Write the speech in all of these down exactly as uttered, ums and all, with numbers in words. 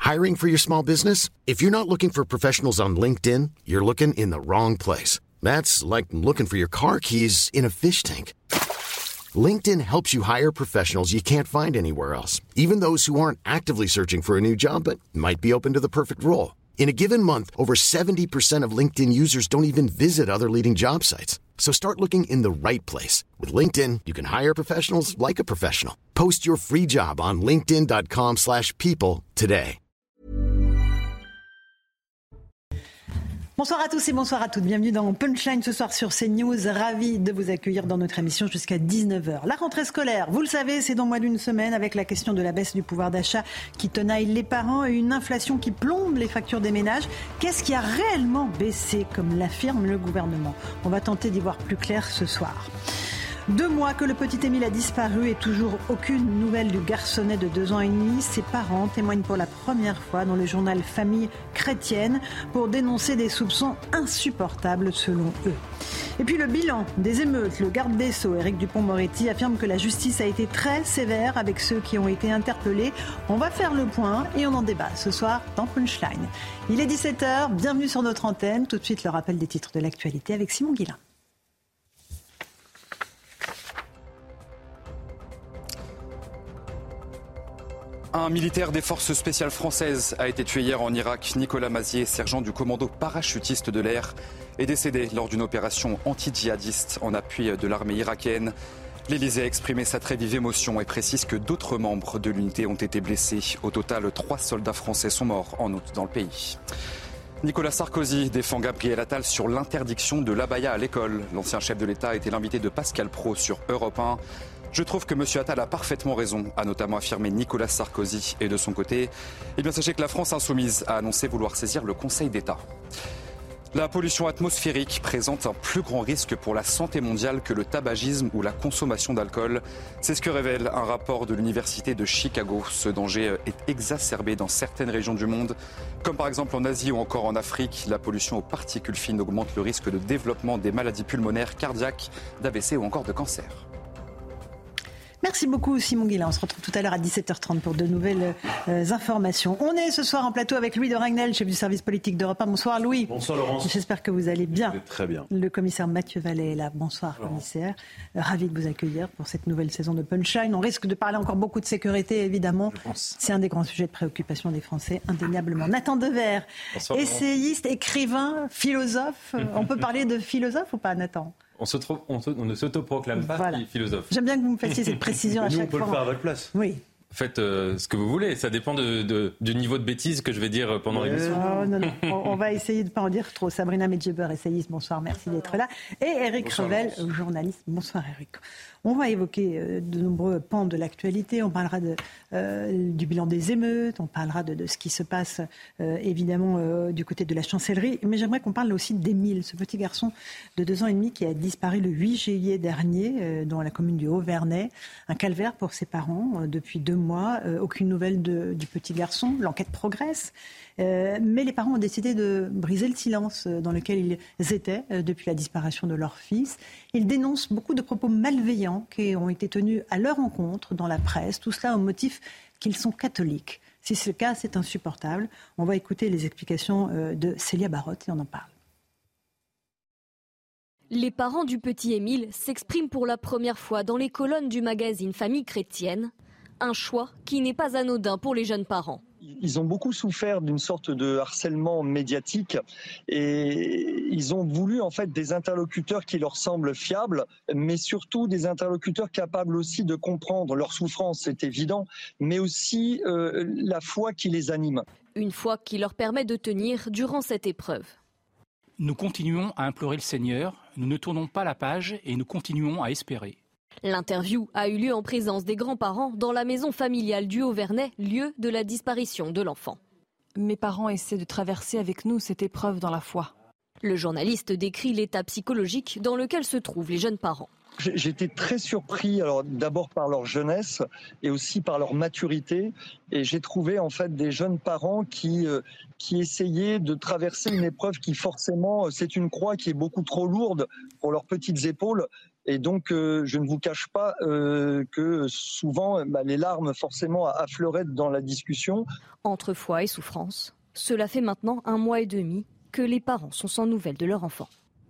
Hiring for your small business? If you're not looking for professionals on LinkedIn, you're looking in the wrong place. That's like looking for your car keys in a fish tank. LinkedIn helps you hire professionals you can't find anywhere else, even those who aren't actively searching for a new job but might be open to the perfect role. In a given month, over seventy percent of LinkedIn users don't even visit other leading job sites. So start looking in the right place. With LinkedIn, you can hire professionals like a professional. Post your free job on linkedin.com slash people today. Bonsoir à tous et bonsoir à toutes. Bienvenue dans Punchline ce soir sur CNews. Ravi de vous accueillir dans notre émission jusqu'à dix-neuf heures. La rentrée scolaire, vous le savez, c'est dans moins d'une semaine avec la question de la baisse du pouvoir d'achat qui tenaille les parents et une inflation qui plombe les factures des ménages. Qu'est-ce qui a réellement baissé, comme l'affirme le gouvernement ? On va tenter d'y voir plus clair ce soir. Deux mois que le petit Émile a disparu et toujours aucune nouvelle du garçonnet de deux ans et demi. Ses parents témoignent pour la première fois dans le journal Famille chrétienne pour dénoncer des soupçons insupportables selon eux. Et puis le bilan des émeutes. Le garde des Sceaux, Éric Dupond-Moretti, affirme que la justice a été très sévère avec ceux qui ont été interpellés. On va faire le point et on en débat ce soir dans Punchline. Il est dix-sept heures, bienvenue sur notre antenne. Tout de suite le rappel des titres de l'actualité avec Simon Guillain. Un militaire des forces spéciales françaises a été tué hier en Irak. Nicolas Mazier, sergent du commando parachutiste de l'air, est décédé lors d'une opération anti-djihadiste en appui de l'armée irakienne. L'Élysée a exprimé sa très vive émotion et précise que d'autres membres de l'unité ont été blessés. Au total, trois soldats français sont morts en août dans le pays. Nicolas Sarkozy défend Gabriel Attal sur l'interdiction de l'abaya à l'école. L'ancien chef de l'État était l'invité de Pascal Praud sur Europe un. Je trouve que M. Attal a parfaitement raison, a notamment affirmé Nicolas Sarkozy. Et de son côté, eh bien sachez que la France insoumise a annoncé vouloir saisir le Conseil d'État. La pollution atmosphérique présente un plus grand risque pour la santé mondiale que le tabagisme ou la consommation d'alcool. C'est ce que révèle un rapport de l'Université de Chicago. Ce danger est exacerbé dans certaines régions du monde, comme par exemple en Asie ou encore en Afrique. La pollution aux particules fines augmente le risque de développement des maladies pulmonaires, cardiaques, d'A V C ou encore de cancer. Merci beaucoup Simon Guillain. On se retrouve tout à l'heure à dix-sept heures trente pour de nouvelles euh, informations. On est ce soir en plateau avec Louis de Ragnel, chef du service politique d'Europe un. Bonsoir Louis. Bonsoir Laurence. J'espère que vous allez bien. Vous êtes très bien. Le commissaire Mathieu Vallet est là. Bonsoir Laurence. Commissaire. Euh, ravi de vous accueillir pour cette nouvelle saison de Punchline. On risque de parler encore beaucoup de sécurité évidemment. Je pense. C'est un des grands sujets de préoccupation des Français, indéniablement. Nathan Dever, Bonsoir, essayiste, écrivain, philosophe. On peut parler de philosophe ou pas Nathan ? On, se trouve, on, se, on ne s'autoproclame pas voilà. philosophe. J'aime bien que vous me fassiez cette précision à nous, chaque fois. On peut fois. Le faire à votre place. Oui. Faites euh, ce que vous voulez. Ça dépend de, de, du niveau de bêtise que je vais dire pendant ouais. l'émission. Oh, non, non. On, on va essayer de ne pas en dire trop. Sabrina Medjeber, essayiste, bonsoir, merci d'être là. Et Éric Revel, journaliste. Bonsoir Éric. On va évoquer euh, de nombreux pans de l'actualité. On parlera de, euh, du bilan des émeutes, on parlera de, de ce qui se passe euh, évidemment euh, du côté de la chancellerie. Mais j'aimerais qu'on parle aussi d'Émile, ce petit garçon de deux ans et demi qui a disparu le huit juillet dernier euh, dans la commune du Haut-Vernay. Un calvaire pour ses parents euh, depuis deux mois. Euh, aucune nouvelle de, du petit garçon. L'enquête progresse. Euh, mais les parents ont décidé de briser le silence dans lequel ils étaient euh, depuis la disparition de leur fils. Ils dénoncent beaucoup de propos malveillants qui ont été tenus à leur encontre dans la presse, tout cela au motif qu'ils sont catholiques. Si c'est le cas, c'est insupportable. On va écouter les explications euh, de Célia Barotte et on en parle. Les parents du petit Émile s'expriment pour la première fois dans les colonnes du magazine Famille chrétienne. Un choix qui n'est pas anodin pour les jeunes parents. Ils ont beaucoup souffert d'une sorte de harcèlement médiatique et ils ont voulu en fait des interlocuteurs qui leur semblent fiables, mais surtout des interlocuteurs capables aussi de comprendre leur souffrance, c'est évident, mais aussi euh, la foi qui les anime. Une foi qui leur permet de tenir durant cette épreuve. Nous continuons à implorer le Seigneur, nous ne tournons pas la page et nous continuons à espérer. L'interview a eu lieu en présence des grands-parents dans la maison familiale du Haut-Vernay, lieu de la disparition de l'enfant. Mes parents essaient de traverser avec nous cette épreuve dans la foi. Le journaliste décrit l'état psychologique dans lequel se trouvent les jeunes parents. J'étais très surpris, alors d'abord par leur jeunesse et aussi par leur maturité. Et j'ai trouvé en fait des jeunes parents qui euh, qui essayaient de traverser une épreuve qui forcément, c'est une croix qui est beaucoup trop lourde pour leurs petites épaules. Et donc, euh, je ne vous cache pas euh, que souvent, bah, les larmes forcément affleuraient dans la discussion. Entre foi et souffrance, cela fait maintenant un mois et demi que les parents sont sans nouvelles de leur enfant.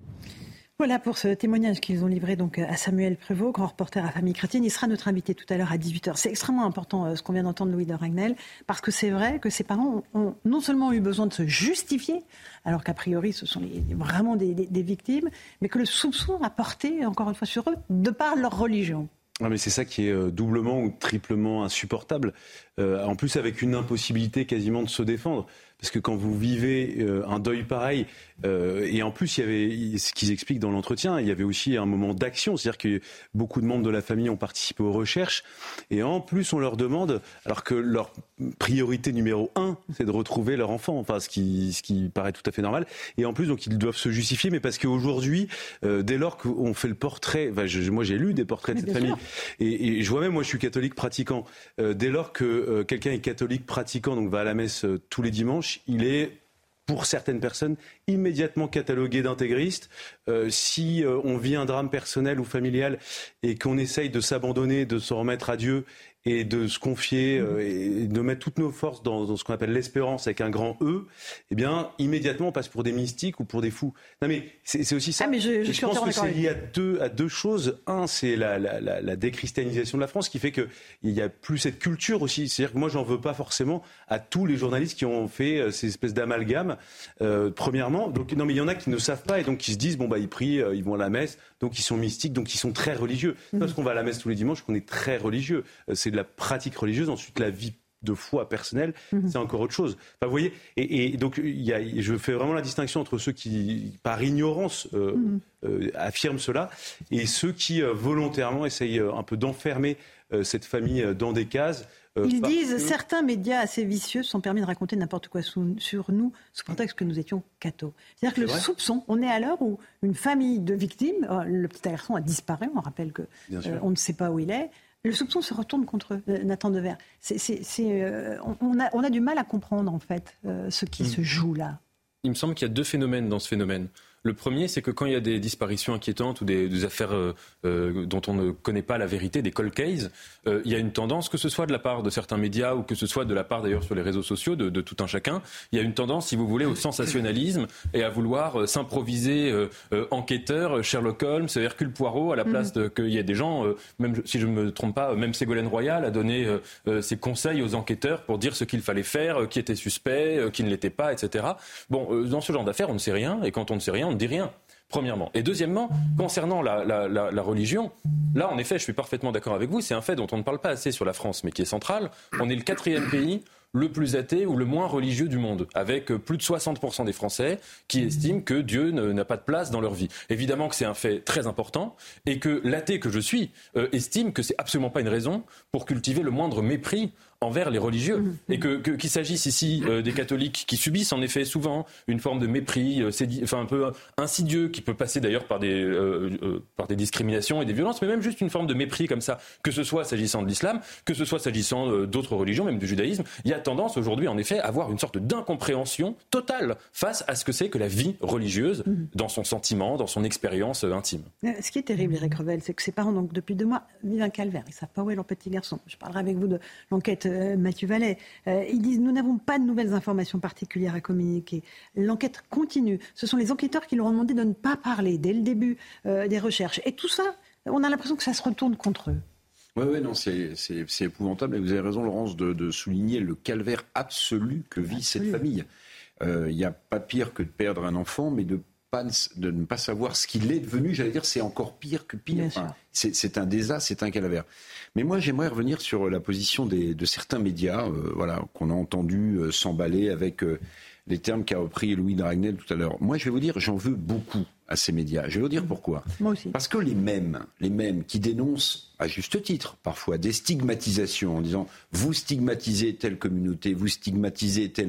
Voilà pour ce témoignage qu'ils ont livré donc à Samuel Prévost, grand reporter à Famille Chrétienne. Il sera notre invité tout à l'heure à dix-huit heures. C'est extrêmement important ce qu'on vient d'entendre Louis de Ragnel, parce que c'est vrai que ces parents ont, ont non seulement eu besoin de se justifier, alors qu'a priori ce sont les, vraiment des, des, des victimes, mais que le soupçon a porté encore une fois sur eux de par leur religion. Ah mais c'est ça qui est doublement ou triplement insupportable, euh, en plus avec une impossibilité quasiment de se défendre. Parce que quand vous vivez euh, un deuil pareil, euh, et en plus il y avait ce qu'ils expliquent dans l'entretien, il y avait aussi un moment d'action, c'est-à-dire que beaucoup de membres de la famille ont participé aux recherches, et en plus on leur demande, alors que leur priorité numéro un, c'est de retrouver leur enfant, enfin ce qui, ce qui paraît tout à fait normal, et en plus donc ils doivent se justifier, mais parce qu'aujourd'hui, euh, dès lors qu'on fait le portrait, enfin, je, moi j'ai lu des portraits de cette famille, et, et je vois même, moi je suis catholique pratiquant, euh, dès lors que euh, quelqu'un est catholique pratiquant, donc va à la messe euh, tous les dimanches, il est, pour certaines personnes, immédiatement catalogué d'intégriste. Euh, si euh, on vit un drame personnel ou familial et qu'on essaye de s'abandonner, de se remettre à Dieu et de se confier euh, et de mettre toutes nos forces dans, dans ce qu'on appelle l'espérance avec un grand E, eh bien, immédiatement, on passe pour des mystiques ou pour des fous. Non, mais c'est, c'est aussi ça. Ah, mais je, je, je pense que c'est lié à deux, à deux choses. Un, c'est la, la, la, la déchristianisation de la France qui fait qu'il n'y a plus cette culture aussi. C'est-à-dire que moi, j'en veux pas forcément à tous les journalistes qui ont fait ces espèces d'amalgames, euh, premièrement. Donc, non, mais il y en a qui ne savent pas et donc qui se disent, bon, bah, ils prient, euh, ils vont à la messe, donc ils sont mystiques, donc ils sont très religieux. C'est mmh. parce qu'on va à la messe tous les dimanches qu'on est très religieux. Euh, c'est de la pratique religieuse, ensuite la vie de foi personnelle, mmh. c'est encore autre chose. Enfin, vous voyez, et, et donc il y a, je fais vraiment la distinction entre ceux qui, par ignorance, euh, mmh. euh, affirment cela, et ceux qui euh, volontairement essayent euh, un peu d'enfermer euh, cette famille euh, dans des cases. Euh, Ils disent, que... certains médias assez vicieux se sont permis de raconter n'importe quoi sous, sur nous, sous prétexte que nous étions cathos. C'est-à-dire que c'est le vrai. soupçon, on est à l'heure où une famille de victimes, euh, le petit garçon a disparu, on rappelle que euh, on ne sait pas où il est, le soupçon se retourne contre eux, euh, Nathan Devers. C'est, c'est, c'est, euh, on, a, on a du mal à comprendre, en fait, euh, ce qui mmh. se joue là. Il me semble qu'il y a deux phénomènes dans ce phénomène. Le premier, c'est que quand il y a des disparitions inquiétantes ou des, des affaires euh, euh, dont on ne connaît pas la vérité, des cold cases, euh, il y a une tendance, que ce soit de la part de certains médias ou que ce soit de la part d'ailleurs sur les réseaux sociaux de, de tout un chacun, il y a une tendance, si vous voulez, au sensationnalisme et à vouloir euh, s'improviser euh, euh, enquêteur, Sherlock Holmes, Hercule Poirot, à la place de, qu'il y ait des gens, euh, même si je ne me trompe pas, même Ségolène Royal a donné euh, euh, ses conseils aux enquêteurs pour dire ce qu'il fallait faire, euh, qui était suspect, euh, qui ne l'était pas, et cetera. Bon, euh, dans ce genre d'affaires, on ne sait rien, et quand on ne sait rien, on ne dit rien. Premièrement. Et deuxièmement, concernant la, la, la, la religion, là, en effet, je suis parfaitement d'accord avec vous, c'est un fait dont on ne parle pas assez sur la France, mais qui est central. On est le quatrième pays le plus athée ou le moins religieux du monde, avec plus de soixante pour cent des Français qui estiment que Dieu ne, n'a pas de place dans leur vie. Évidemment que c'est un fait très important et que l'athée que je suis euh, estime que c'est absolument pas une raison pour cultiver le moindre mépris envers les religieux. Mmh. Et que, que, qu'il s'agisse ici euh, des catholiques qui subissent en effet souvent une forme de mépris, euh, c'est, enfin un peu insidieux, qui peut passer d'ailleurs par des, euh, euh, par des discriminations et des violences, mais même juste une forme de mépris comme ça, que ce soit s'agissant de l'islam, que ce soit s'agissant euh, d'autres religions, même du judaïsme. Il y a tendance aujourd'hui en effet à avoir une sorte d'incompréhension totale face à ce que c'est que la vie religieuse, mmh. dans son sentiment, dans son expérience euh, intime. Ce qui est terrible, Éric Revel, c'est que ses parents, donc depuis deux mois, vivent un calvaire. Ils ne savent pas où est leur petit garçon. Je parlerai avec vous de l'enquête Euh, Mathieu Vallet. Euh, ils disent « Nous n'avons pas de nouvelles informations particulières à communiquer. L'enquête continue. » Ce sont les enquêteurs qui leur ont demandé de ne pas parler dès le début euh, des recherches. Et tout ça, on a l'impression que ça se retourne contre eux. Oui, ouais, non, c'est, c'est, c'est épouvantable. Et vous avez raison, Laurence, de, de souligner le calvaire absolu que vit Absolue. cette famille. Il euh, n'y a pas pire que de perdre un enfant, mais de Pas, de ne pas savoir ce qu'il est devenu, j'allais dire, c'est encore pire que pire. Enfin, c'est, c'est un désastre, c'est un calvaire. Mais moi, j'aimerais revenir sur la position des, de certains médias, euh, voilà, qu'on a entendu euh, s'emballer avec euh, les termes qu'a repris Louis de Ragnel tout à l'heure. Moi, je vais vous dire, j'en veux beaucoup à ces médias. Je vais vous dire pourquoi. Moi aussi. Parce que les mêmes, les mêmes qui dénoncent, à juste titre, parfois, des stigmatisations en disant « vous stigmatisez telle communauté, vous stigmatisez tel individu »,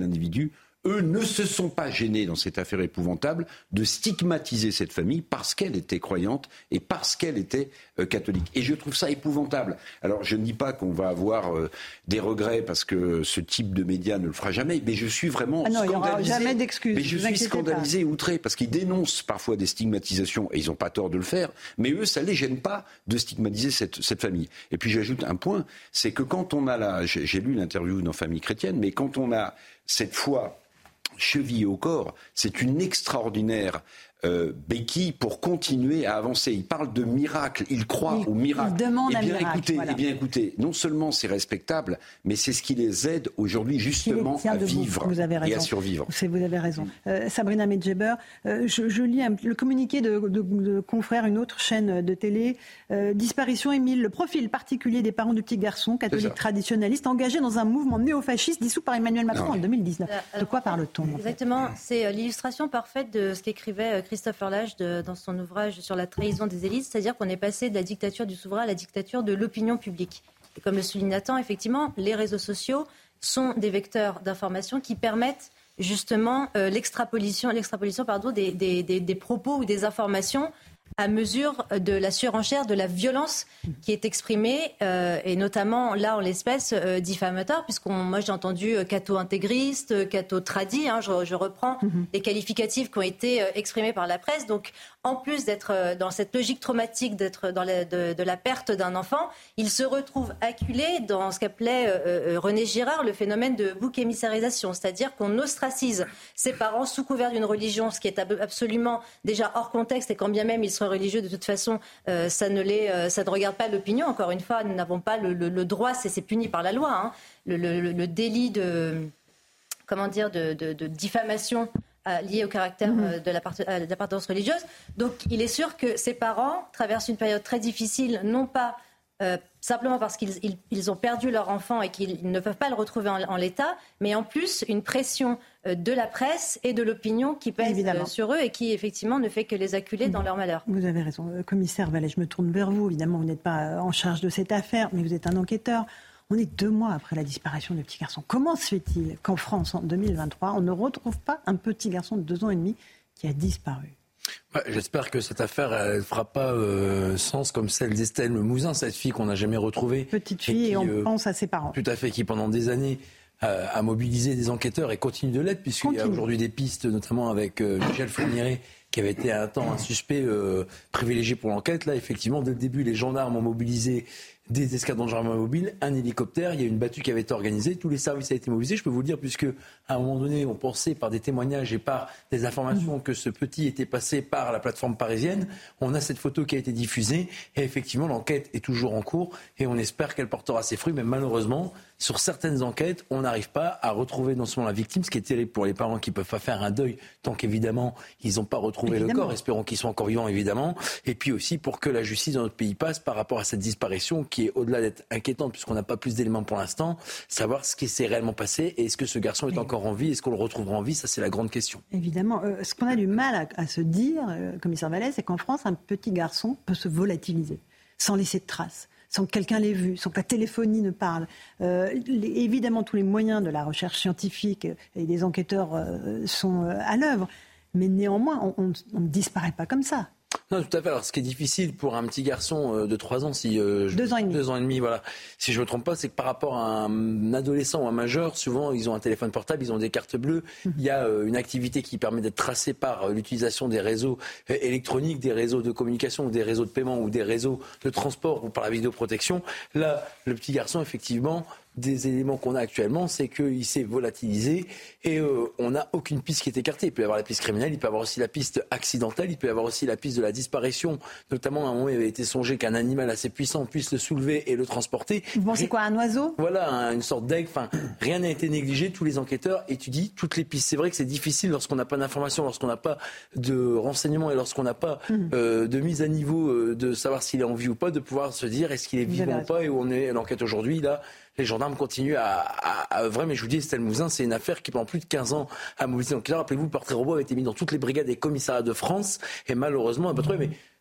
eux ne se sont pas gênés dans cette affaire épouvantable de stigmatiser cette famille parce qu'elle était croyante et parce qu'elle était euh, catholique. Et je trouve ça épouvantable. Alors je ne dis pas qu'on va avoir euh, des regrets parce que ce type de média ne le fera jamais, mais je suis vraiment ah non, scandalisé. Il n'y aura jamais d'excuses. Mais je suis scandalisé et outré parce qu'ils dénoncent parfois des stigmatisations et ils n'ont pas tort de le faire, mais eux, ça ne les gêne pas de stigmatiser cette, cette famille. Et puis j'ajoute un point, c'est que quand on a la... J'ai, j'ai lu l'interview dans Famille chrétienne, mais quand on a cette foi chevillée au corps, c'est une extraordinaire euh, béquille pour continuer à avancer. Il parle de miracle, il croit il, au miracle. Il demande eh bien, un miracle. Écoutez, voilà. eh bien écoutez, non seulement c'est respectable, mais c'est ce qui les aide aujourd'hui justement à vivre vous avez raison. et à survivre. C'est, vous avez raison. Euh, Sabrina Medjeber, euh, je, je lis un, le communiqué de, de, de confrère, une autre chaîne de télé. Euh, disparition, Émile, le profil particulier des parents du petit garçon, catholique traditionnaliste, engagé dans un mouvement néo-fasciste dissous par Emmanuel Macron non. en deux mille dix-neuf. De quoi parle-t-on? Exactement, en fait c'est l'illustration parfaite de ce qu'écrivait Christophe Lorlage de, dans son ouvrage sur la trahison des élites, c'est-à-dire qu'on est passé de la dictature du souverain à la dictature de l'opinion publique. Et comme le souligne Nathan, effectivement, les réseaux sociaux sont des vecteurs d'information qui permettent justement euh, l'extrapolition, l'extrapolition pardon, des, des, des, des propos ou des informations à mesure de la surenchère, de la violence qui est exprimée, euh, et notamment là en l'espèce euh, diffamateur, puisqu'on, moi j'ai entendu euh, catho-intégriste, catho-tradi, hein, je, je reprends mm-hmm. les qualificatifs qui ont été euh, exprimés par la presse. Donc en plus d'être euh, dans cette logique traumatique, d'être dans la, de, de la perte d'un enfant, il se retrouve acculé dans ce qu'appelait euh, euh, René Girard le phénomène de bouc émissarisation, c'est-à-dire qu'on ostracise ses parents sous couvert d'une religion, ce qui est ab- absolument déjà hors contexte, et quand bien même ils soient religieux, de toute façon, euh, ça, ne les, euh, ça ne regarde pas l'opinion. Encore une fois, nous n'avons pas le, le, le droit, c'est, c'est puni par la loi, hein, le, le, le délit de, comment dire, de, de, de diffamation euh, lié au caractère euh, de, l'appart- euh, de l'appartenance religieuse. Donc, il est sûr que ces parents traversent une période très difficile, non pas Euh, simplement parce qu'ils ils, ils ont perdu leur enfant et qu'ils ne peuvent pas le retrouver en, en l'état, mais en plus une pression euh, de la presse et de l'opinion qui pèse euh, sur eux et qui effectivement ne fait que les acculer dans leur malheur. Vous avez raison. Euh, commissaire Vallée, je me tourne vers vous. Évidemment, vous n'êtes pas en charge de cette affaire, mais vous êtes un enquêteur. On est deux mois après la disparition du petit garçon. Comment se fait-il qu'en France, en deux mille vingt-trois, on ne retrouve pas un petit garçon de deux ans et demi qui a disparu ? Bah, j'espère que cette affaire ne fera pas euh, sens comme celle d'Estelle Mouzin, cette fille qu'on n'a jamais retrouvée. Petite fille, et, qui, et on euh, pense à ses parents. Tout à fait, qui pendant des années euh, a mobilisé des enquêteurs et continue de l'être, puisqu'il continue. y a aujourd'hui des pistes, notamment avec euh, Michel Fourniret, qui avait été à un temps un suspect euh, privilégié pour l'enquête. Là, effectivement, dès le début, les gendarmes ont mobilisé des escadrons de gendarmerie mobiles, un hélicoptère, il y a une battue qui avait été organisée, tous les services ont été mobilisés, je peux vous le dire, puisque à un moment donné, on pensait par des témoignages et par des informations que ce petit était passé par la plateforme parisienne. On a cette photo qui a été diffusée et effectivement, l'enquête est toujours en cours et on espère qu'elle portera ses fruits, mais malheureusement, sur certaines enquêtes, on n'arrive pas à retrouver non seulement la victime, ce qui est terrible pour les parents qui ne peuvent pas faire un deuil tant qu'évidemment, ils n'ont pas retrouvé évidemment. le corps, espérons qu'ils soient encore vivants, évidemment, et puis aussi pour que la justice dans notre pays passe par rapport à cette disparition qui est au-delà d'être inquiétante, puisqu'on n'a pas plus d'éléments pour l'instant, savoir ce qui s'est réellement passé et est-ce que ce garçon est Mais... encore en vie, est-ce qu'on le retrouvera en vie, ça c'est la grande question. Évidemment, euh, ce qu'on a du mal à, à se dire, euh, commissaire Vallée, c'est qu'en France, un petit garçon peut se volatiliser, sans laisser de traces, sans que quelqu'un l'ait vu, sans que la téléphonie ne parle. Euh, les, évidemment, tous les moyens de la recherche scientifique et des enquêteurs euh, sont euh, à l'œuvre, mais néanmoins, on ne disparaît pas comme ça. Non, tout à fait. Alors, ce qui est difficile pour un petit garçon de trois ans, si euh, deux ans et demi, deux ans et demi, voilà. Si je me trompe pas, c'est que par rapport à un adolescent ou un majeur, souvent ils ont un téléphone portable, ils ont des cartes bleues. Mmh. Il y a euh, une activité qui permet d'être tracée par euh, l'utilisation des réseaux euh, électroniques, des réseaux de communication, ou des réseaux de paiement, ou des réseaux de transport, ou par la vidéoprotection. Là, le petit garçon, effectivement. Des éléments qu'on a actuellement, c'est qu'il s'est volatilisé et euh, on n'a aucune piste qui est écartée. Il peut y avoir la piste criminelle, il peut y avoir aussi la piste accidentelle, il peut y avoir aussi la piste de la disparition. Notamment, à un moment, il avait été songé qu'un animal assez puissant puisse le soulever et le transporter. Bon, c'est quoi, un oiseau ? Voilà, un, une sorte d'aigle. Enfin, rien n'a été négligé. Tous les enquêteurs étudient toutes les pistes. C'est vrai que c'est difficile lorsqu'on n'a pas d'informations, lorsqu'on n'a pas de renseignements et lorsqu'on n'a pas mmh. euh, de mise à niveau euh, de savoir s'il est en vie ou pas, de pouvoir se dire est-ce qu'il est vivant ou pas et où on est à l'enquête aujourd'hui. Là, les gendarmes continuent à, à, à œuvrer, mais je vous dis, Estelle Mouzin, c'est une affaire qui, pendant plus de quinze ans, a mobilisé. Donc là, rappelez-vous, le portrait robot a été mis dans toutes les brigades et commissariats de France, et malheureusement, on n'a pas trouvé. Mais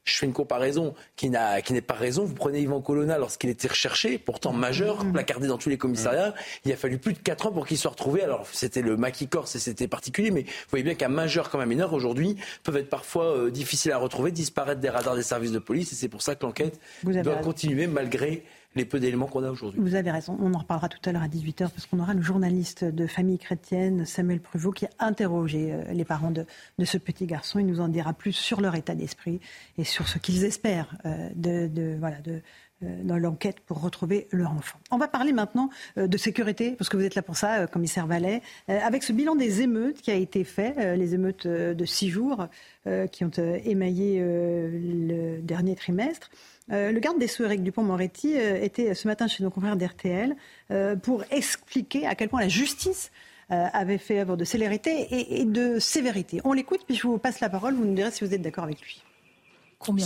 Je fais une comparaison qui, n'a, qui n'est pas raison. Vous prenez Yvan Colonna lorsqu'il était recherché, pourtant majeur, placardé dans tous les commissariats. Il a fallu plus de quatre ans pour qu'il soit retrouvé. Alors c'était le maquis corse et c'était particulier, mais vous voyez bien qu'un majeur comme un mineur aujourd'hui peuvent être parfois euh, difficiles à retrouver, disparaître des radars des services de police. Et c'est pour ça que l'enquête doit raison. continuer malgré les peu d'éléments qu'on a aujourd'hui. Vous avez raison. On en reparlera tout à l'heure à dix-huit heures parce qu'on aura le journaliste de Famille Chrétienne, Samuel Pruvot, qui a interrogé les parents de, de ce petit garçon. Il nous en dira plus sur leur état d'esprit et sur ce qu'ils espèrent de, de, voilà, de, dans l'enquête pour retrouver leur enfant. On va parler maintenant de sécurité, parce que vous êtes là pour ça, commissaire Vallet, avec ce bilan des émeutes qui a été fait, les émeutes de six jours qui ont émaillé le dernier trimestre. Euh, le garde des Sceaux, Éric Dupond-Moretti, euh, était ce matin chez nos confrères d'R T L euh, pour expliquer à quel point la justice euh, avait fait œuvre de célérité et, et de sévérité. On l'écoute, puis je vous passe la parole, vous nous direz si vous êtes d'accord avec lui. Combien ?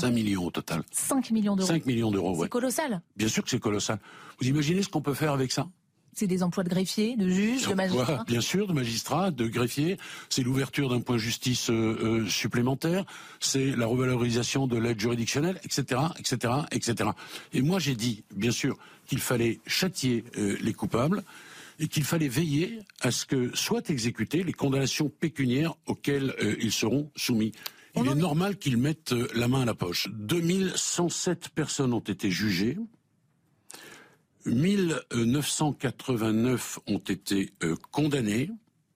cinq millions au total. cinq millions d'euros. cinq millions d'euros, c'est ouais. colossal. Bien sûr que c'est colossal. Vous imaginez ce qu'on peut faire avec ça ? C'est des emplois de greffiers, de juges, de magistrats. Bien sûr, de magistrats, de greffiers. C'est l'ouverture d'un point justice euh, euh, supplémentaire. C'est la revalorisation de l'aide juridictionnelle, et cetera, et cetera, et cetera. Et moi, j'ai dit, bien sûr, qu'il fallait châtier euh, les coupables et qu'il fallait veiller à ce que soient exécutées les condamnations pécuniaires auxquelles euh, ils seront soumis. Il est normal qu'ils mettent euh, la main à la poche. deux mille cent sept personnes ont été jugées. mille neuf cent quatre-vingt-neuf ont été euh, condamnés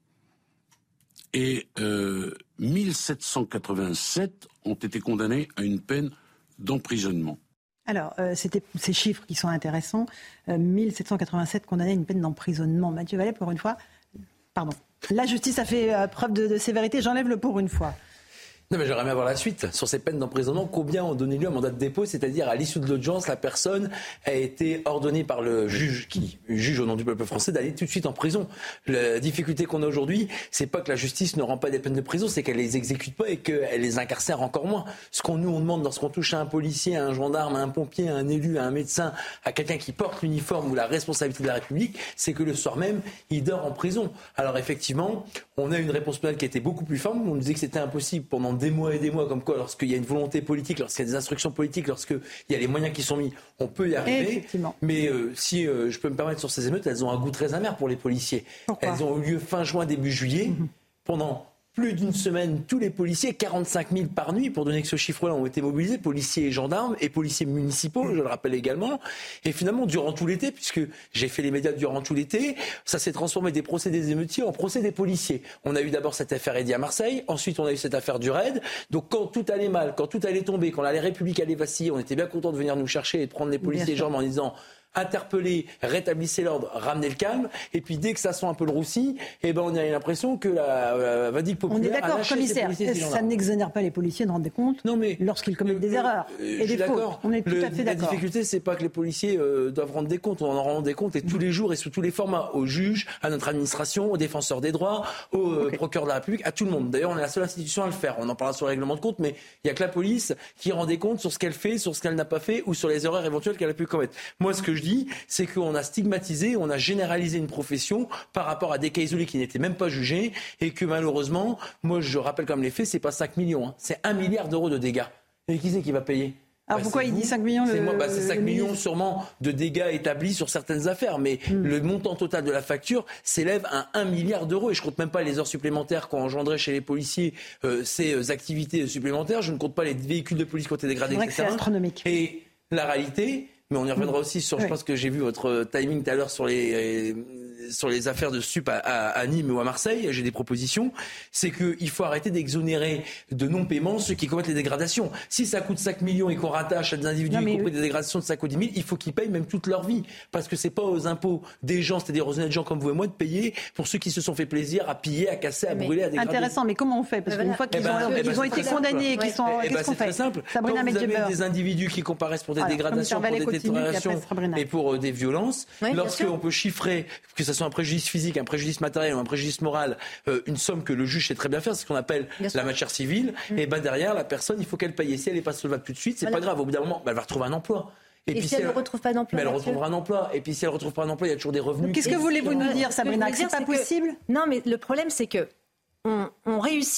et euh, mille sept cent quatre-vingt-sept ont été condamnés à une peine d'emprisonnement. Alors, euh, c'était ces chiffres qui sont intéressants. Euh, mille sept cent quatre-vingt-sept condamnés à une peine d'emprisonnement. Mathieu Vallet, pour une fois, pardon. La justice a fait euh, preuve de, de sévérité. J'enlève le pour une fois. Non, mais j'aimerais bien voir la suite. Sur ces peines d'emprisonnement, combien ont donné lieu à un mandat de dépôt, c'est-à-dire à l'issue de l'audience, la personne a été ordonnée par le juge, qui juge au nom du peuple français, d'aller tout de suite en prison. La difficulté qu'on a aujourd'hui, c'est pas que la justice ne rend pas des peines de prison, c'est qu'elle les exécute pas et qu'elle les incarcère encore moins. Ce qu'on nous on demande lorsqu'on touche à un policier, à un gendarme, à un pompier, à un élu, à un médecin, à quelqu'un qui porte l'uniforme ou la responsabilité de la République, c'est que le soir même, il dort en prison. Alors effectivement, on a une réponse pénale qui était beaucoup plus ferme. On nous disait que c'était impossible pendant des mois et des mois, comme quoi lorsqu'il y a une volonté politique, lorsqu'il y a des instructions politiques, lorsqu'il y a les moyens qui sont mis, on peut y arriver. Mais euh, si euh, je peux me permettre sur ces émeutes, elles ont un goût très amer pour les policiers. Pourquoi ? Elles ont eu lieu fin juin, début juillet. Mmh. Pendant plus d'une semaine, tous les policiers, quarante-cinq mille par nuit, pour donner que ce chiffre-là, ont été mobilisés, policiers et gendarmes, et policiers municipaux, je le rappelle également. Et finalement, durant tout l'été, puisque j'ai fait les médias durant tout l'été, ça s'est transformé des procès des émeutiers en procès des policiers. On a eu d'abord cette affaire Eddy à Marseille, ensuite on a eu cette affaire du raid. Donc quand tout allait mal, quand tout allait tomber, quand la République allait vaciller, on était bien content de venir nous chercher et de prendre les policiers et gendarmes en disant... interpeller, rétablissez l'ordre, ramenez le calme. Et puis dès que ça sent un peu le roussi, eh ben on a l'impression que la, la vindicte populaire. On est d'accord, commissaire. Ça n'exonère pas les policiers de rendre compte non, mais lorsqu'ils commettent le, des erreurs euh, et des fautes. On est tout le, à fait d'accord. La difficulté, c'est pas que les policiers euh, doivent rendre des comptes. On en rend des comptes et tous les jours et sous tous les formats, aux juges, à notre administration, aux défenseurs des droits, aux euh, okay. procureurs de la République, à tout le monde. D'ailleurs, on est la seule institution à le faire. On en parlera sur le règlement de compte, mais il y a que la police qui rend des comptes sur ce qu'elle fait, sur ce qu'elle n'a pas fait ou sur les erreurs éventuelles qu'elle a pu commettre. Moi, ce que je dis, c'est que on a stigmatisé, on a généralisé une profession par rapport à des cas isolés qui n'étaient même pas jugés et que malheureusement, moi je rappelle comme les faits, c'est pas cinq millions, hein, c'est un milliard d'euros de dégâts. Et qui c'est qui va payer ? Alors bah, pourquoi il vous. dit cinq millions C'est le, moi, bah, c'est cinq le millions ministre. sûrement de dégâts établis sur certaines affaires, mais mm. le montant total de la facture s'élève à un milliard d'euros et je compte même pas les heures supplémentaires qu'ont engendré chez les policiers euh, ces activités supplémentaires, je ne compte pas les véhicules de police qui ont été dégradés, c'est et cetera. C'est astronomique. Et la réalité... Mais on y reviendra aussi sur, je pense que j'ai vu votre timing tout à l'heure sur les, sur les affaires de sup à, à, à Nîmes ou à Marseille, j'ai des propositions, c'est qu'il faut arrêter d'exonérer de non-paiement ceux qui commettent les dégradations. Si ça coûte cinq millions et qu'on rattache à des individus qui commettent des dégradations de cinq ou dix mille, il faut qu'ils payent même toute leur vie. Parce que c'est pas aux impôts des gens, c'est-à-dire aux honnêtes gens comme vous et moi, de payer pour ceux qui se sont fait plaisir à piller, à casser, à mais brûler, à dégrader. Intéressant, mais comment on fait ? Parce qu'une fois qu'ils eh ben, ont, eh ben, ils ont été condamnés et qu'ils sont... Eh ben, qu'est-ce qu'on c'est fait ? très simple. Sabrina Quand vous avez Medjeber. des individus qui comparaissent pour des Alors, dégradations, pour des détériorations et pour euh, des violences, oui, lorsqu'on peut chiffrer, que ce soit un préjudice physique, un préjudice matériel ou un préjudice moral, euh, une somme que le juge sait très bien faire, c'est ce qu'on appelle bien la matière civile, mmh. et ben derrière, la personne, il faut qu'elle paye. Et si elle n'est pas solvable tout de suite, c'est voilà. pas grave. Au bout d'un moment, ben, elle va retrouver un emploi. Et, et puis si elle ne si retrouve pas d'emploi, mais elle retrouvera un emploi. Et puis si elle ne retrouve pas un emploi, il y a toujours des revenus. Qu'est-ce que voulez-vous nous dire, Sabrina ? Que c'est pas possible ? Non, mais le problème, c'est que on, on réussit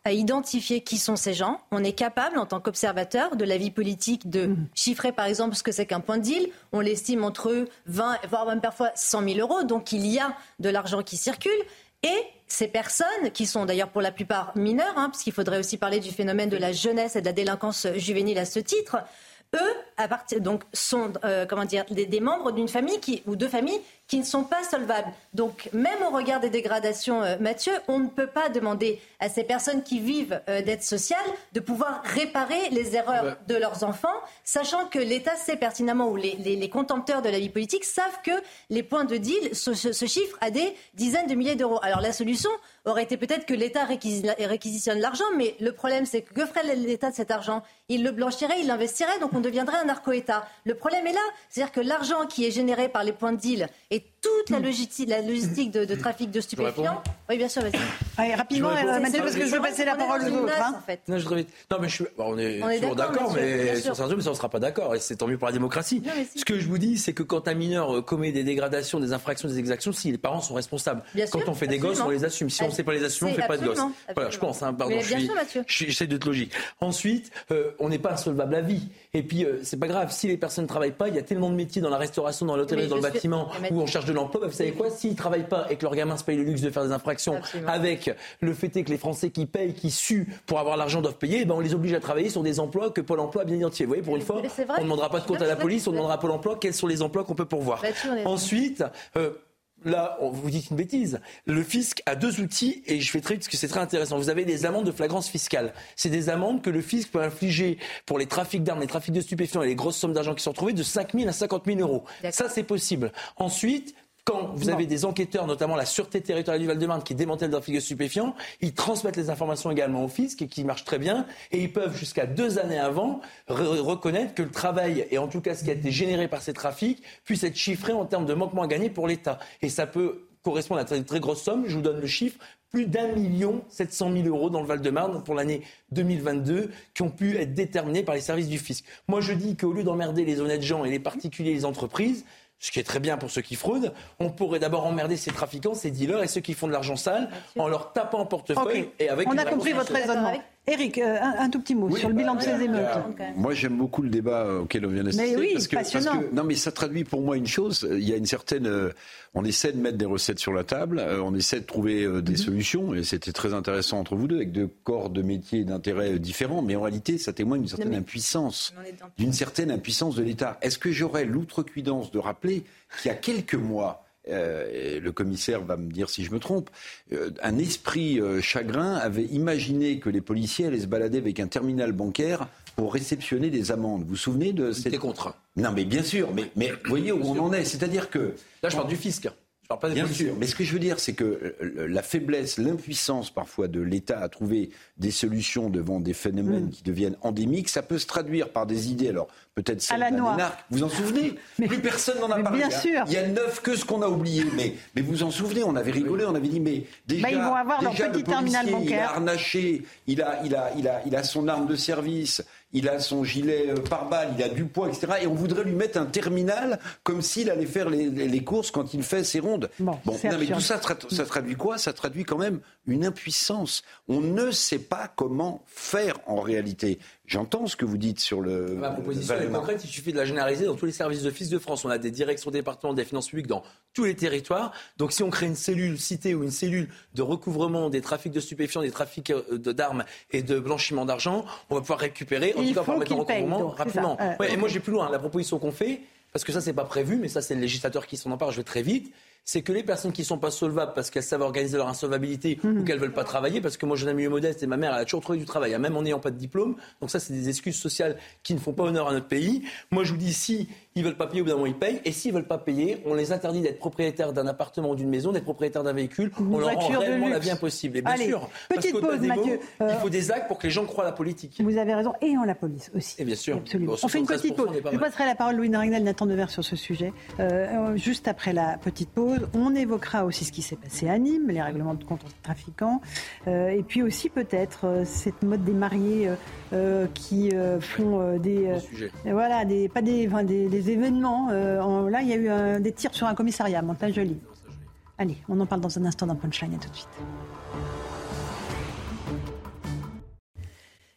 à identifier qui sont ces gens. On est capable, en tant qu'observateur de la vie politique, de mmh. chiffrer par exemple ce que c'est qu'un point de deal. On l'estime entre vingt, voire même parfois cent mille euros. Donc il y a de l'argent qui circule. Et ces personnes, qui sont d'ailleurs pour la plupart mineures, hein, parce qu'il faudrait aussi parler du phénomène de la jeunesse et de la délinquance juvénile à ce titre, eux, à partir, donc, sont euh, comment dire, des, des membres d'une famille qui, ou de familles qui ne sont pas solvables. Donc, même au regard des dégradations, euh, Mathieu, on ne peut pas demander à ces personnes qui vivent euh, d'aide sociale de pouvoir réparer les erreurs ouais. de leurs enfants, sachant que l'État sait pertinemment, ou les, les, les contempteurs de la vie politique savent que les points de deal se, se, se chiffrent à des dizaines de milliers d'euros. Alors, la solution aurait été peut-être que l'État réquisitionne l'argent, mais le problème, c'est que que ferait l'État de cet argent ? Il le blanchirait, il l'investirait, donc on deviendrait un narco-État. Le problème est là, c'est-à-dire que l'argent qui est généré par les points de deal et toute la logistique, la logistique de, de trafic de stupéfiants... Oui, bien sûr, vas-y. Allez, rapidement, euh, Mathieu, parce que je veux passer la parole aux autres. Hein. En fait. Non, je voudrais... non, mais je suis... bon, on est, on est toujours d'accord, mais sur certains trucs, mais ça, on ne sera pas d'accord, et c'est tant mieux pour la démocratie. Non, si. Ce que je vous dis, c'est que quand un mineur commet des dégradations, des infractions, des exactions, si les parents sont responsables. Bien quand sûr, on fait absolument. Des gosses, on les assume. Si on ne sait pas les assumer, on ne fait pas de gosses. Absolument. Voilà, je pense. Hein, pardon, mais bien je sûr, Mathieu. J'essaie d'être logique. Ensuite, euh, on n'est pas insolvable à vie. Et puis, euh, c'est pas grave. Si les personnes ne travaillent pas, il y a tellement de métiers dans la restauration, dans l'hôtellerie, dans le suis... bâtiment, où on cherche de l'emploi. Bah, vous savez quoi ? S'ils ne travaillent pas et que leurs gamins se payent le luxe de faire des infractions, absolument. Avec le fait est que les Français qui payent, qui suent pour avoir l'argent doivent payer, ben on les oblige à travailler sur des emplois que Pôle emploi a bien identifiés. Vous voyez, pour une fois, on ne demandera pas de compte à la police, on demandera à Pôle emploi quels sont les emplois qu'on peut pourvoir. Ensuite, euh, là, on vous dit une bêtise. Le fisc a deux outils, et je fais très vite parce que c'est très intéressant. Vous avez des amendes de flagrance fiscale. C'est des amendes que le fisc peut infliger pour les trafics d'armes, les trafics de stupéfiants et les grosses sommes d'argent qui sont retrouvées de cinq mille à cinquante mille euros. Ça, c'est possible. Ensuite, quand vous avez des enquêteurs, notamment la Sûreté territoriale du Val-de-Marne, qui démantèlent le trafic de stupéfiants, ils transmettent les informations également au fisc, et qui marche très bien, et ils peuvent jusqu'à deux années avant re- reconnaître que le travail, et en tout cas ce qui a été généré par ces trafics, puisse être chiffré en termes de manquement à gagner pour l'État. Et ça peut correspondre à une très, très grosse somme, je vous donne le chiffre, plus d'un million sept cent mille euros dans le Val-de-Marne pour l'année deux mille vingt-deux qui ont pu être déterminés par les services du fisc. Moi je dis qu'au lieu d'emmerder les honnêtes gens et les particuliers et les entreprises, ce qui est très bien pour ceux qui fraudent, on pourrait d'abord emmerder ces trafiquants, ces dealers et ceux qui font de l'argent sale en leur tapant en portefeuille. Okay. Et avec on a compris votre raisonnement. Éric, euh, un, un tout petit mot oui, sur le bilan bah, de ces émeutes. Euh, moi, j'aime beaucoup le débat auquel on vient d'assister. Mais oui, parce que, passionnant. Parce que, non, mais ça traduit pour moi une chose. Il y a une certaine... Euh, on essaie de mettre des recettes sur la table, euh, on essaie de trouver euh, des mm-hmm. solutions, et c'était très intéressant entre vous deux, avec deux corps de métiers et d'intérêts différents, mais en réalité, ça témoigne d'une certaine non, impuissance, d'une certaine impuissance de l'État. Est-ce que j'aurais l'outrecuidance de rappeler qu'il y a quelques mois, Euh, le commissaire va me dire si je me trompe, euh, un esprit euh, chagrin avait imaginé que les policiers allaient se balader avec un terminal bancaire pour réceptionner des amendes. Vous vous souvenez de cette... C'était contraint. Non mais bien sûr, mais, mais voyez où on en est. C'est-à-dire que... Là je parle du fisc. Je parle pas des bien policiers. sûr, mais ce que je veux dire c'est que la faiblesse, l'impuissance parfois de l'État à trouver des solutions devant des phénomènes mmh. qui deviennent endémiques, ça peut se traduire par des idées. Alors peut-être celle d'un énarque. Vous vous en souvenez? Mais, Plus personne n'en a parlé. Bien sûr. Il y a neuf que ce qu'on a oublié. Mais, mais vous vous en souvenez, on avait rigolé, on avait dit, mais déjà, bah, ils vont avoir déjà leur petit le terminal policier, bancaire. il a harnaché, il a, il, a, il, a, il a son arme de service, il a son gilet pare-balles, il a du poids, et cetera. Et on voudrait lui mettre un terminal comme s'il allait faire les, les, les courses quand il fait ses rondes. Bon, bon non, mais tout ça, ça traduit quoi? Ça traduit quand même une impuissance. On ne sait pas comment faire en réalité. J'entends ce que vous dites sur le... Ma proposition est concrète, il suffit de la généraliser dans tous les services de fisc de France. On a des directions départementales des finances publiques dans tous les territoires. Donc si on crée une cellule cité ou une cellule de recouvrement des trafics de stupéfiants, des trafics d'armes et de blanchiment d'argent, on va pouvoir récupérer, en tout cas pouvoir mettre en recouvrement rapidement. Euh, ouais, et moi j'ai plus loin, la proposition qu'on fait, parce que ça c'est pas prévu, mais ça c'est le législateur qui s'en empare, je vais très vite, c'est que les personnes qui ne sont pas solvables parce qu'elles savent organiser leur insolvabilité mmh. ou qu'elles ne veulent pas travailler, parce que moi j'ai un milieu modeste et ma mère elle a toujours trouvé du travail, même en n'ayant pas de diplôme, donc ça c'est des excuses sociales qui ne font pas honneur à notre pays. Moi je vous dis, si ils ne veulent pas payer, au bout d'un moment ils payent, et s'ils ne veulent pas payer, on les interdit d'être propriétaires d'un appartement ou d'une maison, d'être propriétaires d'un véhicule, Une on leur rend réellement la vie impossible. Et bien Allez, sûr, petite parce pause, des Mathieu. Mots, euh... il faut des actes pour que les gens croient à la politique. Vous avez raison, et en la police aussi. Et bien sûr. Absolument. On fait une petite pause. Je passerai la parole à Louis Ragnel, Nathan Devers sur ce sujet. Euh, juste après la petite pause, on évoquera aussi ce qui s'est passé à Nîmes, les règlements de compte entre trafiquants, euh, et puis aussi peut-être euh, cette mode des mariés euh, euh, qui euh, font euh, des, euh, voilà, des, pas des, enfin, des, des événements. Euh, en, là, il y a eu un, des tirs sur un commissariat, à Mantes-la-Jolie. Allez, on en parle dans un instant dans Punchline, à tout de suite.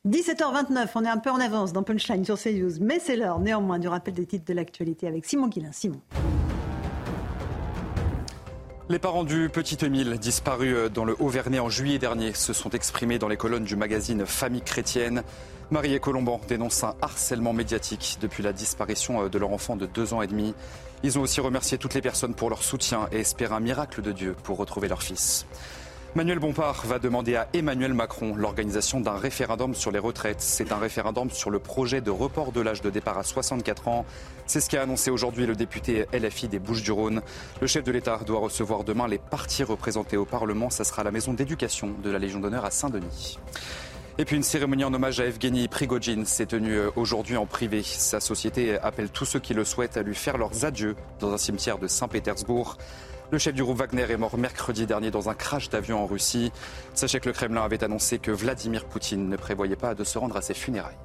dix-sept heures vingt-neuf, on est un peu en avance dans Punchline sur CNews, mais c'est l'heure néanmoins du rappel des titres de l'actualité avec Simon Guillain. Simon. Les parents du petit Émile, disparu dans le Haut-Vernay en juillet dernier, se sont exprimés dans les colonnes du magazine Famille chrétienne. Marie et Colomban dénoncent un harcèlement médiatique depuis la disparition de leur enfant de deux ans et demi. Ils ont aussi remercié toutes les personnes pour leur soutien et espèrent un miracle de Dieu pour retrouver leur fils. Manuel Bompard va demander à Emmanuel Macron l'organisation d'un référendum sur les retraites. C'est un référendum sur le projet de report de l'âge de départ à soixante-quatre ans. C'est ce qu'a annoncé aujourd'hui le député L F I des Bouches-du-Rhône. Le chef de l'État doit recevoir demain les partis représentés au Parlement. Ça sera à la maison d'éducation de la Légion d'honneur à Saint-Denis. Et puis une cérémonie en hommage à Evgeny Prigojine s'est tenue aujourd'hui en privé. Sa société appelle tous ceux qui le souhaitent à lui faire leurs adieux dans un cimetière de Saint-Pétersbourg. Le chef du groupe Wagner est mort mercredi dernier dans un crash d'avion en Russie. Sachez que le Kremlin avait annoncé que Vladimir Poutine ne prévoyait pas de se rendre à ses funérailles.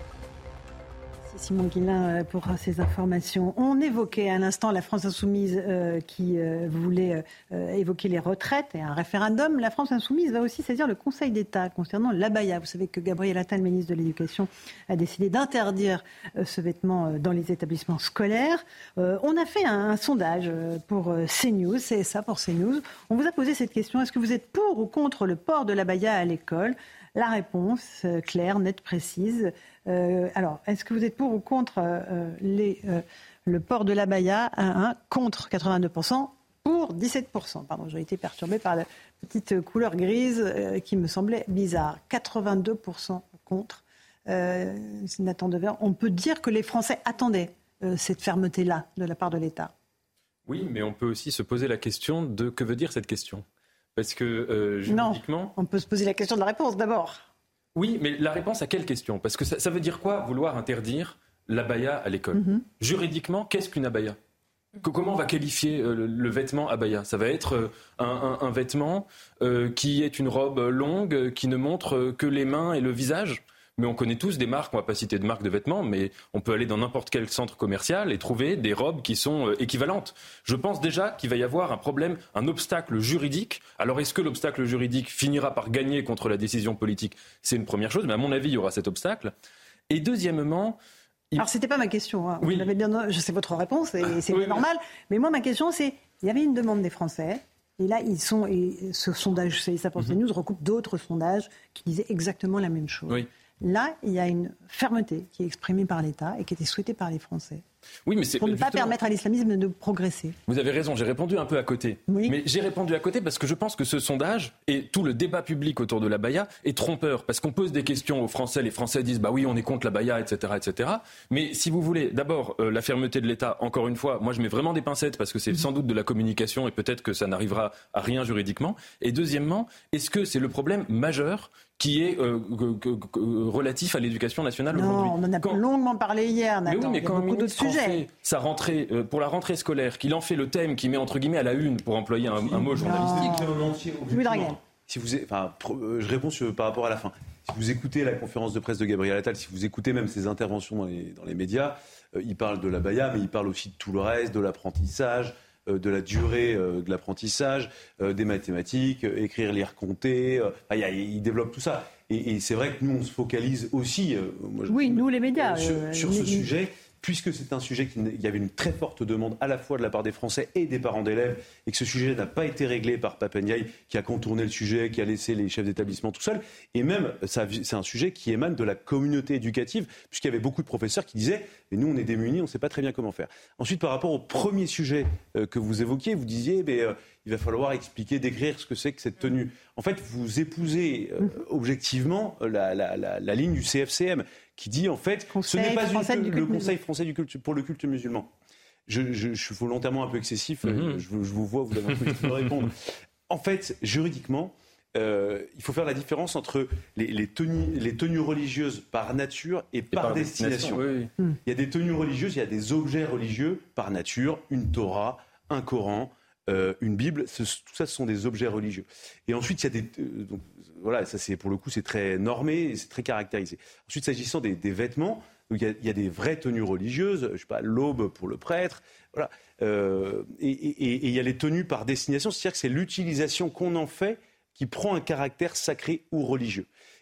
Simon Guillain pour ces informations. On évoquait à l'instant la France insoumise euh, qui euh, voulait euh, évoquer les retraites et un référendum. La France insoumise va aussi saisir le Conseil d'État concernant l'abaya. Vous savez que Gabriel Attal, ministre de l'Éducation, a décidé d'interdire euh, ce vêtement euh, dans les établissements scolaires. Euh, on a fait un, un sondage pour CNews, c'est ça pour CNews. On vous a posé cette question, est-ce que vous êtes pour ou contre le port de l'abaya à l'école ? La réponse, euh, claire, nette, précise. Euh, alors, est-ce que vous êtes pour ou contre euh, les, euh, le port de l'abaya à un contre quatre-vingt-deux pour cent, pour dix-sept pour cent. Pardon, j'ai été perturbée par la petite couleur grise euh, qui me semblait bizarre. quatre-vingt-deux pour cent contre. Euh, Nathan Devers, on peut dire que les Français attendaient euh, cette fermeté-là de la part de l'État. Oui, mais on peut aussi se poser la question de que veut dire cette question. Parce que euh, juridiquement... Non, on peut se poser la question de la réponse d'abord. Oui, mais la réponse à quelle question ? Parce que ça, ça veut dire quoi, vouloir interdire l'abaya à l'école ? mm-hmm. Juridiquement, qu'est-ce qu'une abaya ? Comment on va qualifier euh, le, le vêtement abaya ? Ça va être euh, un, un, un vêtement euh, qui est une robe longue, euh, qui ne montre euh, que les mains et le visage ? Mais on connaît tous des marques, on ne va pas citer de marques de vêtements, mais on peut aller dans n'importe quel centre commercial et trouver des robes qui sont euh, équivalentes. Je pense déjà qu'il va y avoir un problème, un obstacle juridique. Alors est-ce que l'obstacle juridique finira par gagner contre la décision politique ? C'est une première chose, mais à mon avis, il y aura cet obstacle. Et deuxièmement... Il... Alors c'était pas ma question, hein. Oui. Vous l'avez bien... je sais votre réponse, et c'est oui, normal. Mais moi, ma question, c'est, il y avait une demande des Français... Et là, ils sont, et ce sondage, c'est ça pour CNews, mm-hmm. recoupe d'autres sondages qui disaient exactement la même chose. Oui. Là, il y a une fermeté qui est exprimée par l'État et qui était souhaitée par les Français. Oui, mais c'est pour ne pas permettre à l'islamisme de progresser. Vous avez raison, j'ai répondu un peu à côté. Oui. Mais j'ai répondu à côté parce que je pense que ce sondage et tout le débat public autour de l'abaya est trompeur. Parce qu'on pose des questions aux Français, les Français disent « bah oui, on est contre l'abaya, et cetera, et cetera » Mais si vous voulez, d'abord, euh, la fermeté de l'État, encore une fois, moi je mets vraiment des pincettes parce que c'est mmh. sans doute de la communication et peut-être que ça n'arrivera à rien juridiquement. Et deuxièmement, est-ce que c'est le problème majeur qui est euh, que, que, que, relatif à l'éducation nationale non, aujourd'hui. On en a quand... longuement parlé hier, Nathan. Mais oui, mais il y a quand beaucoup d'autres sujets. Sa rentrée, euh, pour la rentrée scolaire, qu'il en fait le thème, qu'il met entre guillemets à la une, pour employer un, un mot journalistique. Louis Dragnel. Si vous, enfin, je réponds sur, par rapport à la fin. Si vous écoutez la conférence de presse de Gabriel Attal, si vous écoutez même ses interventions dans les, dans les médias, euh, il parle de l'abaya, mais il parle aussi de tout le reste, de l'apprentissage, euh, de la durée euh, de l'apprentissage, euh, des mathématiques, euh, écrire, lire, compter. Euh, enfin, il, il développe tout ça. Et, et c'est vrai que nous, on se focalise aussi, euh, moi, oui, je, nous les médias, sur, euh, sur les... ce sujet. Puisque c'est un sujet qu'il y avait une très forte demande à la fois de la part des Français et des parents d'élèves, et que ce sujet n'a pas été réglé par Pap Ndiaye, qui a contourné le sujet, qui a laissé les chefs d'établissement tout seuls. Et même, ça, c'est un sujet qui émane de la communauté éducative, puisqu'il y avait beaucoup de professeurs qui disaient « mais nous, on est démunis, on ne sait pas très bien comment faire ». Ensuite, par rapport au premier sujet euh, que vous évoquiez, vous disiez mais, euh, « il va falloir expliquer, décrire ce que c'est que cette tenue ». En fait, vous épousez euh, objectivement la, la, la, la ligne du C F C M, qui dit en fait Conseil ce n'est pas une, le Conseil français du culte, pour le culte musulman. Je, je, je suis volontairement un peu excessif, mm-hmm. je, je vous vois, vous avez un peu de répondre. En fait, juridiquement, euh, il faut faire la différence entre les, les, tenues, les tenues religieuses par nature et, et par, par destination. destination oui, oui. Il y a des tenues religieuses, il y a des objets religieux par nature, une Torah, un Coran, euh, une Bible, ce, tout ça ce sont des objets religieux. Et ensuite, il y a des... Euh, donc, voilà, ça c'est pour le coup c'est très normé, et c'est très caractérisé. Ensuite, s'agissant des, des vêtements, donc il y, a, il y a des vraies tenues religieuses, je sais pas, l'aube pour le prêtre, voilà. Euh, et, et, et il y a les tenues par destination, c'est-à-dire que c'est l'utilisation qu'on en fait qui prend un caractère sacré ou religieux.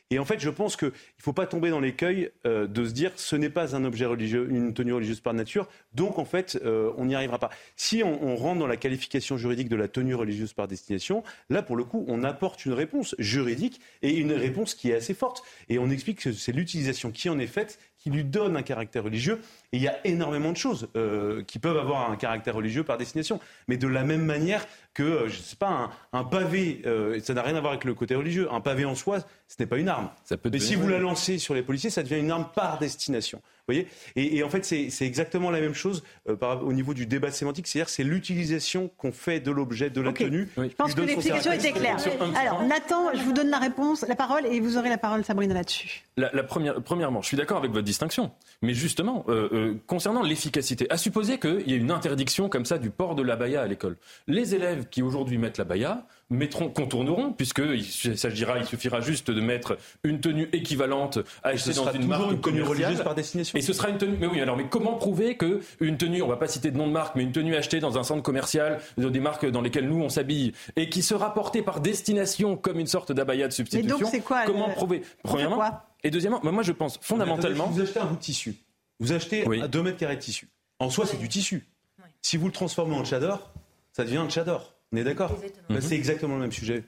Et en fait, je pense qu'il ne faut pas tomber dans l'écueil euh, de se dire ce n'est pas un objet religieux, une tenue religieuse par nature, donc en fait, euh, on n'y arrivera pas. Si on, on rentre dans la qualification juridique de la tenue religieuse par destination, là, pour le coup, on apporte une réponse juridique et une réponse qui est assez forte. Et on explique que c'est l'utilisation qui en est faite qui lui donne un caractère religieux. Et il y a énormément de choses euh, qui peuvent avoir un caractère religieux par destination. Mais de la même manière que, euh, je ne sais pas, un, un pavé, euh, ça n'a rien à voir avec le côté religieux. Un pavé en soi, ce n'est pas une arme. Ça peut Mais si vous la lancez sur les policiers, ça devient une arme par destination. Vous voyez et, et en fait, c'est, c'est exactement la même chose euh, par, au niveau du débat sémantique. C'est-à-dire c'est l'utilisation qu'on fait de l'objet, de la okay. tenue. Oui. Je pense que l'explication était claire. Alors, Nathan, je vous donne la réponse, la parole, et vous aurez la parole, Sabrina, là-dessus. La, la première, premièrement, je suis d'accord avec votre distinction. Mais justement, euh, euh, concernant l'efficacité, à supposer qu'il y ait une interdiction comme ça du port de l'abaya à l'école. Les élèves qui aujourd'hui mettent l'abaya mettront, contourneront, puisqu'il s'agira, il suffira juste de mettre une tenue équivalente à acheter dans une marque une tenue religieuse par destination. Et ce sera une tenue. Mais oui, alors, mais comment prouver que une tenue, on va pas citer de nom de marque, mais une tenue achetée dans un centre commercial, des marques dans lesquelles nous on s'habille, et qui sera portée par destination comme une sorte d'abaya de substitution. Mais donc c'est quoi Comment le... prouver Premièrement. Quoi et deuxièmement, moi je pense fondamentalement. Vous achetez un bout de tissu. Vous achetez oui. deux mètres carrés de tissu. En soi, c'est du tissu. Oui. Si vous le transformez en tchador, ça devient un tchador. On est d'accord ? Exactement. Ben, c'est exactement le même sujet.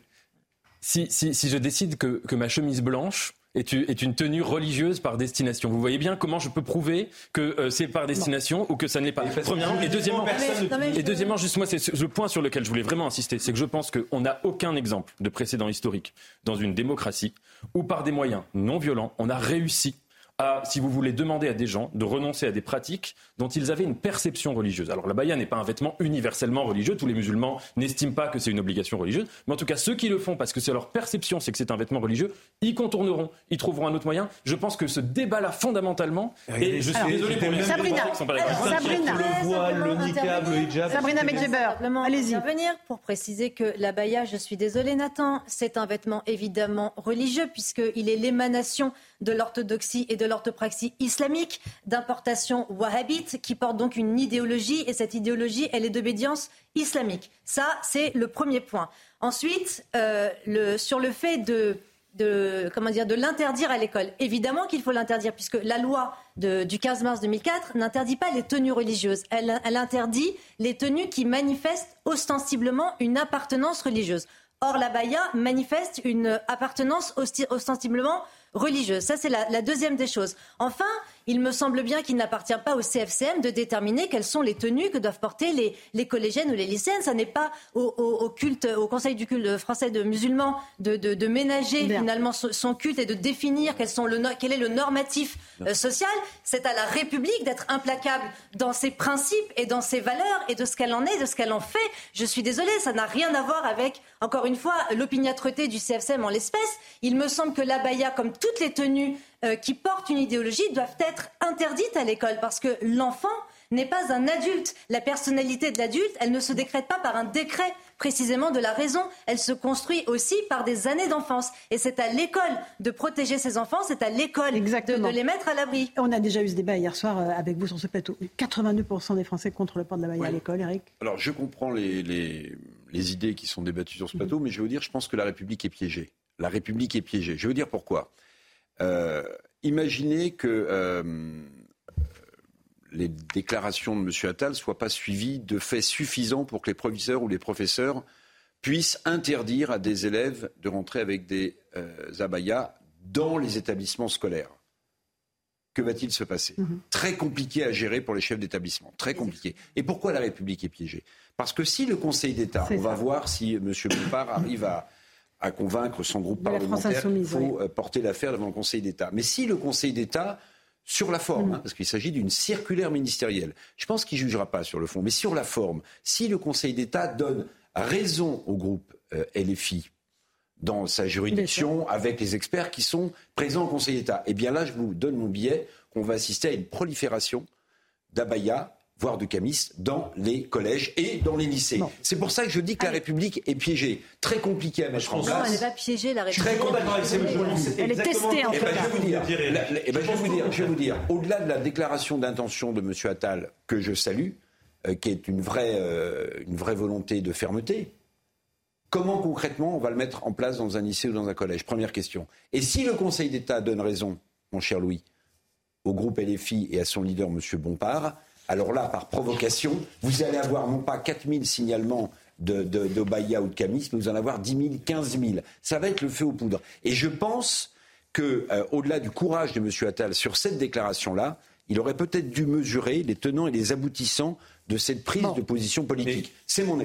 Si, si, si je décide que, que ma chemise blanche est, est une tenue religieuse par destination, vous voyez bien comment je peux prouver que euh, c'est par destination non. ou que ça ne l'est pas. Premièrement, et deuxièmement, mais, et deuxièmement, juste moi, c'est le point sur lequel je voulais vraiment insister, c'est que je pense qu'on n'a aucun exemple de précédent historique dans une démocratie où par des moyens non violents, on a réussi à, si vous voulez, demander à des gens de renoncer à des pratiques dont ils avaient une perception religieuse. Alors l'abaya n'est pas un vêtement universellement religieux, tous les musulmans n'estiment pas que c'est une obligation religieuse, mais en tout cas ceux qui le font parce que c'est leur perception, c'est que c'est un vêtement religieux, ils contourneront, ils trouveront un autre moyen. Je pense que ce débat-là fondamentalement, et je suis alors, désolé pour les Sabrina, qui sont pas alors, Sabrina, le voile, le niqab, le hijab. Sabrina Medjeber, allez-y. Intervenir pour préciser que l'abaya, je suis désolée Nathan, c'est un vêtement évidemment religieux puisqu'il est l'émanation de l'orthodoxie et de l'orthopraxie islamique, d'importation wahhabite, qui porte donc une idéologie, et cette idéologie, elle est d'obédience islamique. Ça, c'est le premier point. Ensuite, euh, le, sur le fait de, de, comment dire, de l'interdire à l'école, évidemment qu'il faut l'interdire, puisque la loi de, du quinze mars deux mille quatre n'interdit pas les tenues religieuses. Elle, elle interdit les tenues qui manifestent ostensiblement une appartenance religieuse. Or, l'abaya manifeste une appartenance ostensiblement religieuse. Ça, c'est la, la deuxième des choses. Enfin, il me semble bien qu'il n'appartient pas au C F C M de déterminer quelles sont les tenues que doivent porter les, les collégiennes ou les lycéennes. Ça n'est pas au, au, au culte, au Conseil du culte français de musulmans de, de, de ménager bien. finalement son, son culte et de définir quels sont le, quel est le normatif euh, social. C'est à la République d'être implacable dans ses principes et dans ses valeurs et de ce qu'elle en est, de ce qu'elle en fait. Je suis désolée, ça n'a rien à voir avec, encore une fois, l'opiniâtreté du C F C M en l'espèce. Il me semble que l'abaya, comme toutes les tenues euh, qui portent une idéologie, doivent être interdites à l'école parce que l'enfant n'est pas un adulte. La personnalité de l'adulte, elle ne se décrète pas par un décret précisément de la raison. Elle se construit aussi par des années d'enfance. Et c'est à l'école de protéger ses enfants, c'est à l'école de, de les mettre à l'abri. On a déjà eu ce débat hier soir avec vous sur ce plateau. quatre-vingt-deux pour cent des Français contre le port de l'abaya oui. à l'école, Eric. Alors je comprends les, les, les idées qui sont débattues sur ce plateau, mmh. mais je vais vous dire, je pense que la République est piégée. La République est piégée. Je vais vous dire pourquoi. Euh, imaginez que euh, les déclarations de M. Attal ne soient pas suivies de faits suffisants pour que les professeurs ou les professeurs puissent interdire à des élèves de rentrer avec des euh, abayas dans les établissements scolaires. Que va-t-il se passer ? mmh. Très compliqué à gérer pour les chefs d'établissement. Très compliqué. Et pourquoi la République est piégée ? Parce que si le Conseil d'État, C'est on ça. va voir si M. Bompard arrive à... à convaincre son groupe parlementaire qu'il faut oui. porter l'affaire devant le Conseil d'État. Mais si le Conseil d'État, sur la forme, mmh. hein, parce qu'il s'agit d'une circulaire ministérielle, je pense qu'il ne jugera pas sur le fond, mais sur la forme, si le Conseil d'État donne raison au groupe euh, L F I dans sa juridiction, avec les experts qui sont présents au Conseil d'État, eh bien là, je vous donne mon billet qu'on va assister à une prolifération d'abaya, voire de camis, dans les collèges et dans les lycées. Non. C'est pour ça que je dis que la République est piégée. Très compliqué à mettre en place. Non, elle n'est pas piégée, la République. Je suis très d'accord avec vous. Elle est testée, en fait. Je vais vous dire, au-delà de la déclaration d'intention de M. Attal, que je salue, euh, qui est une vraie, euh, une vraie volonté de fermeté, comment concrètement on va le mettre en place dans un lycée ou dans un collège? Première question. Et si le Conseil d'État donne raison, mon cher Louis, au groupe L F I et à son leader, M. Bompard, alors là, par provocation, vous allez avoir non pas quatre mille signalements de, de, d'Obaya ou de Camis, mais vous allez avoir dix mille, quinze mille. Ça va être le feu aux poudres. Et je pense que, euh, au-delà du courage de M. Attal sur cette déclaration-là, il aurait peut-être dû mesurer les tenants et les aboutissants de cette prise bon. de position politique. Et c'est mon avis.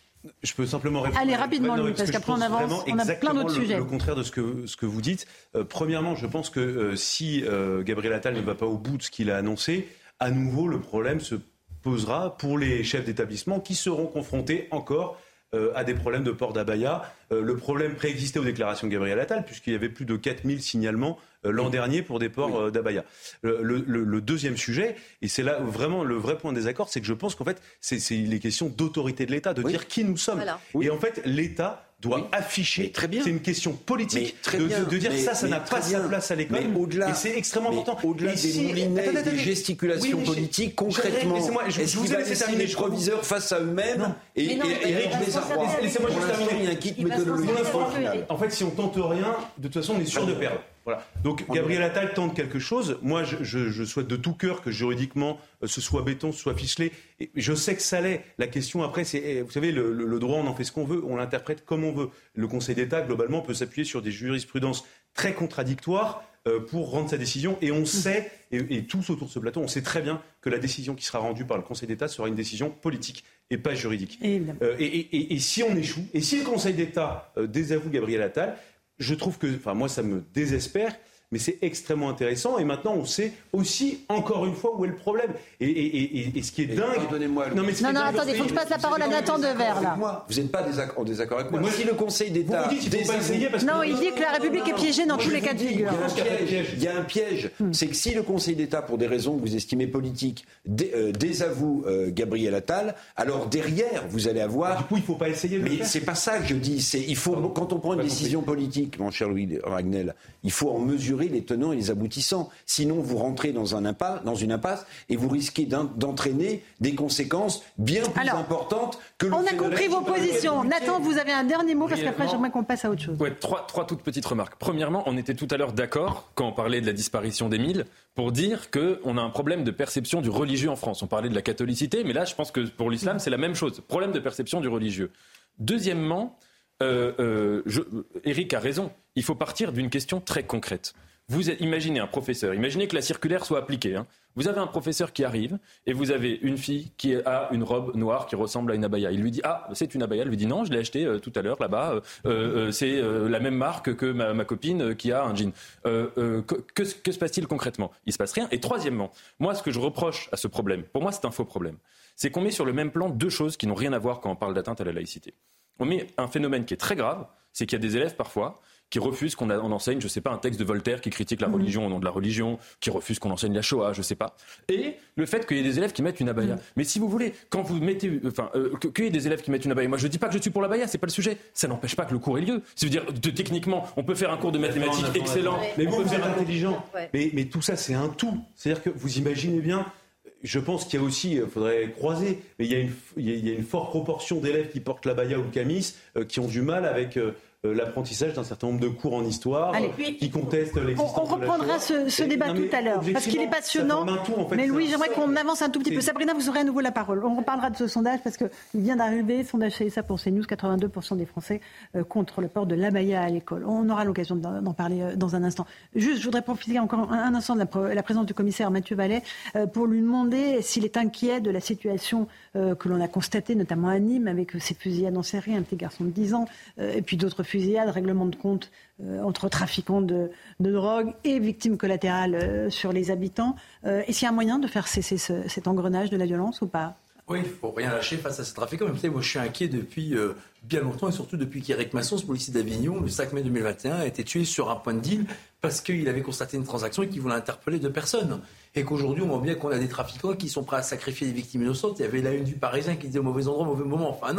Je peux simplement répondre. Allez, rapidement, Louis, parce, parce qu'après on avance, on a plein d'autres le, sujets. Le contraire de ce que, ce que vous dites. Euh, premièrement, je pense que euh, si euh, Gabriel Attal ne va pas au bout de ce qu'il a annoncé, à nouveau, le problème se posera pour les chefs d'établissement qui seront confrontés encore euh, à des problèmes de port d'abaya. Euh, le problème préexistait aux déclarations de Gabriel Attal, puisqu'il y avait plus de quatre mille signalements euh, l'an oui. dernier pour des ports oui. euh, d'abaya. Le, le, le deuxième sujet, et c'est là vraiment le vrai point de désaccord, c'est que je pense qu'en fait, c'est, c'est les questions d'autorité de l'État, de oui. dire qui nous sommes. Voilà. Oui. Et en fait, l'État doit oui. afficher. Très bien. C'est une question politique de, de, de dire mais, ça, ça n'a pas bien. sa place à l'école. Mais au-delà, et c'est extrêmement mais important. Au-delà et des si, moulinets, attends, attends, des gesticulations oui, politiques, concrètement, je, je, est-ce qu'il va laisser les proviseurs face à eux-mêmes et Éric Désarrois? Laissez-moi juste terminer. Il y a un kit méthodologique. En fait, si on tente rien, de toute façon, on est sûr de perdre. Voilà. Donc Gabriel Attal tente quelque chose. Moi, je, je, je souhaite de tout cœur que juridiquement euh, ce soit béton, ce soit ficelé. Et je sais que ça l'est. La question après, c'est, vous savez, le, le, le droit, on en fait ce qu'on veut, on l'interprète comme on veut. Le Conseil d'État, globalement, peut s'appuyer sur des jurisprudences très contradictoires euh, pour rendre sa décision. Et on sait, et, et tous autour de ce plateau, on sait très bien que la décision qui sera rendue par le Conseil d'État sera une décision politique et pas juridique. Euh, et, et, et, et si on échoue, et si le Conseil d'État euh, désavoue Gabriel Attal, je trouve que, enfin moi ça me désespère, mais c'est extrêmement intéressant. Et maintenant on sait aussi, encore une fois, où est le problème. Et, et, et, et ce qui est et dingue... Pardonnez-moi... Non, mais non, non, attendez, il faut que je passe la parole à Nathan Devers, là. Moi. Vous n'êtes pas désaccord, en désaccord avec moi. moi si le Conseil d'État... Vous dites, il faut pas essayer parce non, que... il dit que la République est piégée dans tous les cas de figure. Il y a un piège. Hmm. C'est que si le Conseil d'État, pour des raisons que vous estimez politiques, dé, euh, désavoue euh, Gabriel Attal, alors derrière, vous allez avoir... Du coup, il ne faut pas essayer de mais le faire. C'est pas ça que je dis. C'est, il faut, quand on prend une décision politique, mon cher Louis Ragnel, il faut en mesurer les tenants et les aboutissants. Sinon, vous rentrez dans, un impasse, dans une impasse et vous risquez d'entraîner des conséquences bien plus Alors, importantes que le on a compris vos positions. Nathan, vous avez un dernier mot parce qu'après, j'aimerais qu'on passe à autre chose. Ouais, trois, trois toutes petites remarques. Premièrement, on était tout à l'heure d'accord, quand on parlait de la disparition d'Émile, pour dire qu'on a un problème de perception du religieux en France. On parlait de la catholicité, mais là, je pense que pour l'islam, c'est la même chose. Problème de perception du religieux. Deuxièmement, euh, euh, je, Éric a raison. Il faut partir d'une question très concrète. Vous imaginez un professeur, imaginez que la circulaire soit appliquée. Hein. Vous avez un professeur qui arrive et vous avez une fille qui a une robe noire qui ressemble à une abaya. Il lui dit « Ah, c'est une abaya ». Elle lui dit « Non, je l'ai achetée euh, tout à l'heure là-bas. Euh, euh, c'est euh, la même marque que ma, ma copine euh, qui a un jean. Euh, euh, que, que, que se passe-t-il concrètement ? Il ne se passe rien. Et troisièmement, moi, ce que je reproche à ce problème, pour moi, c'est un faux problème. C'est qu'on met sur le même plan deux choses qui n'ont rien à voir quand on parle d'atteinte à la laïcité. On met un phénomène qui est très grave, c'est qu'il y a des élèves parfois qui refusent qu'on on enseigne, je ne sais pas, un texte de Voltaire qui critique la religion au nom de la religion, qui refusent qu'on enseigne la Shoah, je ne sais pas. Et le fait qu'il y ait des élèves qui mettent une abaya. Mmh. Mais si vous voulez, quand vous mettez, enfin, euh, qu'il y ait des élèves qui mettent une abaya, moi je ne dis pas que je suis pour l'abaya, c'est pas le sujet. Ça n'empêche pas que le cours ait lieu. C'est-à-dire, de, techniquement, on peut faire un cours de mathématiques excellent. Mais vous, vous êtes intelligent. Ouais. Mais, mais tout ça, c'est un tout. C'est-à-dire que vous imaginez bien. Je pense qu'il y a aussi, il faudrait croiser, mais il y a une, il y a une forte proportion d'élèves qui portent l'abaya ou le camis, euh, qui ont du mal avec euh, l'apprentissage d'un certain nombre de cours en histoire, Allez, euh, qui contestent l'existence on, on reprendra de la ce, ce débat non, tout à l'heure, parce qu'il est passionnant. Tout, en fait, mais Louis, j'aimerais qu'on avance un tout petit peu. Sabrina, vous aurez à nouveau la parole. On reparlera de ce sondage, parce qu'il vient d'arriver, sondage C S A pour CNews, quatre-vingt-deux pour cent des Français euh, contre le port de l'abaya à l'école. On aura l'occasion d'en parler euh, dans un instant. Juste, je voudrais profiter encore un, un instant de la, la présence du commissaire Mathieu Vallet euh, pour lui demander s'il est inquiet de la situation euh, que l'on a constatée, notamment à Nîmes, avec ces fusillades en série, un petit garçon de dix ans, euh, et puis d'autres fusillades, règlement de compte euh, entre trafiquants de, de drogue et victimes collatérales euh, sur les habitants. Euh, est-ce qu'il y a un moyen de faire cesser ce, cet engrenage de la violence ou pas ? Oui, il ne faut rien lâcher face à ces trafiquants. Mais vous savez, moi, je suis inquiet depuis euh, bien longtemps, et surtout depuis qu'Éric Masson, ce policier d'Avignon, le cinq mai deux mille vingt et un, a été tué sur un point de deal parce qu'il avait constaté une transaction et qu'il voulait interpeller deux personnes. Et qu'aujourd'hui, on voit bien qu'on a des trafiquants qui sont prêts à sacrifier des victimes innocentes. Il y avait la une du Parisien qui disait au mauvais endroit, au mauvais moment. Enfin non,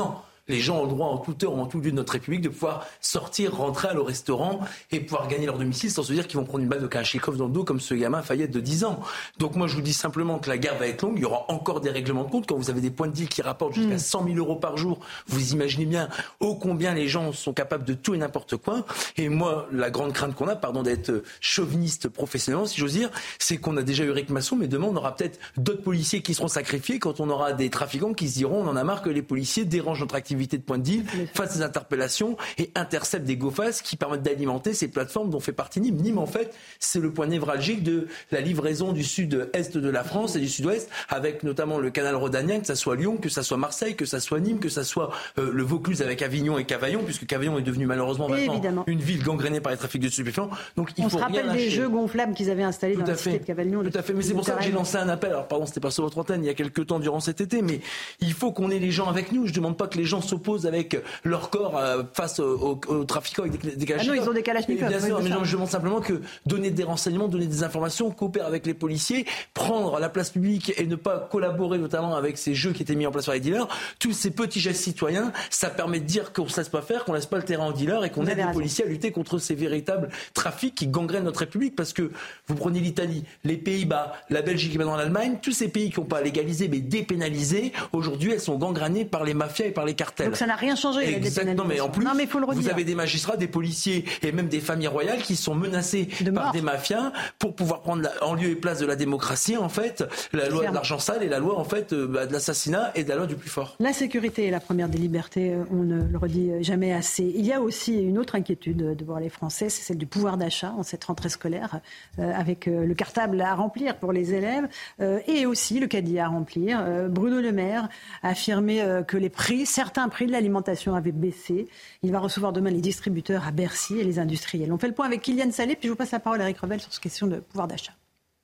les gens ont le droit en toute heure, en tout lieu de notre République, de pouvoir sortir, rentrer à leur restaurant et pouvoir gagner leur domicile sans se dire qu'ils vont prendre une balle de Kalachnikov dans le dos comme ce gamin Fayette de dix ans. Donc moi je vous dis simplement que la guerre va être longue, il y aura encore des règlements de compte. Quand vous avez des points de deal qui rapportent jusqu'à cent mille euros par jour, vous imaginez bien ô combien les gens sont capables de tout et n'importe quoi. Et moi, la grande crainte qu'on a, pardon d'être chauviniste professionnellement, si j'ose dire, c'est qu'on a déjà eu Rick Masson, mais demain on aura peut-être d'autres policiers qui seront sacrifiés quand on aura des trafiquants qui se diront on en a marre que les policiers dérangent notre activité de point de deal, fassent des interpellations et interceptent des go-fast qui permettent d'alimenter ces plateformes dont fait partie Nîmes. Nîmes, en fait, c'est le point névralgique de la livraison du sud-est de la France et du sud-ouest, avec notamment le canal rhodanien, que ça soit Lyon, que ça soit Marseille, que ça soit Nîmes, que ça soit euh, le Vaucluse avec Avignon et Cavaillon, puisque Cavaillon est devenu malheureusement maintenant Évidemment. une ville gangrénée par les trafics de stupéfiants. Donc il On faut se rappelle rien des lâcher. jeux gonflables qu'ils avaient installés Tout dans la cité de Cavaillon. Tout à fait, mais c'est pour ça que j'ai lancé un appel. Alors pardon, c'était pas sur votre antenne il y a quelques temps durant cet été, mais il faut qu'on ait les gens avec nous. Je demande pas que les gens s'opposent avec leur corps euh, face aux, aux, aux trafiquants avec des, des kalachnikovs. Ah non, ils ont des kalachnikovs. Bien sûr, oui, mais ça. non, je demande simplement que donner des renseignements, donner des informations, coopérer avec les policiers, prendre la place publique et ne pas collaborer notamment avec ces jeux qui étaient mis en place par les dealers. Tous ces petits gestes citoyens, ça permet de dire qu'on ne se laisse pas faire, qu'on ne laisse pas le terrain aux dealers et qu'on aide les policiers à lutter contre ces véritables trafics qui gangrènent notre République. Parce que vous prenez l'Italie, les Pays-Bas, la Belgique et maintenant l'Allemagne, tous ces pays qui n'ont pas légalisé mais dépénalisé, aujourd'hui elles sont gangrénées par les mafias et par les cartels. Donc ça n'a rien changé. Exactement, mais en plus, non, mais faut le vous avez des magistrats, des policiers et même des familles royales qui sont menacés par des mafias pour pouvoir prendre la, en lieu et place de la démocratie, en fait, la loi de l'argent sale et la loi en fait euh, bah, de l'assassinat et de la loi du plus fort. La sécurité est la première des libertés, on ne le redit jamais assez. Il y a aussi une autre inquiétude de voir les Français, c'est celle du pouvoir d'achat en cette rentrée scolaire, euh, avec euh, le cartable à remplir pour les élèves euh, et aussi le caddie à remplir. Euh, Bruno Le Maire a affirmé euh, que les prix, certains prix de l'alimentation avaient baissé. Il va recevoir demain les distributeurs à Bercy et les industriels. On fait le point avec Kylian Salé, puis je vous passe la parole à Eric Revel sur cette question de pouvoir d'achat.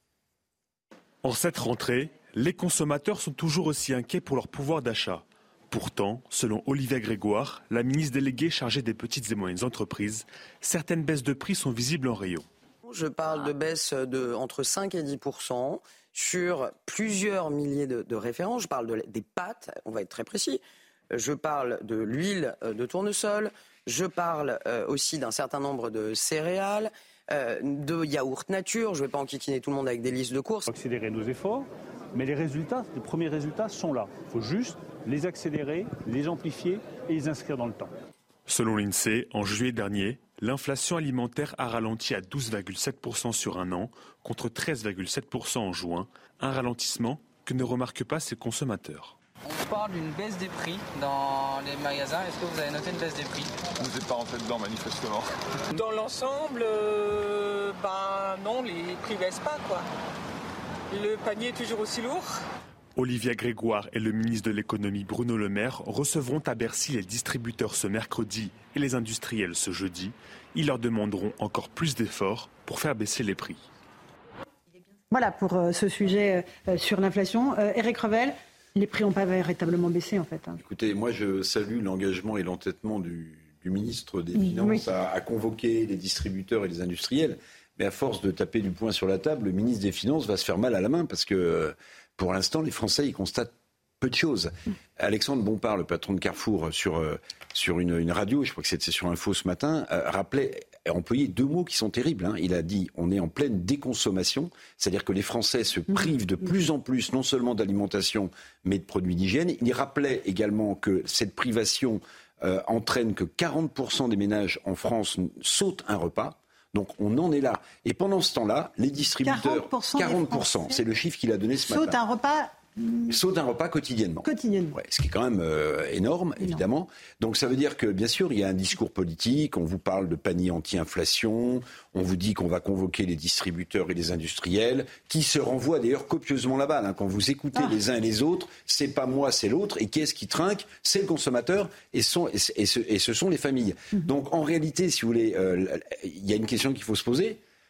En cette rentrée, les consommateurs sont toujours aussi inquiets pour leur pouvoir d'achat. Pourtant, selon Olivia Grégoire, la ministre déléguée chargée des petites et moyennes entreprises, certaines baisses de prix sont visibles en rayon. Je parle de baisse de entre cinq et dix pour cent sur plusieurs milliers de, de références. Je parle de, des pâtes, on va être très précis. Je parle de l'huile de tournesol. Je parle euh, aussi d'un certain nombre de céréales, euh, de yaourt nature. Je ne vais pas enquiquiner tout le monde avec des listes de courses. Il faut accélérer nos efforts, mais les résultats, les premiers résultats sont là. Il faut juste les accélérer, les amplifier et les inscrire dans le temps. Selon l'INSEE, en juillet dernier, l'inflation alimentaire a ralenti à douze virgule sept pour cent sur un an, contre treize virgule sept pour cent en juin, un ralentissement que ne remarquent pas ces consommateurs. On parle d'une baisse des prix dans les magasins. Est-ce que vous avez noté une baisse des prix? Vous n'êtes pas rentré dedans, manifestement. Dans l'ensemble, euh, ben non, les prix baissent pas, quoi. Le panier est toujours aussi lourd. Olivia Grégoire et le ministre de l'économie Bruno Le Maire recevront à Bercy les distributeurs ce mercredi et les industriels ce jeudi. Ils leur demanderont encore plus d'efforts pour faire baisser les prix. Voilà pour euh, ce sujet euh, sur l'inflation. Euh, Éric Revel, les prix n'ont pas véritablement baissé en fait. Hein. Écoutez, moi je salue l'engagement et l'entêtement du, du ministre des Finances oui. à, à convoquer les distributeurs et les industriels. Mais à force de taper du poing sur la table, le ministre des Finances va se faire mal à la main parce que pour l'instant, les Français ils constatent peu de choses. Mmh. Alexandre Bompard, le patron de Carrefour, sur, euh, sur une, une radio, je crois que c'était sur Info ce matin, euh, rappelait, a employé deux mots qui sont terribles. Hein. Il a dit on est en pleine déconsommation, c'est-à-dire que les Français se privent de plus en plus, non seulement d'alimentation, mais de produits d'hygiène. Il rappelait également que cette privation euh, entraîne que quarante pour cent des ménages en France sautent un repas. Donc on en est là. Et pendant ce temps-là, les distributeurs... quarante pour cent, quarante pour cent c'est le chiffre qu'il a donné ce matin. Sautent un repas... Saute un repas quotidiennement. Quotidiennement. Ouais, ce qui est quand même euh, énorme, évidemment. Donc ça veut dire que, bien sûr, il y a un discours politique, on vous parle de panier anti-inflation, on vous dit qu'on va convoquer les distributeurs et les industriels, qui se renvoient d'ailleurs copieusement la balle. Hein. Quand vous écoutez ah. les uns et les autres, c'est pas moi, c'est l'autre, et qui est-ce qui trinque? C'est le consommateur, et, sont, et, et, ce, et ce sont les familles. Mmh. Donc en réalité, si vous voulez, euh, il y a une question qu'il faut se poser.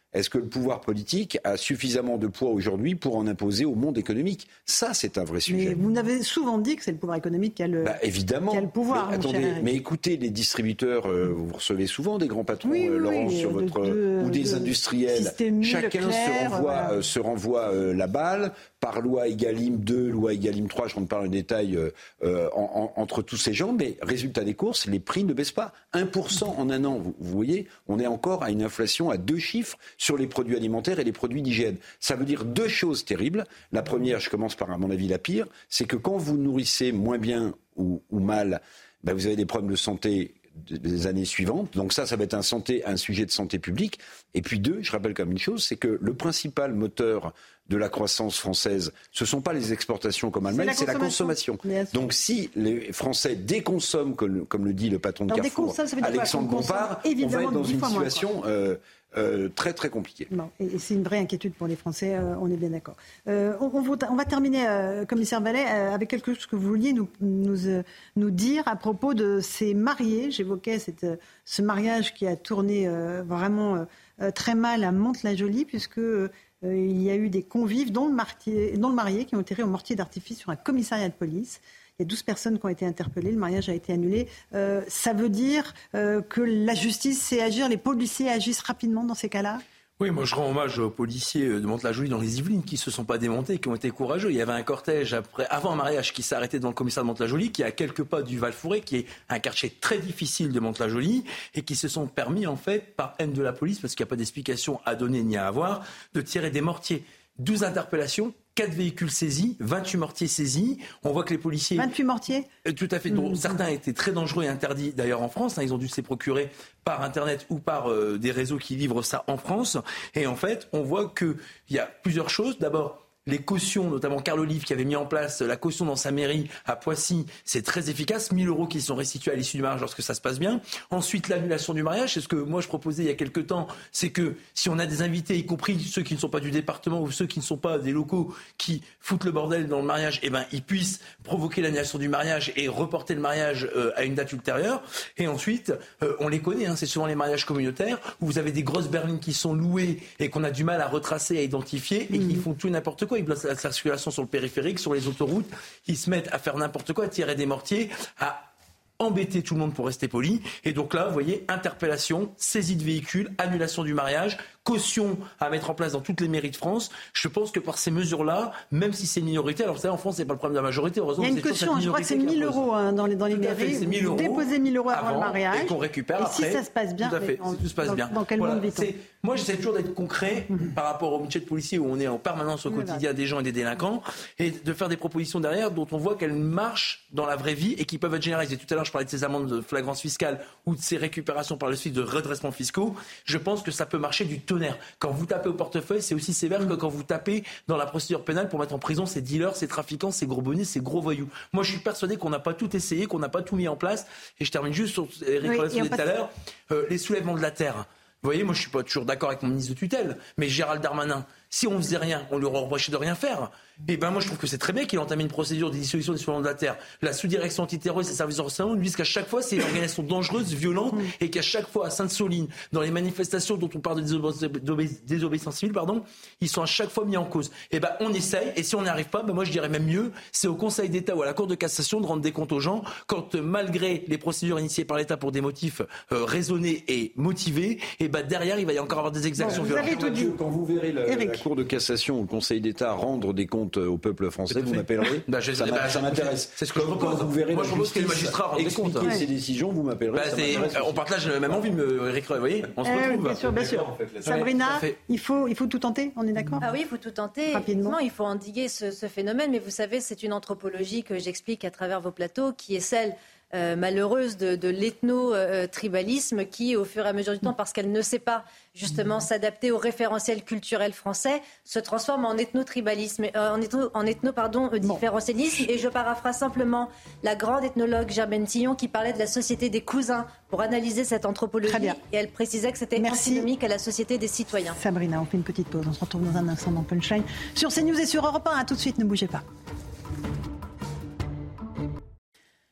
Est-ce que le pouvoir politique a suffisamment de poids aujourd'hui pour en imposer au monde économique ? Ça, c'est un vrai sujet. Mais vous avez souvent dit que c'est le pouvoir économique qui a le, bah, évidemment. Qui a le pouvoir. Mais, attendez, mais écoutez, les distributeurs, euh, vous recevez souvent des grands patrons, oui, euh, oui, Laurence, oui, sur de, votre, de, ou des de industriels. Chacun Leclerc, se renvoie, voilà. euh, se renvoie euh, la balle par loi Egalim deux, loi Egalim trois. Je ne rentre pas dans le détail euh, euh, en, en, entre tous ces gens, mais résultat des courses, les prix ne baissent pas. un pour cent en un an, vous, vous voyez, on est encore à une inflation à deux chiffres sur les produits alimentaires et les produits d'hygiène. Ça veut dire deux choses terribles. La première, je commence par à mon avis la pire, c'est que quand vous nourrissez moins bien ou, ou mal, ben vous avez des problèmes de santé des années suivantes. Donc ça, ça va être un, santé, un sujet de santé publique. Et puis deux, je rappelle comme une chose, c'est que le principal moteur de la croissance française, ce ne sont pas les exportations comme Allemagne, c'est la consommation. C'est la consommation. Donc si les Français déconsomment, comme, comme le dit le patron de Alors, Carrefour, Alexandre Bompard, on va être dans une situation euh, euh, très très compliquée. Bon, et c'est une vraie inquiétude pour les Français, euh, on est bien d'accord. Euh, on, on, on va terminer, euh, commissaire Vallée, euh, avec quelque chose que vous vouliez nous, nous, euh, nous dire à propos de ces mariés. J'évoquais cette, ce mariage qui a tourné euh, vraiment euh, très mal à Mantes-la-Jolie, puisque... Euh, Euh, il y a eu des convives, dont le, martier, dont le marié, qui ont tiré au mortier d'artifice sur un commissariat de police. Il y a douze personnes qui ont été interpellées, le mariage a été annulé. Euh, ça veut dire euh, que la justice sait agir, les policiers agissent rapidement dans ces cas-là ? Oui, moi je rends hommage aux policiers de Mantes-la-Jolie dans les Yvelines qui ne se sont pas démontés, qui ont été courageux. Il y avait un cortège après, avant un mariage qui s'est arrêté devant le commissariat de Mantes-la-Jolie, qui est à quelques pas du Val-Fouré, qui est un quartier très difficile de Mantes-la-Jolie, et qui se sont permis en fait, par haine de la police, parce qu'il n'y a pas d'explication à donner ni à avoir, de tirer des mortiers. douze interpellations, quatre véhicules saisis, vingt-huit mortiers saisis. On voit que les policiers... vingt-huit mortiers ? Tout à fait. Dont mmh. certains étaient très dangereux et interdits d'ailleurs en France. Hein, ils ont dû se les procurer par Internet ou par euh, des réseaux qui livrent ça en France. Et en fait, on voit qu'il y a plusieurs choses. D'abord, les cautions, notamment Carl Olive qui avait mis en place la caution dans sa mairie à Poissy, c'est très efficace, mille euros qui sont restitués à l'issue du mariage lorsque ça se passe bien. Ensuite, l'annulation du mariage, c'est ce que moi je proposais il y a quelques temps, c'est que si on a des invités, y compris ceux qui ne sont pas du département ou ceux qui ne sont pas des locaux, qui foutent le bordel dans le mariage, eh ben, ils puissent provoquer l'annulation du mariage et reporter le mariage euh, à une date ultérieure. Et ensuite, euh, on les connaît, hein, c'est souvent les mariages communautaires où vous avez des grosses berlines qui sont louées et qu'on a du mal à retracer, à identifier et qui font tout et n'importe quoi. Ils bloquent la circulation sur le périphérique, sur les autoroutes, ils se mettent à faire n'importe quoi, à tirer des mortiers, à embêter tout le monde pour rester poli. Et donc là, vous voyez, interpellation, saisie de véhicules, annulation du mariage, caution à mettre en place dans toutes les mairies de France. Je pense que par ces mesures-là, même si c'est une minorité, alors vous savez, en France, c'est pas le problème de la majorité, heureusement. Il y a une caution, je crois que c'est mille euros hein, dans les, dans les mairies. C'est mille euros. Déposer mille euros avant, avant le mariage. Et qu'on récupère et après. si ça se passe bien, tout à fait, en, si tout se passe dans, bien. Dans quel voilà, monde vit-on ? Moi, j'essaie toujours d'être concret mmh. par rapport au métier de policier où on est en permanence au quotidien voilà. des gens et des délinquants et de faire des propositions derrière dont on voit qu'elles marchent dans la vraie vie et qui peuvent être généralisées. Tout à l'heure, je parlais de ces amendes de flagrance fiscale ou de ces récupérations par le suite de redressements fiscaux. Je pense que ça peut marcher du tonnerre. Quand vous tapez au portefeuille, c'est aussi sévère que quand vous tapez dans la procédure pénale pour mettre en prison ces dealers, ces trafiquants, ces gros bonnets, ces gros voyous. Moi, je suis persuadé qu'on n'a pas tout essayé, qu'on n'a pas tout mis en place. Et je termine juste sur Eric Rollet oui, tout à l'heure, euh, les soulèvements de la terre. Vous voyez, moi, je suis pas toujours d'accord avec mon ministre de tutelle, mais Gérald Darmanin, si on faisait rien, on lui aurait reproché de rien faire. Et ben moi, je trouve que c'est très bien qu'il ait entamé une procédure de dissolution des soulèvements de la terre. La sous-direction antiterroriste et les services de renseignement nous disent qu'à chaque fois, c'est une organisation dangereuse, violente, et qu'à chaque fois, à Sainte-Soline, dans les manifestations dont on parle de désobé- désobéissance civile, pardon, ils sont à chaque fois mis en cause. Et ben on essaye, et si on n'y arrive pas, ben moi je dirais même mieux, c'est au Conseil d'État ou à la Cour de cassation de rendre des comptes aux gens quand, malgré les procédures initiées par l'État pour des motifs euh, raisonnés et motivés, et ben derrière, il va y encore avoir des exactions bon, violentes. Dit... Quand vous verrez la, la Cour de cassation ou le Conseil d'État rendre des comptes au peuple français, vous m'appellerez. Bah, je, ça, bah, ça m'intéresse. C'est ce que je propose. Quand vous verrez Moi, je propose que les magistrats rendent des comptes. Expliquer ces décisions, vous m'appellerez. Bah, c'est, on partage la même envie, Eric Roy, vous voyez, on se retrouve. Euh, bien sûr, bien sûr. En fait, Sabrina, il faut, il faut tout tenter, on est d'accord ? Ah oui, il faut tout tenter. Rapidement, il faut endiguer ce, ce phénomène. Mais vous savez, c'est une anthropologie que j'explique à travers vos plateaux, qui est celle Euh, malheureuse de, de l'ethno-tribalisme qui, au fur et à mesure du temps, parce qu'elle ne sait pas justement s'adapter au référentiel culturel français, se transforme en ethno-tribalisme, euh, en ethno, en ethno pardon, euh, différentialisme. Et je paraphrase simplement la grande ethnologue Germaine Tillon qui parlait de la société des cousins pour analyser cette anthropologie. Et elle précisait que c'était antinomique à la société des citoyens. Sabrina, on fait une petite pause. On se retrouve dans un instant dans Punchline sur CNews et sur Europe un. À tout de suite, ne bougez pas.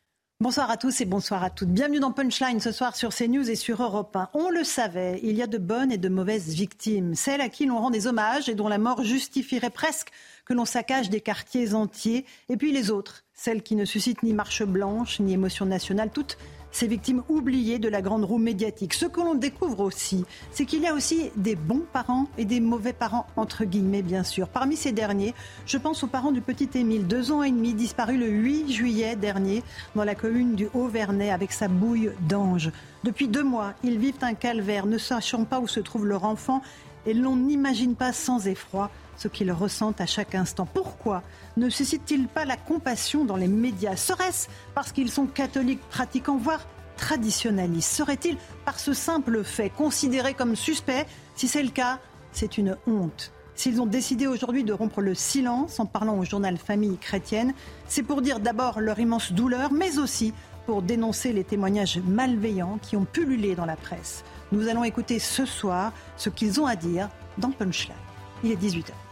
Bonsoir à tous et bonsoir à toutes. Bienvenue dans Punchline ce soir sur CNews et sur Europe un. On le savait, il y a de bonnes et de mauvaises victimes. Celles à qui l'on rend des hommages et dont la mort justifierait presque que l'on saccage des quartiers entiers. Et puis les autres, celles qui ne suscitent ni marche blanche ni émotion nationale, toutes ces victimes oubliées de la grande roue médiatique. Ce que l'on découvre aussi, c'est qu'il y a aussi des bons parents et des mauvais parents, entre guillemets bien sûr. Parmi ces derniers, je pense aux parents du petit Émile, deux ans et demi, disparu le huit juillet dernier dans la commune du Haut-Vernay avec sa bouille d'ange. Depuis deux mois, ils vivent un calvaire, ne sachant pas où se trouve leur enfant et l'on n'imagine pas sans effroi ce qu'ils ressentent à chaque instant. Pourquoi ne suscite-t-il pas la compassion dans les médias ? Serait-ce parce qu'ils sont catholiques pratiquants, voire traditionnalistes ? Serait-il par ce simple fait considérés comme suspects ? Si c'est le cas, c'est une honte. S'ils ont décidé aujourd'hui de rompre le silence en parlant au journal Famille chrétienne, c'est pour dire d'abord leur immense douleur, mais aussi pour dénoncer les témoignages malveillants qui ont pullulé dans la presse. Nous allons écouter ce soir ce qu'ils ont à dire dans Punchline. Il est dix-huit heures.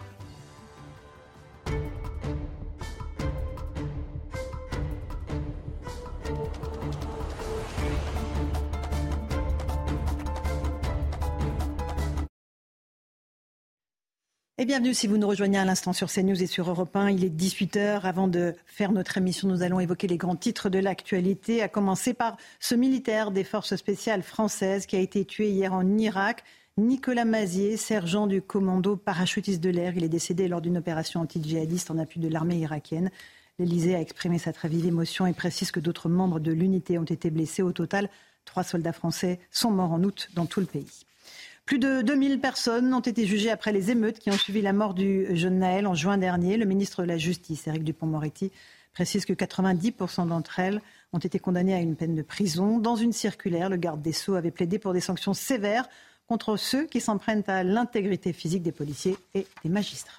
Et bienvenue si vous nous rejoignez à l'instant sur CNews et sur Europe un. Il est dix-huit heures. Avant de faire notre émission, nous allons évoquer les grands titres de l'actualité, à commencer par ce militaire des forces spéciales françaises qui a été tué hier en Irak. Nicolas Mazier, sergent du commando parachutiste de l'air. Il est décédé lors d'une opération anti-djihadiste en appui de l'armée irakienne. L'Élysée a exprimé sa très vive émotion et précise que d'autres membres de l'unité ont été blessés. Au total, trois soldats français sont morts en août dans tout le pays. Plus de deux mille personnes ont été jugées après les émeutes qui ont suivi la mort du jeune Naël en juin dernier. Le ministre de la Justice, Éric Dupond-Moretti, précise que quatre-vingt-dix pour cent d'entre elles ont été condamnées à une peine de prison. Dans une circulaire, le garde des Sceaux avait plaidé pour des sanctions sévères contre ceux qui s'en prennent à l'intégrité physique des policiers et des magistrats.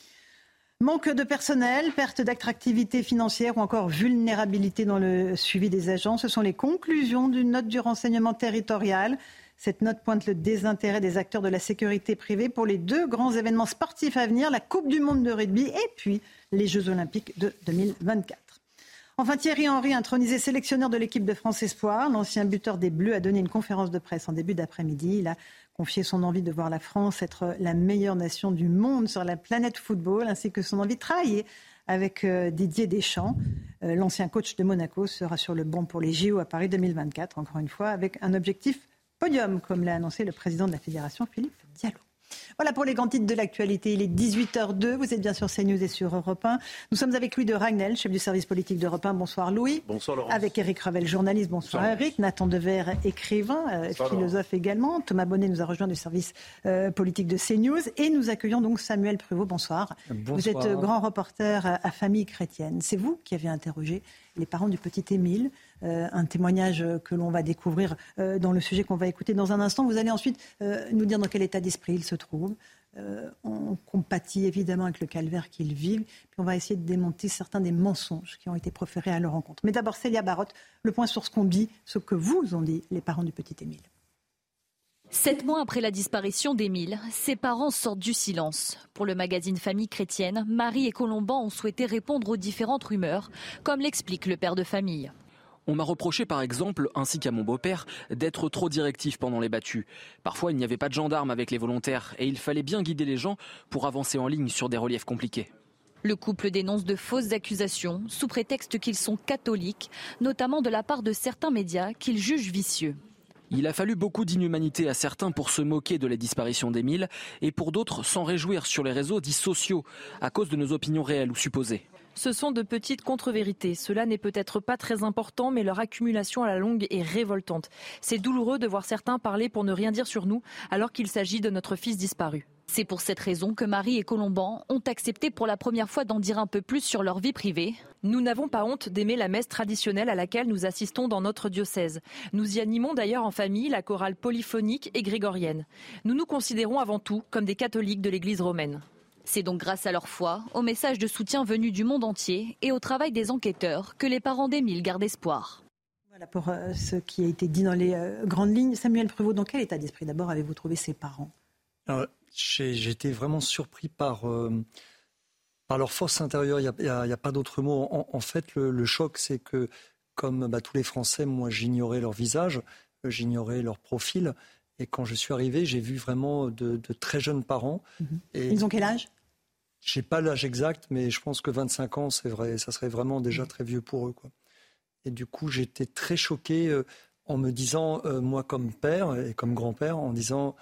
Manque de personnel, perte d'attractivité financière ou encore vulnérabilité dans le suivi des agents, ce sont les conclusions d'une note du renseignement territorial. Cette note pointe le désintérêt des acteurs de la sécurité privée pour les deux grands événements sportifs à venir, la Coupe du monde de rugby et puis les Jeux olympiques de deux mille vingt-quatre. Enfin, Thierry Henry, intronisé sélectionneur de l'équipe de France Espoir, l'ancien buteur des Bleus a donné une conférence de presse en début d'après-midi. Il a confié son envie de voir la France être la meilleure nation du monde sur la planète football, ainsi que son envie de travailler avec euh, Didier Deschamps. Euh, l'ancien coach de Monaco sera sur le banc pour les J O à Paris deux mille vingt-quatre, encore une fois, avec un objectif podium, comme l'a annoncé le président de la Fédération, Philippe Diallo. Voilà pour les grands titres de l'actualité. Il est dix-huit heures deux. Vous êtes bien sur CNews et sur Europe un. Nous sommes avec Louis de Ragnel, chef du service politique d'Europe un. Bonsoir Louis. Bonsoir Laurent. Avec Éric Revel, journaliste. Bonsoir, Bonsoir Éric. Nathan Dever, écrivain, euh, Bonsoir, philosophe Laurent. Également. Thomas Bonnet nous a rejoint du service euh, politique de CNews. Et nous accueillons donc Samuel Pruvot. Bonsoir. Bonsoir. Vous êtes grand reporter à Famille chrétienne. C'est vous qui avez interrogé les parents du petit Émile. Euh, un témoignage que l'on va découvrir euh, dans le sujet qu'on va écouter dans un instant. Vous allez ensuite euh, nous dire dans quel état d'esprit il se trouve. Euh, on compatit évidemment avec le calvaire qu'ils vivent. Puis on va essayer de démonter certains des mensonges qui ont été proférés à leur rencontre. Mais d'abord, Célia Barotte, le point sur ce qu'on dit, ce que vous ont dit les parents du petit Émile. Sept mois après la disparition d'Émile, ses parents sortent du silence. Pour le magazine Famille chrétienne, Marie et Colomban ont souhaité répondre aux différentes rumeurs, comme l'explique le père de famille. On m'a reproché par exemple, ainsi qu'à mon beau-père, d'être trop directif pendant les battues. Parfois il n'y avait pas de gendarmes avec les volontaires et il fallait bien guider les gens pour avancer en ligne sur des reliefs compliqués. Le couple dénonce de fausses accusations sous prétexte qu'ils sont catholiques, notamment de la part de certains médias qu'ils jugent vicieux. Il a fallu beaucoup d'inhumanité à certains pour se moquer de la disparition d'Émile et pour d'autres s'en réjouir sur les réseaux dits sociaux à cause de nos opinions réelles ou supposées. Ce sont de petites contre-vérités. Cela n'est peut-être pas très important, mais leur accumulation à la longue est révoltante. C'est douloureux de voir certains parler pour ne rien dire sur nous, alors qu'il s'agit de notre fils disparu. C'est pour cette raison que Marie et Colomban ont accepté pour la première fois d'en dire un peu plus sur leur vie privée. Nous n'avons pas honte d'aimer la messe traditionnelle à laquelle nous assistons dans notre diocèse. Nous y animons d'ailleurs en famille la chorale polyphonique et grégorienne. Nous nous considérons avant tout comme des catholiques de l'Église romaine. C'est donc grâce à leur foi, aux messages de soutien venus du monde entier et au travail des enquêteurs que les parents d'Émile gardent espoir. Voilà pour euh, ce qui a été dit dans les euh, grandes lignes. Samuel Pruvot, dans quel état d'esprit d'abord avez-vous trouvé ses parents ? Alors, j'ai, j'ai été vraiment surpris par, euh, par leur force intérieure. Il n'y a, a, a pas d'autre mot. En, en fait, le, le choc, c'est que comme bah, tous les Français, moi j'ignorais leur visage, j'ignorais leur profil. Et quand je suis arrivé, j'ai vu vraiment de, de très jeunes parents. Mmh. Et ils ont quel âge ? Je n'ai pas l'âge exact, mais je pense que vingt-cinq ans, c'est vrai, ça serait vraiment déjà très vieux pour eux, quoi. Et du coup, j'étais très choqué euh, en me disant, euh, moi comme père et comme grand-père, en disant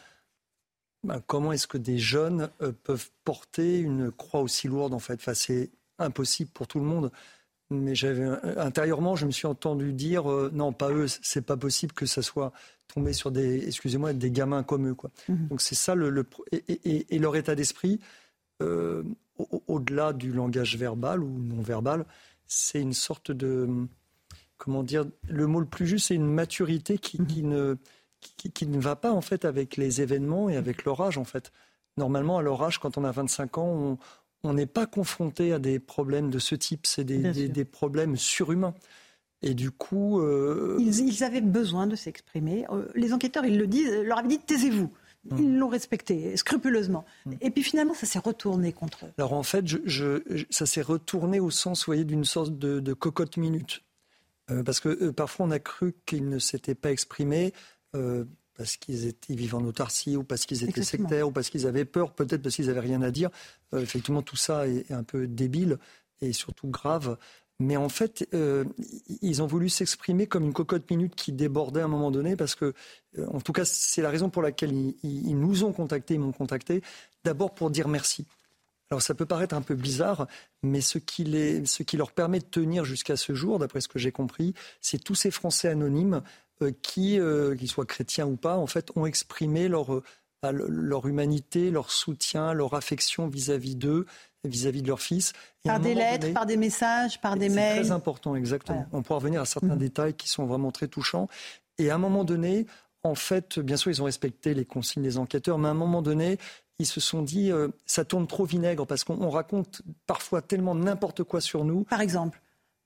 bah, comment est-ce que des jeunes euh, peuvent porter une croix aussi lourde, en fait. Enfin, c'est impossible pour tout le monde. Mais j'avais, intérieurement, je me suis entendu dire euh, non, pas eux, c'est pas possible que ça soit tombé sur des, excusez-moi, des gamins comme eux, quoi. Mmh. Donc c'est ça le, le et, et, et leur état d'esprit. Euh, au, au-delà du langage verbal ou non verbal, c'est une sorte de, comment dire, le mot le plus juste, c'est une maturité qui, mmh. qui, ne, qui, qui ne va pas en fait avec les événements et avec leur âge en fait. Normalement, à leur âge, quand on a vingt-cinq ans, on, on n'est pas confronté à des problèmes de ce type, c'est des, des, des problèmes surhumains. Et du coup... Euh... Ils, ils avaient besoin de s'exprimer. Les enquêteurs, ils le disent, leur avaient dit « taisez-vous ». Ils l'ont respecté scrupuleusement. Mmh. Et puis finalement, ça s'est retourné contre eux. Alors en fait, je, je, ça s'est retourné au sens, vous voyez, d'une sorte de, de cocotte minute. Euh, parce que euh, parfois, on a cru qu'ils ne s'étaient pas exprimés euh, parce qu'ils étaient vivant en autarcie ou parce qu'ils étaient Exactement. sectaires ou parce qu'ils avaient peur, peut-être parce qu'ils n'avaient rien à dire. Euh, effectivement, tout ça est, est un peu débile et surtout grave. Mais en fait, euh, ils ont voulu s'exprimer comme une cocotte minute qui débordait à un moment donné parce que, euh, en tout cas, c'est la raison pour laquelle ils, ils nous ont contactés, ils m'ont contacté, d'abord pour dire merci. Alors ça peut paraître un peu bizarre, mais ce qui, les, ce qui leur permet de tenir jusqu'à ce jour, d'après ce que j'ai compris, c'est tous ces Français anonymes euh, qui, euh, qu'ils soient chrétiens ou pas, en fait, ont exprimé leur, euh, leur humanité, leur soutien, leur affection vis-à-vis d'eux, vis-à-vis de leur fils. Et par des lettres, donné, par des messages, par des c'est mails. C'est très important, exactement. Voilà. On pourra revenir à certains mmh. détails qui sont vraiment très touchants. Et à un moment donné, en fait, bien sûr, ils ont respecté les consignes des enquêteurs, mais à un moment donné, ils se sont dit, euh, ça tourne trop vinaigre, parce qu'on raconte parfois tellement n'importe quoi sur nous. Par exemple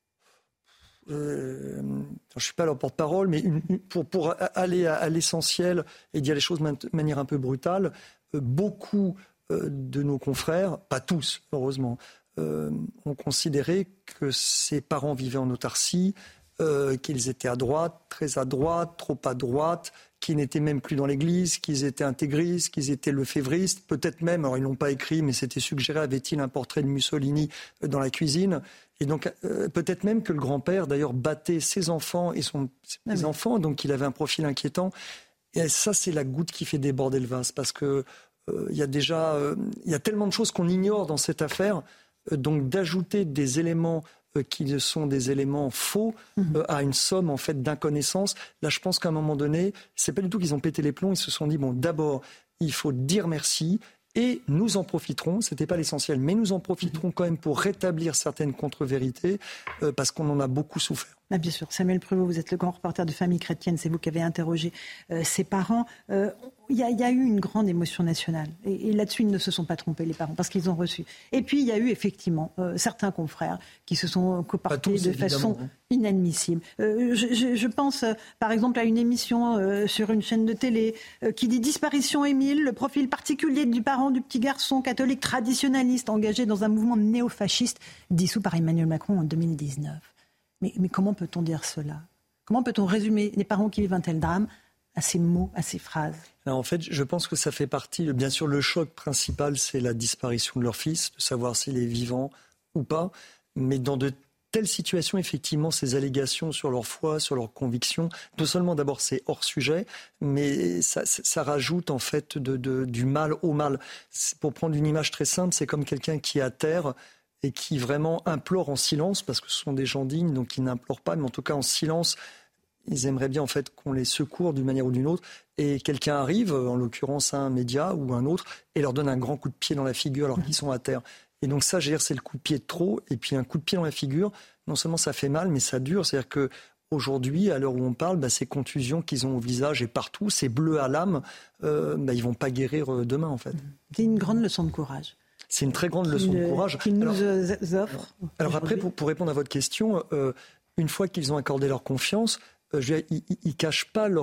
euh, je ne suis pas leur porte-parole, mais une, une, pour, pour aller à, à l'essentiel et dire les choses de manière un peu brutale, euh, beaucoup euh, de nos confrères, pas tous, heureusement, euh, ont considéré que ces parents vivaient en autarcie, euh, qu'ils étaient à droite, très à droite, trop à droite, qu'ils n'étaient même plus dans l'église, qu'ils étaient intégristes, qu'ils étaient lefévristes, peut-être même, alors ils ne l'ont pas écrit, mais c'était suggéré, avait-il un portrait de Mussolini dans la cuisine. Et donc euh, peut-être même que le grand-père, d'ailleurs, battait ses enfants et son, ses ah oui. enfants, donc il avait un profil inquiétant. Et ça, c'est la goutte qui fait déborder le vase, parce que euh, il y a déjà, euh, il y a tellement de choses qu'on ignore dans cette affaire, euh, donc d'ajouter des éléments euh, qui sont des éléments faux mmh. euh, à une somme en fait d'inconnaissance. Là, je pense qu'à un moment donné, c'est pas du tout qu'ils ont pété les plombs. Ils se sont dit bon, d'abord, il faut dire merci. Et nous en profiterons, c'était pas l'essentiel, mais nous en profiterons quand même pour rétablir certaines contre-vérités, euh, parce qu'on en a beaucoup souffert. Ah, bien sûr. Samuel Pruvot, vous êtes le grand reporter de Famille Chrétienne, c'est vous qui avez interrogé euh, ses parents. Il euh, y, y a eu une grande émotion nationale, et, et là-dessus, ils ne se sont pas trompés, les parents, parce qu'ils ont reçu. Et puis, il y a eu effectivement euh, certains confrères qui se sont comportés tous, de façon hein. inadmissible. Euh, je, je, je pense, euh, par exemple, à une émission euh, sur une chaîne de télé euh, qui dit « Disparition Émile, le profil particulier du parent du petit garçon catholique traditionnaliste engagé dans un mouvement néofasciste dissous par Emmanuel Macron en deux mille dix-neuf ». Mais, mais comment peut-on dire cela ? Comment peut-on résumer les parents qui vivent un tel drame à ces mots, à ces phrases ? Alors en fait, je pense que ça fait partie... Bien sûr, le choc principal, c'est la disparition de leur fils, de savoir s'il est vivant ou pas. Mais dans de telles situations, effectivement, ces allégations sur leur foi, sur leurs convictions, non seulement d'abord c'est hors sujet, mais ça, ça rajoute en fait de, de, du mal au mal. C'est, pour prendre une image très simple, c'est comme quelqu'un qui est à terre et qui vraiment implore en silence, parce que ce sont des gens dignes, donc ils n'implorent pas, mais en tout cas en silence, ils aimeraient bien en fait qu'on les secoure d'une manière ou d'une autre, et quelqu'un arrive, en l'occurrence un média ou un autre, et leur donne un grand coup de pied dans la figure alors qu'ils sont à terre. Et donc ça, je veux dire, c'est le coup de pied de trop, et puis un coup de pied dans la figure, non seulement ça fait mal, mais ça dure, c'est-à-dire que aujourd'hui, à l'heure où on parle, bah, ces contusions qu'ils ont au visage et partout, ces bleus à l'âme, euh, bah, ils vont pas guérir demain en fait. C'est une grande leçon de courage. C'est une très grande leçon de courage. Qu'ils nous alors, offrent. Alors après, pour, pour répondre à votre question, euh, une fois qu'ils ont accordé leur confiance, euh, je veux dire, ils ne cachent pas leur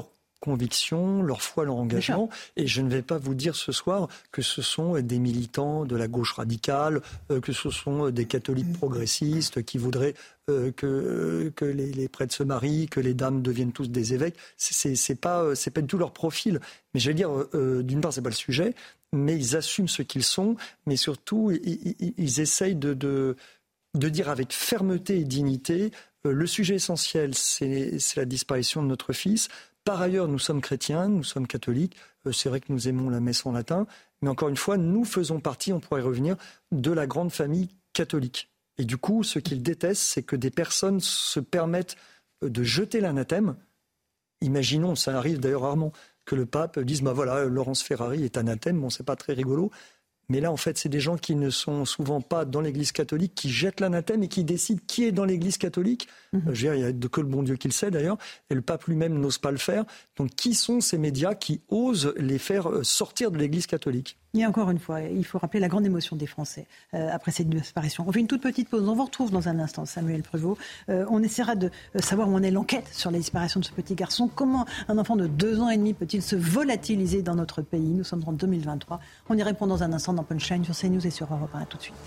convictions, leur foi, leur engagement. Et je ne vais pas vous dire ce soir que ce sont des militants de la gauche radicale, euh, que ce sont des catholiques progressistes qui voudraient euh, que, que les, les prêtres se marient, que les dames deviennent tous des évêques. C'est, c'est, c'est pas, c'est pas du tout leur profil. Mais je vais dire, euh, d'une part, c'est pas le sujet, mais ils assument ce qu'ils sont, mais surtout, ils, ils, ils essayent de, de, de dire avec fermeté et dignité, euh, le sujet essentiel, c'est, c'est la disparition de notre fils. Par ailleurs, nous sommes chrétiens, nous sommes catholiques. C'est vrai que nous aimons la messe en latin. Mais encore une fois, nous faisons partie, on pourrait revenir, de la grande famille catholique. Et du coup, ce qu'ils détestent, c'est que des personnes se permettent de jeter l'anathème. Imaginons, ça arrive d'ailleurs rarement, que le pape dise bah voilà, Laurence Ferrari est anathème. Bon, c'est pas très rigolo. Mais là, en fait, c'est des gens qui ne sont souvent pas dans l'Église catholique, qui jettent l'anathème et qui décident qui est dans l'Église catholique. Mmh. Je veux dire, il n'y a que le bon Dieu qui le sait, d'ailleurs. Et le pape lui-même n'ose pas le faire. Donc, qui sont ces médias qui osent les faire sortir de l'Église catholique ? Et encore une fois, il faut rappeler la grande émotion des Français euh, après cette disparition. On fait une toute petite pause. On vous retrouve dans un instant, Samuel Prévost. Euh, on essaiera de savoir où en est l'enquête sur la disparition de ce petit garçon. Comment un enfant de deux ans et demi peut-il se volatiliser dans notre pays ? Nous sommes en deux mille vingt-trois. On y répond dans un instant dans Punchline sur CNews et sur Europe un. À tout de suite.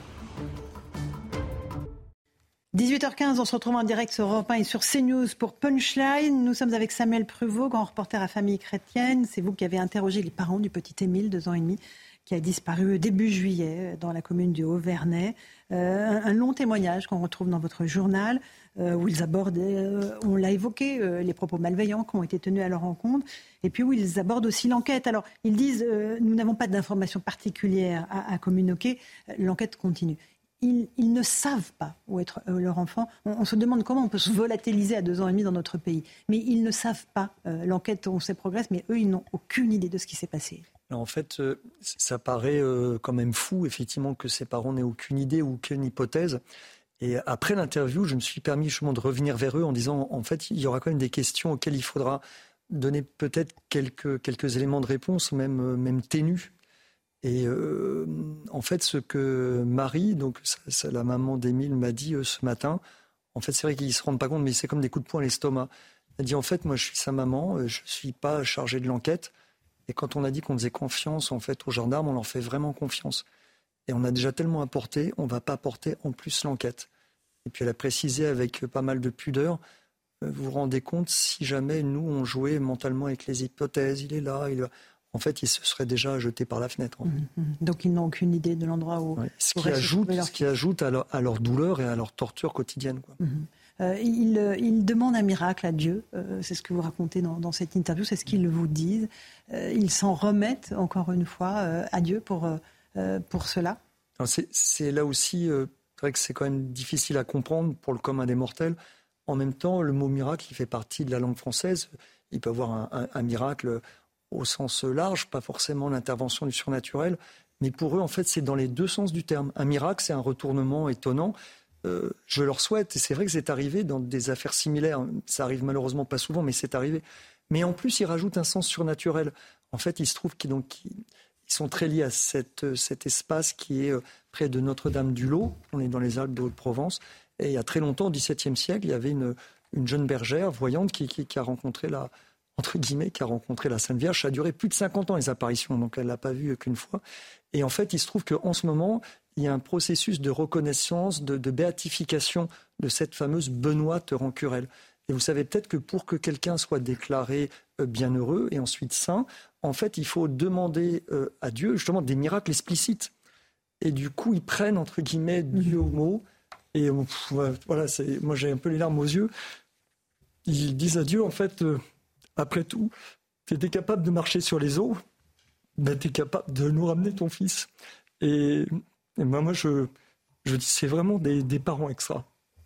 dix-huit heures quinze, on se retrouve en direct sur Europe un et sur CNews pour Punchline. Nous sommes avec Samuel Prévost, grand reporter à Famille Chrétienne. C'est vous qui avez interrogé les parents du petit Émile, deux ans et demi, qui a disparu début juillet dans la commune du Haut-Vernay. Euh, un long témoignage qu'on retrouve dans votre journal euh, où ils abordent, euh, on l'a évoqué, euh, les propos malveillants qui ont été tenus à leur encontre et puis où ils abordent aussi l'enquête. Alors, ils disent euh, nous n'avons pas d'informations particulières à, à communiquer, l'enquête continue. Ils, ils ne savent pas où être euh, leur enfant. On, on se demande comment on peut se volatiliser à deux ans et demi dans notre pays. Mais ils ne savent pas. Euh, l'enquête, on sait, progresse, mais eux, ils n'ont aucune idée de ce qui s'est passé. Alors en fait, euh, ça paraît euh, quand même fou, effectivement, que ces parents n'aient aucune idée ou aucune hypothèse. Et après l'interview, je me suis permis justement de revenir vers eux en disant, en fait, il y aura quand même des questions auxquelles il faudra donner peut-être quelques, quelques éléments de réponse, même, même ténus. Et euh, en fait, ce que Marie, donc ça, ça, la maman d'Émile, m'a dit euh, ce matin, en fait, c'est vrai qu'ils ne se rendent pas compte, mais c'est comme des coups de poing à l'estomac. Elle a dit, en fait, moi, je suis sa maman, je ne suis pas chargée de l'enquête. Et quand on a dit qu'on faisait confiance, en fait, aux gendarmes, on leur fait vraiment confiance. Et on a déjà tellement apporté, on ne va pas apporter en plus l'enquête. Et puis elle a précisé avec pas mal de pudeur, vous vous rendez compte, si jamais nous, on jouait mentalement avec les hypothèses, il est là, il est là. En fait, il se serait déjà jeté par la fenêtre. En fait. Mmh, mmh. Donc, ils n'ont aucune idée de l'endroit où... Ouais. Ce, qui ajoute, ce qui ajoute à leur, à leur douleur et à leur torture quotidienne. Quoi. Mmh. Euh, ils, ils demandent un miracle à Dieu. Euh, c'est ce que vous racontez dans, dans cette interview. C'est ce qu'ils vous disent. Euh, ils s'en remettent, encore une fois, euh, à Dieu pour, euh, pour cela. Alors c'est, c'est là aussi... Euh, c'est vrai que c'est quand même difficile à comprendre pour le commun des mortels. En même temps, le mot miracle, il fait partie de la langue française. Il peut y avoir un, un, un miracle... au sens large, pas forcément l'intervention du surnaturel, mais pour eux, en fait, c'est dans les deux sens du terme. Un miracle, c'est un retournement étonnant. Euh, je leur souhaite, et c'est vrai que c'est arrivé dans des affaires similaires, ça arrive malheureusement pas souvent, mais c'est arrivé. Mais en plus, ils rajoutent un sens surnaturel. En fait, il se trouve qu'ils, donc, ils sont très liés à cette, cet espace qui est près de Notre-Dame-du-Lot, on est dans les Alpes de Haute-Provence, et il y a très longtemps, au dix-septième siècle, il y avait une, une jeune bergère voyante qui, qui, qui a rencontré la... entre guillemets, qui a rencontré la Sainte Vierge. Ça a duré plus de cinquante ans, les apparitions, donc elle ne l'a pas vue qu'une fois. Et en fait, il se trouve qu'en ce moment, il y a un processus de reconnaissance, de, de béatification de cette fameuse Benoîte Rancurel. Et vous savez peut-être que pour que quelqu'un soit déclaré bienheureux et ensuite saint, en fait, il faut demander à Dieu, justement, des miracles explicites. Et du coup, ils prennent, entre guillemets, Dieu au mot. Et voilà, c'est, moi, j'ai un peu les larmes aux yeux. Ils disent à Dieu, en fait... Euh, Après tout, tu étais capable de marcher sur les eaux, ben tu es capable de nous ramener ton fils. Et, et moi, moi, je, je dis, c'est vraiment des, des parents extra.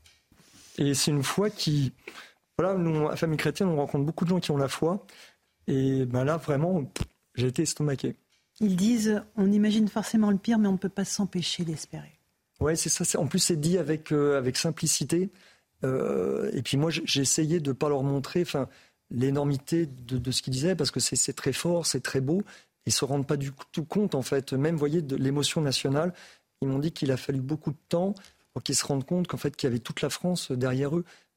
Et c'est une foi qui... Voilà, nous, à Famille Chrétienne, on rencontre beaucoup de gens qui ont la foi. Et ben là, vraiment, j'ai été estomaqué. Ils disent, on imagine forcément le pire, mais on ne peut pas s'empêcher d'espérer. Ouais, c'est ça. C'est, en plus, c'est dit avec, euh, avec simplicité. Euh, et puis moi, j'ai essayé de ne pas leur montrer... Enfin, l'énormité de, de ce qu'ils disaient, parce que c'est, c'est très fort, c'est très beau. Ils ne se rendent pas du tout compte, en fait. Même, vous voyez, de l'émotion nationale, ils m'ont dit qu'il a fallu beaucoup de temps pour qu'ils se rendent compte qu'en fait, qu'il y avait toute la France derrière eux.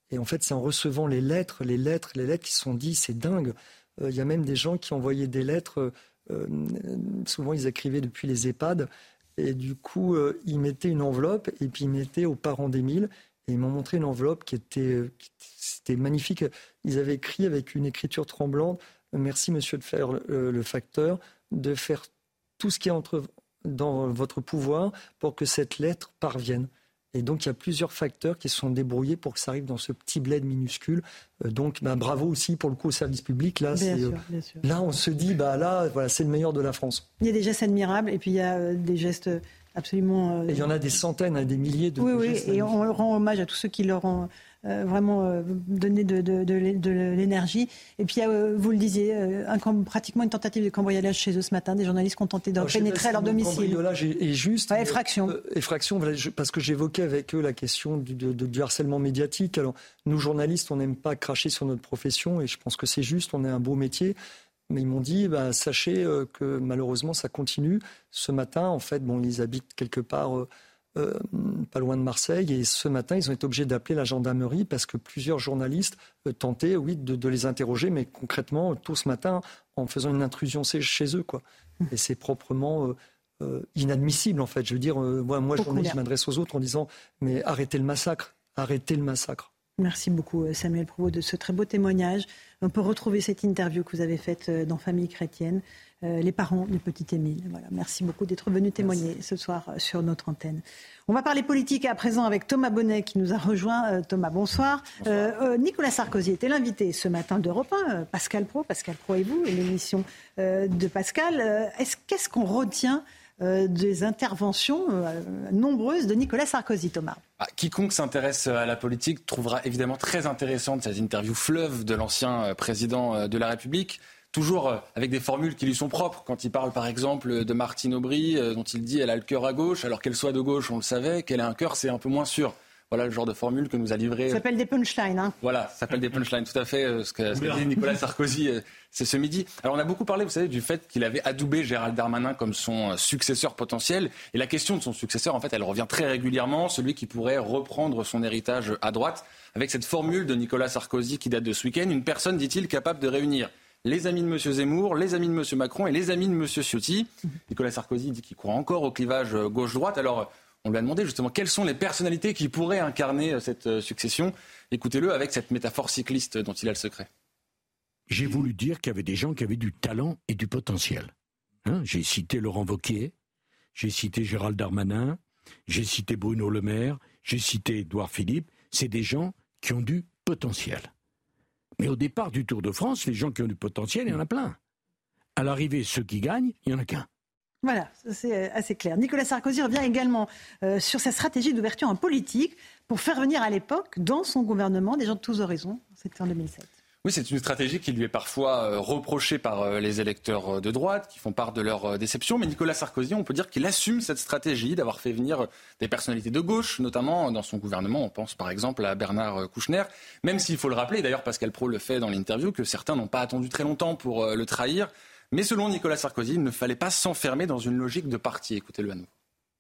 Et en fait, c'est en recevant les lettres, les lettres, les lettres qui se sont dit, c'est dingue. Il euh, y a même des gens qui envoyaient des lettres, euh, souvent ils écrivaient depuis les EHPAD, et du coup, euh, ils mettaient une enveloppe, et puis ils mettaient aux parents d'Émile, et ils m'ont montré une enveloppe qui était, qui, c'était magnifique. Ils avaient écrit avec une écriture tremblante, « Merci monsieur de faire le, le facteur, de faire tout ce qui est entre, dans votre pouvoir pour que cette lettre parvienne ». Et donc, il y a plusieurs facteurs qui se sont débrouillés pour que ça arrive dans ce petit bled minuscule. Euh, donc, bah, bravo aussi pour le coup au service public. Là, bien c'est, sûr, euh, bien sûr. là on se dit, bah, là, voilà, c'est le meilleur de la France. Il y a des gestes admirables et puis il y a euh, des gestes absolument... Euh... Et il y en a des centaines, des milliers de, oui, de oui, gestes. Oui, et on rend hommage à tous ceux qui leur ont euh, vraiment euh, donné de, de, de, de l'énergie. Et puis, euh, vous le disiez, euh, un, pratiquement une tentative de cambriolage chez eux ce matin. Des journalistes qui ont tenté de Alors, pénétrer à leur domicile. Le cambriolage est, est juste. Ouais, effraction. Euh, effraction, parce que j'évoquais avec eux la question du, de, de, du harcèlement médiatique. Alors, nous, journalistes, on n'aime pas cracher sur notre profession et je pense que c'est juste, on a un beau métier. Mais ils m'ont dit, bah, sachez euh, que malheureusement, ça continue. Ce matin, en fait, bon, ils habitent quelque part euh, euh, pas loin de Marseille. Et ce matin, ils ont été obligés d'appeler la gendarmerie parce que plusieurs journalistes euh, tentaient, oui, de, de les interroger, mais concrètement, tôt ce matin, en faisant une intrusion chez eux, quoi. Et c'est proprement euh, euh, inadmissible, en fait. Je veux dire, euh, moi, moi journaliste, je m'adresse aux autres en disant, mais arrêtez le massacre, arrêtez le massacre. Merci beaucoup Samuel Provost de ce très beau témoignage. On peut retrouver cette interview que vous avez faite dans Famille chrétienne, euh, les parents du petit Émile. Voilà, merci beaucoup d'être venu témoigner merci. Ce soir sur notre antenne. On va parler politique à présent avec Thomas Bonnet qui nous a rejoint. Euh, Thomas, bonsoir. bonsoir. Euh, euh, Nicolas Sarkozy était l'invité ce matin d'Europe un, euh, Pascal Praud, Pascal Praud et vous, et l'émission euh, de Pascal. Euh, est-ce, qu'est-ce qu'on retient Euh, des interventions euh, nombreuses de Nicolas Sarkozy, Thomas? Ah, quiconque s'intéresse à la politique trouvera évidemment très intéressante cette interview fleuve de l'ancien président de la République, toujours avec des formules qui lui sont propres. Quand il parle par exemple de Martine Aubry, dont il dit qu'elle a le cœur à gauche, alors qu'elle soit de gauche, on le savait, qu'elle a un cœur, c'est un peu moins sûr. Voilà le genre de formule que nous a livré. Ça s'appelle des punchlines. Hein. Voilà, ça s'appelle des punchlines, tout à fait, ce qu'a, ce qu'a dit Nicolas Sarkozy euh, c'est ce midi. Alors on a beaucoup parlé, vous savez, du fait qu'il avait adoubé Gérald Darmanin comme son successeur potentiel. Et la question de son successeur, en fait, elle revient très régulièrement, celui qui pourrait reprendre son héritage à droite, avec cette formule de Nicolas Sarkozy qui date de ce week-end, une personne, dit-il, capable de réunir les amis de M. Zemmour, les amis de M. Macron et les amis de M. Ciotti. Nicolas Sarkozy dit qu'il croit encore au clivage gauche-droite. Alors on lui a demandé justement quelles sont les personnalités qui pourraient incarner cette succession. Écoutez-le avec cette métaphore cycliste dont il a le secret. J'ai voulu dire qu'il y avait des gens qui avaient du talent et du potentiel. Hein, j'ai cité Laurent Wauquiez, j'ai cité Gérald Darmanin, j'ai cité Bruno Le Maire, j'ai cité Édouard Philippe. C'est des gens qui ont du potentiel. Mais au départ du Tour de France, les gens qui ont du potentiel, il y en a plein. À l'arrivée, ceux qui gagnent, il n'y en a qu'un. Voilà, c'est assez clair. Nicolas Sarkozy revient également euh, sur sa stratégie d'ouverture en politique pour faire venir à l'époque, dans son gouvernement, des gens de tous horizons. C'était en deux mille sept. Oui, c'est une stratégie qui lui est parfois euh, reprochée par euh, les électeurs de droite, qui font part de leur euh, déception. Mais Nicolas Sarkozy, on peut dire qu'il assume cette stratégie d'avoir fait venir euh, des personnalités de gauche, notamment dans son gouvernement. On pense par exemple à Bernard Kouchner, même s'il faut le rappeler, d'ailleurs Pascal Praud le fait dans l'interview, que certains n'ont pas attendu très longtemps pour euh, le trahir. Mais selon Nicolas Sarkozy, il ne fallait pas s'enfermer dans une logique de parti. Écoutez-le à nous.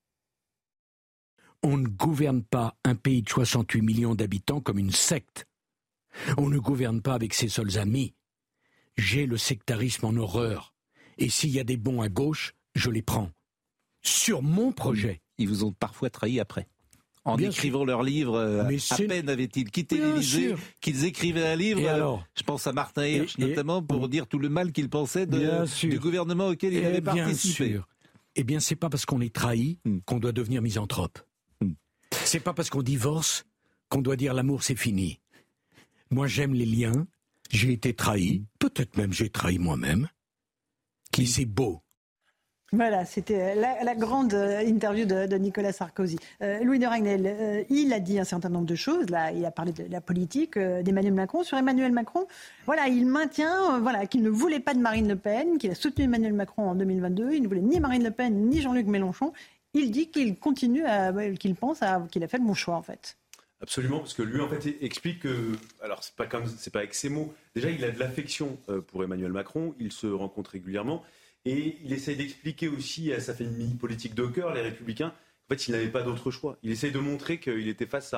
On ne gouverne pas un pays de soixante-huit millions d'habitants comme une secte. On ne gouverne pas avec ses seuls amis. J'ai le sectarisme en horreur. Et s'il y a des bons à gauche, je les prends. Sur mon projet. Ils vous ont parfois trahi après. En Bien écrivant sûr. leur livre, Mais à c'est... peine avaient-ils quitté Bien l'Élysée sûr. qu'ils écrivaient un livre. Et alors je pense à Martin Hirsch et, et, notamment pour et, dire tout le mal qu'ils pensaient de, du gouvernement auquel ils avaient bien participé. Sûr. Eh bien, c'est pas parce qu'on est trahi mm. qu'on doit devenir misanthrope. Mm. C'est pas parce qu'on divorce qu'on doit dire l'amour c'est fini. Moi, j'aime les liens. J'ai été trahi. Peut-être même j'ai trahi moi-même. Mais c'est beau. Voilà, c'était la, la grande interview de, de Nicolas Sarkozy. Euh, Louis de Ragnel, euh, il a dit un certain nombre de choses. Là, il a parlé de la politique euh, d'Emmanuel Macron. Sur Emmanuel Macron, voilà, il maintient euh, voilà, qu'il ne voulait pas de Marine Le Pen, qu'il a soutenu Emmanuel Macron en deux mille vingt-deux. Il ne voulait ni Marine Le Pen ni Jean-Luc Mélenchon. Il dit qu'il continue, à, qu'il pense à, qu'il a fait le bon choix, en fait. Absolument, parce que lui, en fait, explique que, alors c'est pas comme, c'est pas avec ses mots. Déjà, il a de l'affection pour Emmanuel Macron. Ils se rencontrent régulièrement. Et il essaye d'expliquer aussi à sa famille politique de cœur, les Républicains, en fait, il n'avait pas d'autre choix. Il essaye de montrer qu'il était face à,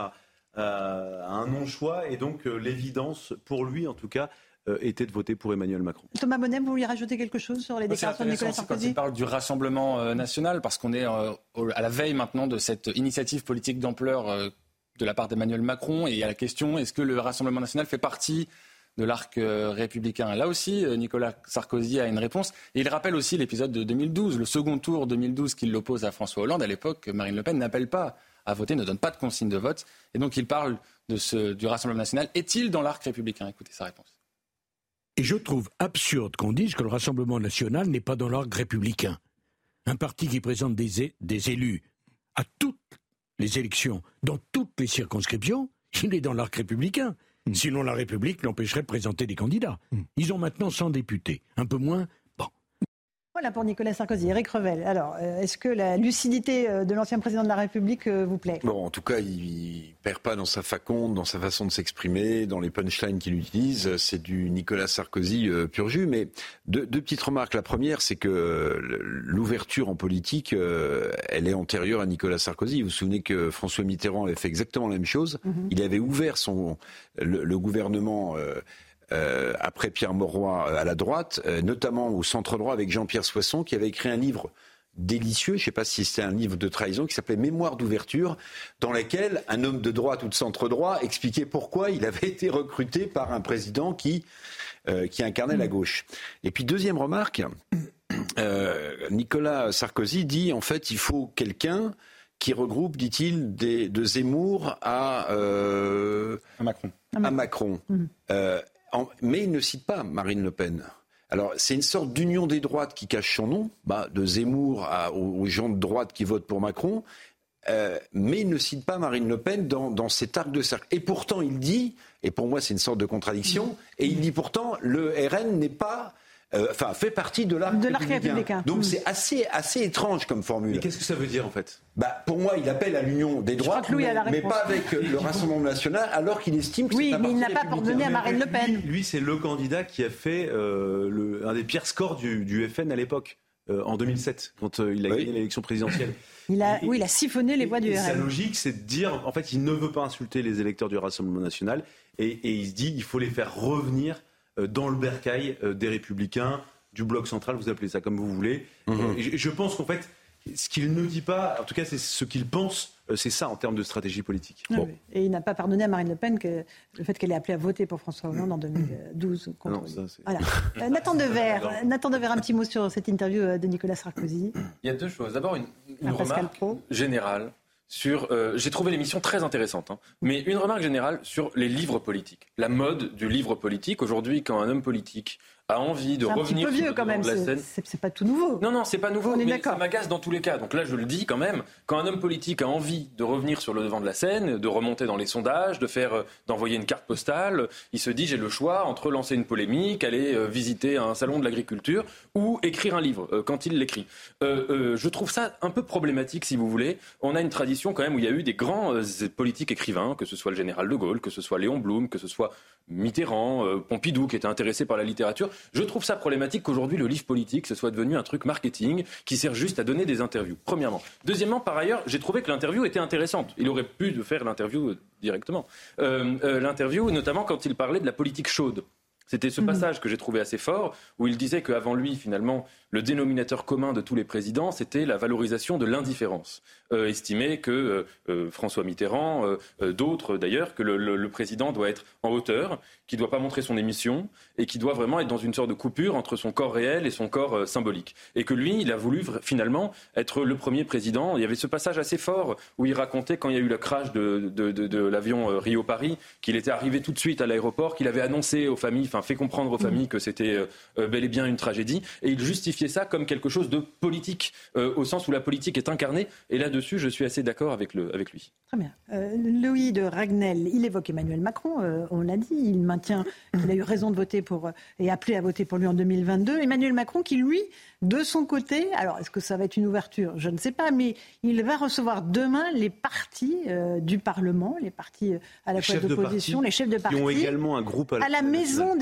à un non-choix et donc euh, l'évidence, pour lui en tout cas, euh, était de voter pour Emmanuel Macron. Thomas Bonnet, vous vouliez rajouter quelque chose sur les déclarations de Nicolas Sarkozy ? Quand il parle du Rassemblement national, parce qu'on est euh, à la veille maintenant de cette initiative politique d'ampleur euh, de la part d'Emmanuel Macron, et il y a la question, est-ce que le Rassemblement national fait partie de l'arc euh, républicain ? Là aussi, euh, Nicolas Sarkozy a une réponse. Et il rappelle aussi l'épisode de deux mille douze, le second tour deux mille douze qui l'oppose à François Hollande. À l'époque, Marine Le Pen n'appelle pas à voter, ne donne pas de consigne de vote. Et donc il parle de ce, du Rassemblement national. Est-il dans l'arc républicain ? Écoutez sa réponse. Et je trouve absurde qu'on dise que le Rassemblement national n'est pas dans l'arc républicain. Un parti qui présente des, é- des élus à toutes les élections, dans toutes les circonscriptions, il est dans l'arc républicain. Mmh. Sinon, la République l'empêcherait de présenter des candidats. Mmh. Ils ont maintenant cent députés, un peu moins. Bon. Voilà pour Nicolas Sarkozy. Éric Revel, alors, euh, est-ce que la lucidité de l'ancien président de la République euh, vous plaît ? Bon, en tout cas, il ne perd pas dans sa faconde, dans sa façon de s'exprimer, dans les punchlines qu'il utilise. C'est du Nicolas Sarkozy euh, pur jus. Mais deux, deux petites remarques. La première, c'est que euh, l'ouverture en politique, euh, elle est antérieure à Nicolas Sarkozy. Vous vous souvenez que François Mitterrand avait fait exactement la même chose. Mm-hmm. Il avait ouvert son, le, le gouvernement... Euh, Euh, après Pierre Mauroy à la droite, euh, notamment au centre-droit avec Jean-Pierre Soisson, qui avait écrit un livre délicieux, je ne sais pas si c'était un livre de trahison, qui s'appelait Mémoire d'ouverture, dans lequel un homme de droite ou de centre-droit expliquait pourquoi il avait été recruté par un président qui, euh, qui incarnait la gauche. Et puis deuxième remarque, euh, Nicolas Sarkozy dit en fait il faut quelqu'un qui regroupe, dit-il, des, de Zemmour à, euh, à Macron. À Macron. Mmh. Euh, En, mais il ne cite pas Marine Le Pen. Alors, c'est une sorte d'union des droites qui cache son nom, bah, de Zemmour à, aux, aux gens de droite qui votent pour Macron, euh, mais il ne cite pas Marine Le Pen dans, dans cet arc de cercle. Et pourtant, il dit, et pour moi c'est une sorte de contradiction, mmh. et il dit pourtant, le R N n'est pas... Enfin, euh, fait partie de l'arc, de l'arc républicain. républicain. Donc mmh. c'est assez, assez étrange comme formule. Mais qu'est-ce que ça veut dire en fait ? Bah, pour moi, il appelle à l'union des droites, mais, mais pas avec le Rassemblement national, alors qu'il estime que oui, c'est un mais parti il n'a pas pardonné à Marine Le Pen. Lui, lui c'est le candidat qui a fait euh, le, un des pires scores du, du F N à l'époque, euh, en deux mille sept, quand euh, il a oui. gagné l'élection présidentielle. Il a, et, oui, il a siphonné les voix du R N. Sa logique, c'est de dire, en fait, il ne veut pas insulter les électeurs du Rassemblement national, et, et il se dit, il faut les faire revenir euh, dans le bercail euh, des Républicains, du bloc central, vous appelez ça comme vous voulez. Mmh. Et je, je pense qu'en fait, ce qu'il ne dit pas, en tout cas c'est ce qu'il pense, c'est ça en termes de stratégie politique. Ah bon. Oui. Et il n'a pas pardonné à Marine LePen que le fait qu'elle ait appelé à voter pour François Hollande en deux mille douze. Contre non, ça, c'est... Voilà. euh, Nathan Dever, Nathan Dever, un petit mot sur cette interview de Nicolas Sarkozy. Il y a deux choses. D'abord, une, une remarque générale. Sur, euh, j'ai trouvé l'émission très intéressante, hein, mais une remarque générale sur les livres politiques. La mode du livre politique. Aujourd'hui, quand un homme politique a envie de c'est revenir un petit peu vieux quand même, de la c'est, scène... c'est, c'est pas tout nouveau. Non, non, c'est pas nouveau, On mais est d'accord. ça m'agace dans tous les cas. Donc là, je le dis quand même, quand un homme politique a envie de revenir sur le devant de la scène, de remonter dans les sondages, de faire, d'envoyer une carte postale, il se dit j'ai le choix entre lancer une polémique, aller euh, visiter un salon de l'agriculture ou écrire un livre euh, quand il l'écrit. Euh, euh, je trouve ça un peu problématique, si vous voulez. On a une tradition quand même où il y a eu des grands euh, politiques écrivains, que ce soit le général de Gaulle, que ce soit Léon Blum, que ce soit Mitterrand, euh, Pompidou, qui était intéressé par la littérature. Je trouve ça problématique qu'aujourd'hui le livre politique ce soit devenu un truc marketing qui sert juste à donner des interviews, premièrement. Deuxièmement, par ailleurs, j'ai trouvé que l'interview était intéressante. Il aurait pu faire l'interview directement. Euh, euh, l'interview, notamment quand il parlait de la politique chaude. C'était ce passage que j'ai trouvé assez fort, où il disait qu'avant lui, finalement, le dénominateur commun de tous les présidents, c'était la valorisation de l'indifférence. Euh, estimé que euh, François Mitterrand, euh, d'autres d'ailleurs, que le, le, le président doit être en hauteur, qu'il ne doit pas montrer son émission, et qu'il doit vraiment être dans une sorte de coupure entre son corps réel et son corps euh, symbolique. Et que lui, il a voulu finalement être le premier président. Il y avait ce passage assez fort où il racontait, quand il y a eu le crash de, de, de, de l'avion euh, Rio-Paris, qu'il était arrivé tout de suite à l'aéroport, qu'il avait annoncé aux familles, enfin fait comprendre aux familles que c'était euh, bel et bien une tragédie, et il justifiait ça comme quelque chose de politique, euh, au sens où la politique est incarnée, et là-dessus, je suis assez d'accord avec, le, avec lui. Très bien. Euh, Louis de Ragnel, il évoque Emmanuel Macron, euh, on l'a dit, il maintient qu'il a eu raison de voter pour, euh, et appelé à voter pour lui en deux mille vingt-deux. Emmanuel Macron qui, lui, de son côté, alors est-ce que ça va être une ouverture ? Je ne sais pas, mais il va recevoir demain les partis euh, du Parlement, les partis euh, à la fois d'opposition, les chefs de parti, qui ont également un groupe à la, à la maison des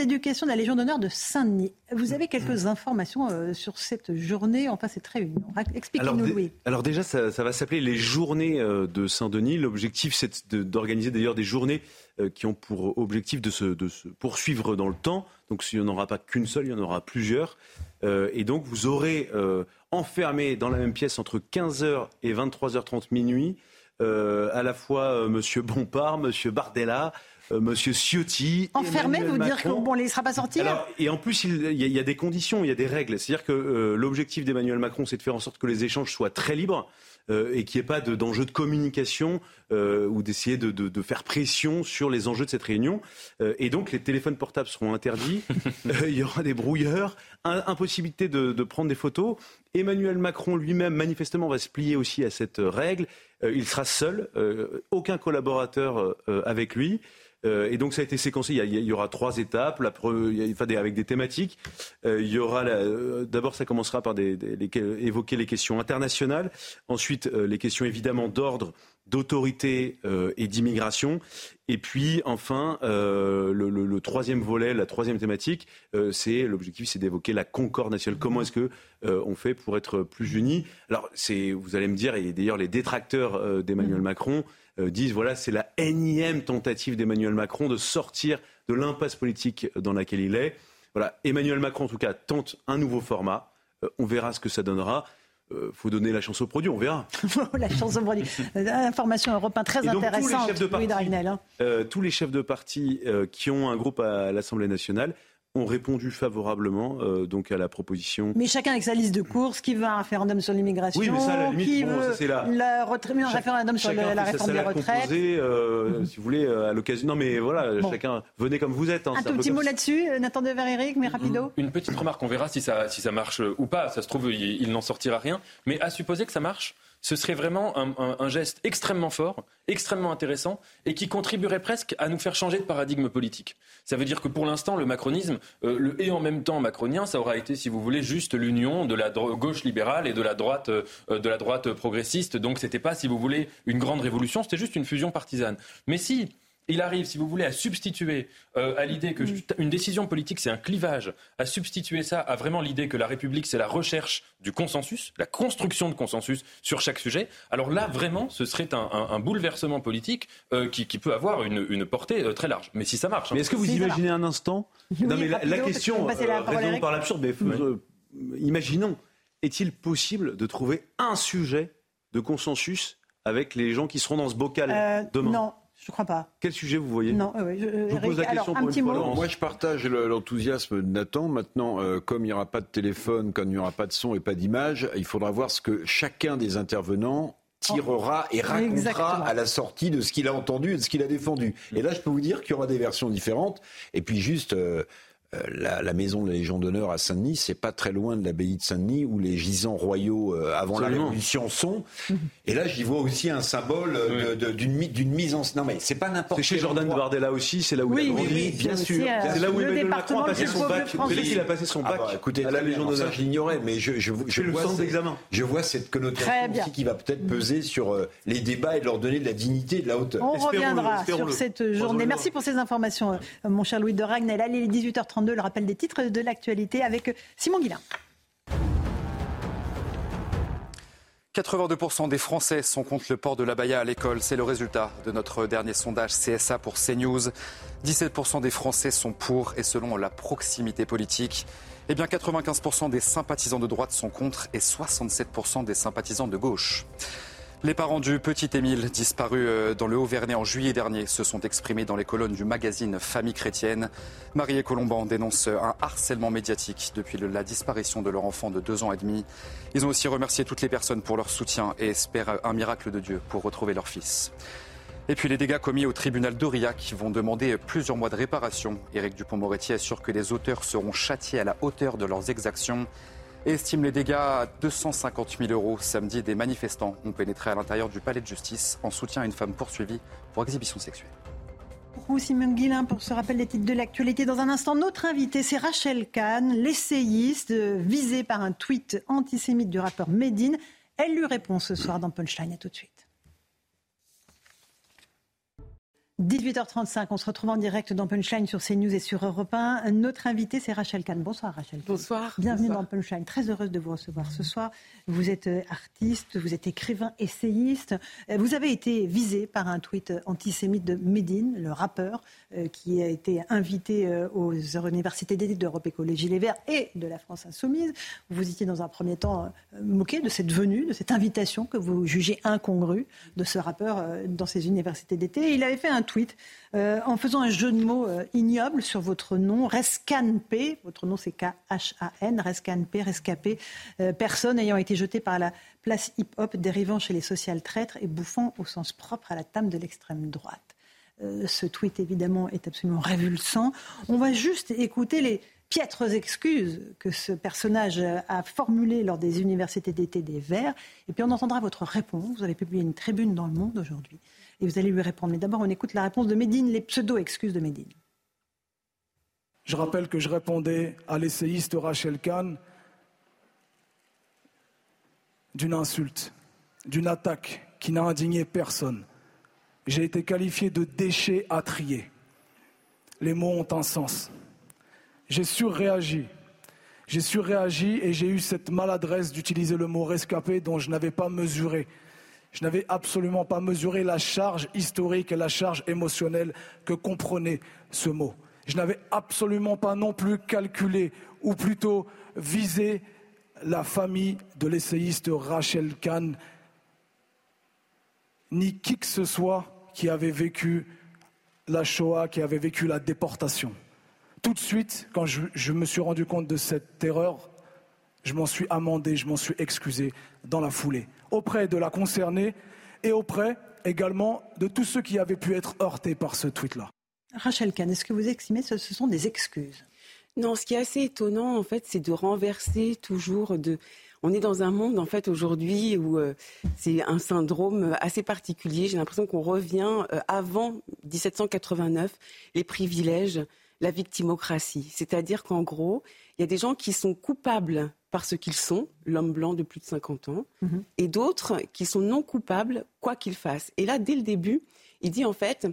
d'éducation de la Légion d'honneur de Saint-Denis. Vous avez quelques informations euh, sur cette journée, enfin cette réunion. Expliquez-nous, alors, Louis. Alors déjà, ça, ça va s'appeler les journées euh, de Saint-Denis. L'objectif, c'est de, d'organiser d'ailleurs des journées euh, qui ont pour objectif de se, de se poursuivre dans le temps. Donc il n'y en aura pas qu'une seule, il y en aura plusieurs. Euh, et donc vous aurez euh, enfermé dans la même pièce entre quinze heures et vingt-trois heures trente minuit euh, à la fois euh, Monsieur Bompard, Monsieur Bardella, euh, Monsieur Ciotti. Enfermé, vous Macron. dire qu'on ne les laissera pas sortir. Alors, et en plus, il y, a, il y a des conditions, il y a des règles. C'est-à-dire que euh, l'objectif d'Emmanuel Macron, c'est de faire en sorte que les échanges soient très libres. Euh, et qu'il n'y ait pas de, d'enjeu de communication euh, ou d'essayer de, de, de faire pression sur les enjeux de cette réunion. Euh, et donc, les téléphones portables seront interdits. euh, il y aura des brouilleurs, un, impossibilité de, de prendre des photos. Emmanuel Macron lui-même, manifestement, va se plier aussi à cette règle. Euh, il sera seul, euh, aucun collaborateur euh, avec lui. Euh, et donc ça a été séquencé, il y, a, il y aura trois étapes, la, il y a, enfin, des, avec des thématiques. Euh, il y aura la, euh, d'abord ça commencera par des, des, les, évoquer les questions internationales, ensuite euh, les questions évidemment d'ordre, d'autorité euh, et d'immigration, et puis enfin euh, le, le, le troisième volet, la troisième thématique, euh, c'est l'objectif, c'est d'évoquer la concorde nationale. Comment est-ce que euh, on fait pour être plus unis? Alors c'est, vous allez me dire, et d'ailleurs les détracteurs euh, d'Emmanuel Macron Euh, disent voilà, c'est la énième tentative d'Emmanuel Macron de sortir de l'impasse politique dans laquelle il est. Voilà, Emmanuel Macron en tout cas tente un nouveau format. Euh, on verra ce que ça donnera. Il euh, faut donner la chance au produit, on verra. La chance au produit. Information européenne très donc, intéressante. Tous les chefs de parti, Dragnel, hein. euh, tous les chefs de parti euh, qui ont un groupe à l'Assemblée nationale ont répondu favorablement euh, donc à la proposition. Mais chacun avec sa liste de courses, qui veut un référendum sur l'immigration, oui, mais ça, à la limite, qui bon, veut ça, c'est la... la retra... un référendum sur le, la réforme des retraites. Composé, euh, mmh. Si vous voulez, euh, à l'occasion. Non, mais voilà, bon. Chacun venez comme vous êtes. Hein, un tout petit mot comme... là-dessus, Nathan Dever-Éric, mais rapido. Une petite remarque, on verra si ça, si ça marche ou pas. Ça se trouve, il, il n'en sortira rien. Mais à supposer que ça marche, ce serait vraiment un, un, un geste extrêmement fort, extrêmement intéressant et qui contribuerait presque à nous faire changer de paradigme politique. Ça veut dire que pour l'instant, le macronisme, euh, le et en même temps macronien, ça aura été, si vous voulez, juste l'union de la dro- gauche libérale et de la droite, euh, de la droite progressiste. Donc c'était pas, si vous voulez, une grande révolution, c'était juste une fusion partisane. Mais si il arrive, si vous voulez, à substituer euh, à l'idée que une décision politique, c'est un clivage, à substituer ça à vraiment l'idée que la République, c'est la recherche du consensus, la construction de consensus sur chaque sujet, alors là, vraiment, ce serait un, un, un bouleversement politique euh, qui, qui peut avoir une, une portée euh, très large. Mais si ça marche... Mais est-ce que vous imaginez un instant oui, Non, mais la, la question, euh, raison par l'absurde, mais oui. euh, imaginons, est-il possible de trouver un sujet de consensus avec les gens qui seront dans ce bocal euh, demain? Non. Je ne crois pas. Quel sujet vous voyez? Non, euh, je, je vous pose la question alors, pour une fois. Moi, je partage l'enthousiasme de Nathan. Maintenant, euh, comme il n'y aura pas de téléphone, comme il n'y aura pas de son et pas d'image, il faudra voir ce que chacun des intervenants tirera et racontera Exactement. à la sortie de ce qu'il a entendu et de ce qu'il a défendu. Et là, je peux vous dire qu'il y aura des versions différentes. Et puis juste... Euh, Euh, la, la maison de la Légion d'honneur à Saint-Denis, c'est pas très loin de l'abbaye de Saint-Denis où les gisants royaux euh, avant Absolument. la Révolution sont. Et là, j'y vois aussi un symbole euh, de, de, d'une, d'une mise en... Non mais c'est pas n'importe. C'est chez Jordan endroit. Bardella aussi, c'est là où oui, il a grandi. Oui, bien sûr. Aussi, euh, c'est là où Emmanuel Macron a passé son bac. Vous savez qu'il a passé son bac ah bah, écoutez, à la Légion d'honneur. Ça, je l'ignorais, mais je, je, je, je, vois le cette, je vois cette connotation aussi qui va peut-être peser sur euh, les débats et leur donner de la dignité et de la hauteur. On reviendra sur cette journée. Merci pour ces informations, euh, mon cher Louis de Ragnel. Allez, les dix-huit heures trente-deux, le rappel des titres de l'actualité avec Simon Guillain. quatre-vingt-deux pour cent des Français sont contre le port de l'abaya à l'école. C'est le résultat de notre dernier sondage C S A pour CNews. dix-sept pour cent des Français sont pour et selon la proximité politique, eh bien quatre-vingt-quinze pour cent des sympathisants de droite sont contre et soixante-sept pour cent des sympathisants de gauche. Les parents du petit Émile, disparu dans le Haut-Vernay en juillet dernier, se sont exprimés dans les colonnes du magazine Famille chrétienne. Marie et Colomban dénoncent un harcèlement médiatique depuis la disparition de leur enfant de deux ans et demi. Ils ont aussi remercié toutes les personnes pour leur soutien et espèrent un miracle de Dieu pour retrouver leur fils. Et puis les dégâts commis au tribunal d'Aurillac vont demander plusieurs mois de réparation. Éric Dupond-Moretti assure que les auteurs seront châtiés à la hauteur de leurs exactions et estime les dégâts à deux cent cinquante mille euros. Samedi, des manifestants ont pénétré à l'intérieur du palais de justice en soutien à une femme poursuivie pour exhibition sexuelle. Pour vous, Simon Guillain, pour ce rappel des titres de l'actualité. Dans un instant, notre invité, c'est Rachel Kahn, l'essayiste visée par un tweet antisémite du rappeur Medine. Elle lui répond ce soir dans Punchline. À tout de suite. dix-huit heures trente-cinq, on se retrouve en direct dans Punchline sur CNews et sur Europe un. Notre invitée, c'est Rachel Kahn. Bonsoir Rachel Kahn. Bonsoir. Bienvenue Bonsoir. dans Punchline. Très heureuse de vous recevoir ce soir. Vous êtes artiste, vous êtes écrivain, essayiste. Vous avez été visé par un tweet antisémite de Medine, le rappeur, qui a été invité aux universités d'été d'Europe Écologie Les Verts et de la France Insoumise. Vous étiez dans un premier temps moqué de cette venue, de cette invitation que vous jugez incongrue de ce rappeur dans ces universités d'été. Il avait fait un tweet euh, en faisant un jeu de mots euh, ignoble sur votre nom, Rescanpé. Votre nom c'est K H A N, Rescanpé, rescapé. Euh, personne ayant été jeté par la place hip-hop, dérivant chez les social traîtres et bouffant au sens propre à la table de l'extrême droite. Euh, ce tweet évidemment est absolument révulsant. On va juste écouter les piètres excuses que ce personnage a formulées lors des universités d'été des Verts. Et puis on entendra votre réponse. Vous avez publié une tribune dans Le Monde aujourd'hui. Et vous allez lui répondre. Mais d'abord, on écoute la réponse de Medine, les pseudo-excuses de Medine. Je rappelle que je répondais à l'essayiste Rachel Kahn d'une insulte, d'une attaque qui n'a indigné personne. J'ai été qualifié de déchet à trier. Les mots ont un sens. J'ai surréagi. J'ai surréagi et j'ai eu cette maladresse d'utiliser le mot rescapé dont je n'avais pas mesuré. Je n'avais absolument pas mesuré la charge historique et la charge émotionnelle que comprenait ce mot. Je n'avais absolument pas non plus calculé, ou plutôt visé, la famille de l'essayiste Rachel Kahn, ni qui que ce soit qui avait vécu la Shoah, qui avait vécu la déportation. Tout de suite, quand je, je me suis rendu compte de cette erreur, je m'en suis amendé, je m'en suis excusé dans la foulée, auprès de la concernée et auprès également de tous ceux qui avaient pu être heurtés par ce tweet-là. Rachel Kahn, est-ce que vous estimez que ce sont des excuses ? Non, ce qui est assez étonnant, en fait, c'est de renverser toujours de... On est dans un monde, en fait, aujourd'hui où euh, c'est un syndrome assez particulier. J'ai l'impression qu'on revient euh, avant dix-sept cent quatre-vingt-neuf, les privilèges, la victimocratie. C'est-à-dire qu'en gros, il y a des gens qui sont coupables par ce qu'ils sont, l'homme blanc de plus de cinquante ans, mmh. et d'autres qui sont non coupables, quoi qu'ils fassent. Et là, dès le début, il dit en fait,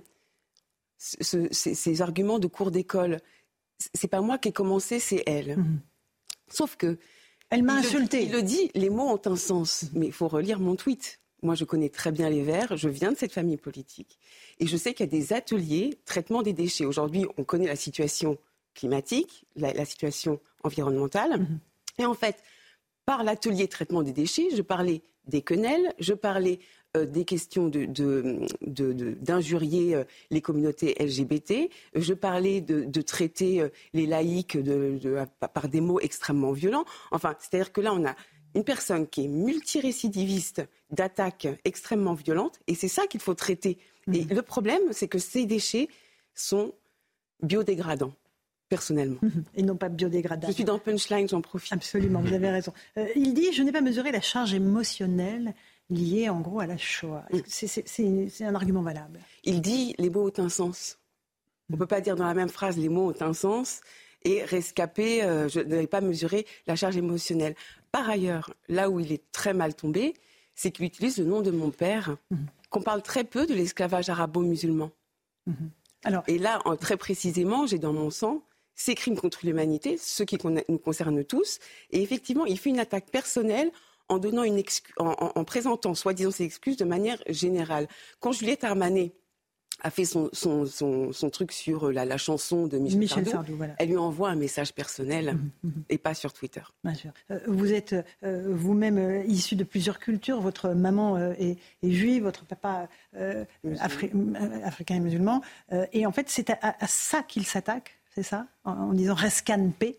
ce, ces, ces arguments de cours d'école, c'est pas moi qui ai commencé, c'est elle. Mmh. Sauf que... Elle m'a il insultée. Le, il le dit, les mots ont un sens, mais il faut relire mon tweet. Moi, je connais très bien les Verts, je viens de cette famille politique. Et je sais qu'il y a des ateliers, traitement des déchets. Aujourd'hui, on connaît la situation climatique, la, la situation environnementale. Mmh. Et en fait, par l'atelier traitement des déchets, je parlais des quenelles, je parlais euh, des questions de, de, de, de, d'injurier euh, les communautés L G B T, je parlais de, de traiter euh, les laïcs de, de, par des mots extrêmement violents. Enfin, c'est-à-dire que là, on a une personne qui est multirécidiviste d'attaques extrêmement violentes, et c'est ça qu'il faut traiter. Mmh. Et le problème, c'est que ces déchets sont biodégradants. Personnellement. Et non pas biodégradable. Je suis dans Punchline, j'en profite. Absolument, vous avez raison. Euh, il dit « Je n'ai pas mesuré la charge émotionnelle liée en gros à la Shoah ». C'est, c'est, c'est, c'est un argument valable. Il dit « Les mots ont un sens ». On ne peut pas dire dans la même phrase « Les mots ont un sens » et « Rescapé, euh, je n'avais pas mesuré la charge émotionnelle ». Par ailleurs, là où il est très mal tombé, c'est qu'il utilise le nom de mon père, mmh. qu'on parle très peu de l'esclavage arabo-musulman. Mmh. Alors, et là, très précisément, j'ai dans mon sang ces crimes contre l'humanité, ceux qui nous concernent tous. Et effectivement, il fait une attaque personnelle en, donnant une excu- en, en, en présentant, soi-disant, ses excuses de manière générale. Quand Juliette Armanet a fait son, son, son, son truc sur la, la chanson de Michel, Michel Sardou, Sardou, voilà. Elle lui envoie un message personnel mmh, mmh. et pas sur Twitter. Bien sûr. Euh, vous êtes euh, vous-même euh, issu de plusieurs cultures. Votre maman euh, est, est juive, votre papa euh, afri- euh, africain et musulman. Euh, et en fait, c'est à, à ça qu'il s'attaque, c'est ça, en, en disant rescanpé.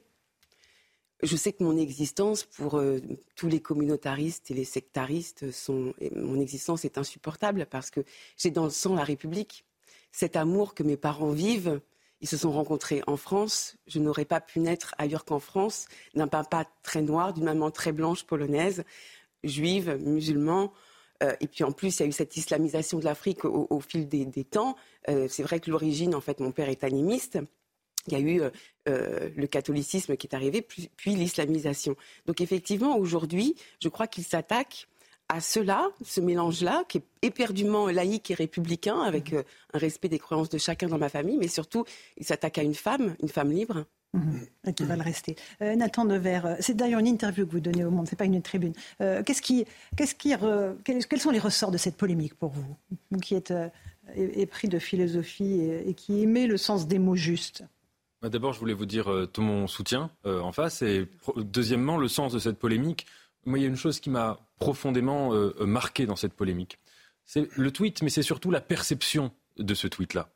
Je sais que mon existence, pour euh, tous les communautaristes et les sectaristes, sont, mon existence est insupportable parce que j'ai dans le sang la République. Cet amour que mes parents vivent, ils se sont rencontrés en France. Je n'aurais pas pu naître ailleurs qu'en France, d'un papa très noir, d'une maman très blanche polonaise, juive, musulman. Euh, et puis en plus, il y a eu cette islamisation de l'Afrique au, au fil des, des temps. Euh, c'est vrai que l'origine, en fait, mon père est animiste. Il y a eu euh, le catholicisme qui est arrivé, puis, puis l'islamisation. Donc effectivement, aujourd'hui, je crois qu'il s'attaque à cela, ce mélange-là, qui est éperdument laïque et républicain, avec euh, un respect des croyances de chacun dans ma famille, mais surtout, il s'attaque à une femme, une femme libre. Mmh. Et qui va le rester. Euh, Nathan Devers, c'est d'ailleurs une interview que vous donnez au Monde, c'est pas une tribune. Euh, qu'est-ce qui, qu'est-ce qui re, quels, quels sont les ressorts de cette polémique pour vous, vous qui êtes euh, épris de philosophie et, et qui aimez le sens des mots justes? D'abord, je voulais vous dire euh, tout mon soutien euh, en face. Et pro- deuxièmement, le sens de cette polémique. Moi, il y a une chose qui m'a profondément euh, marqué dans cette polémique. C'est le tweet, mais c'est surtout la perception de ce tweet-là.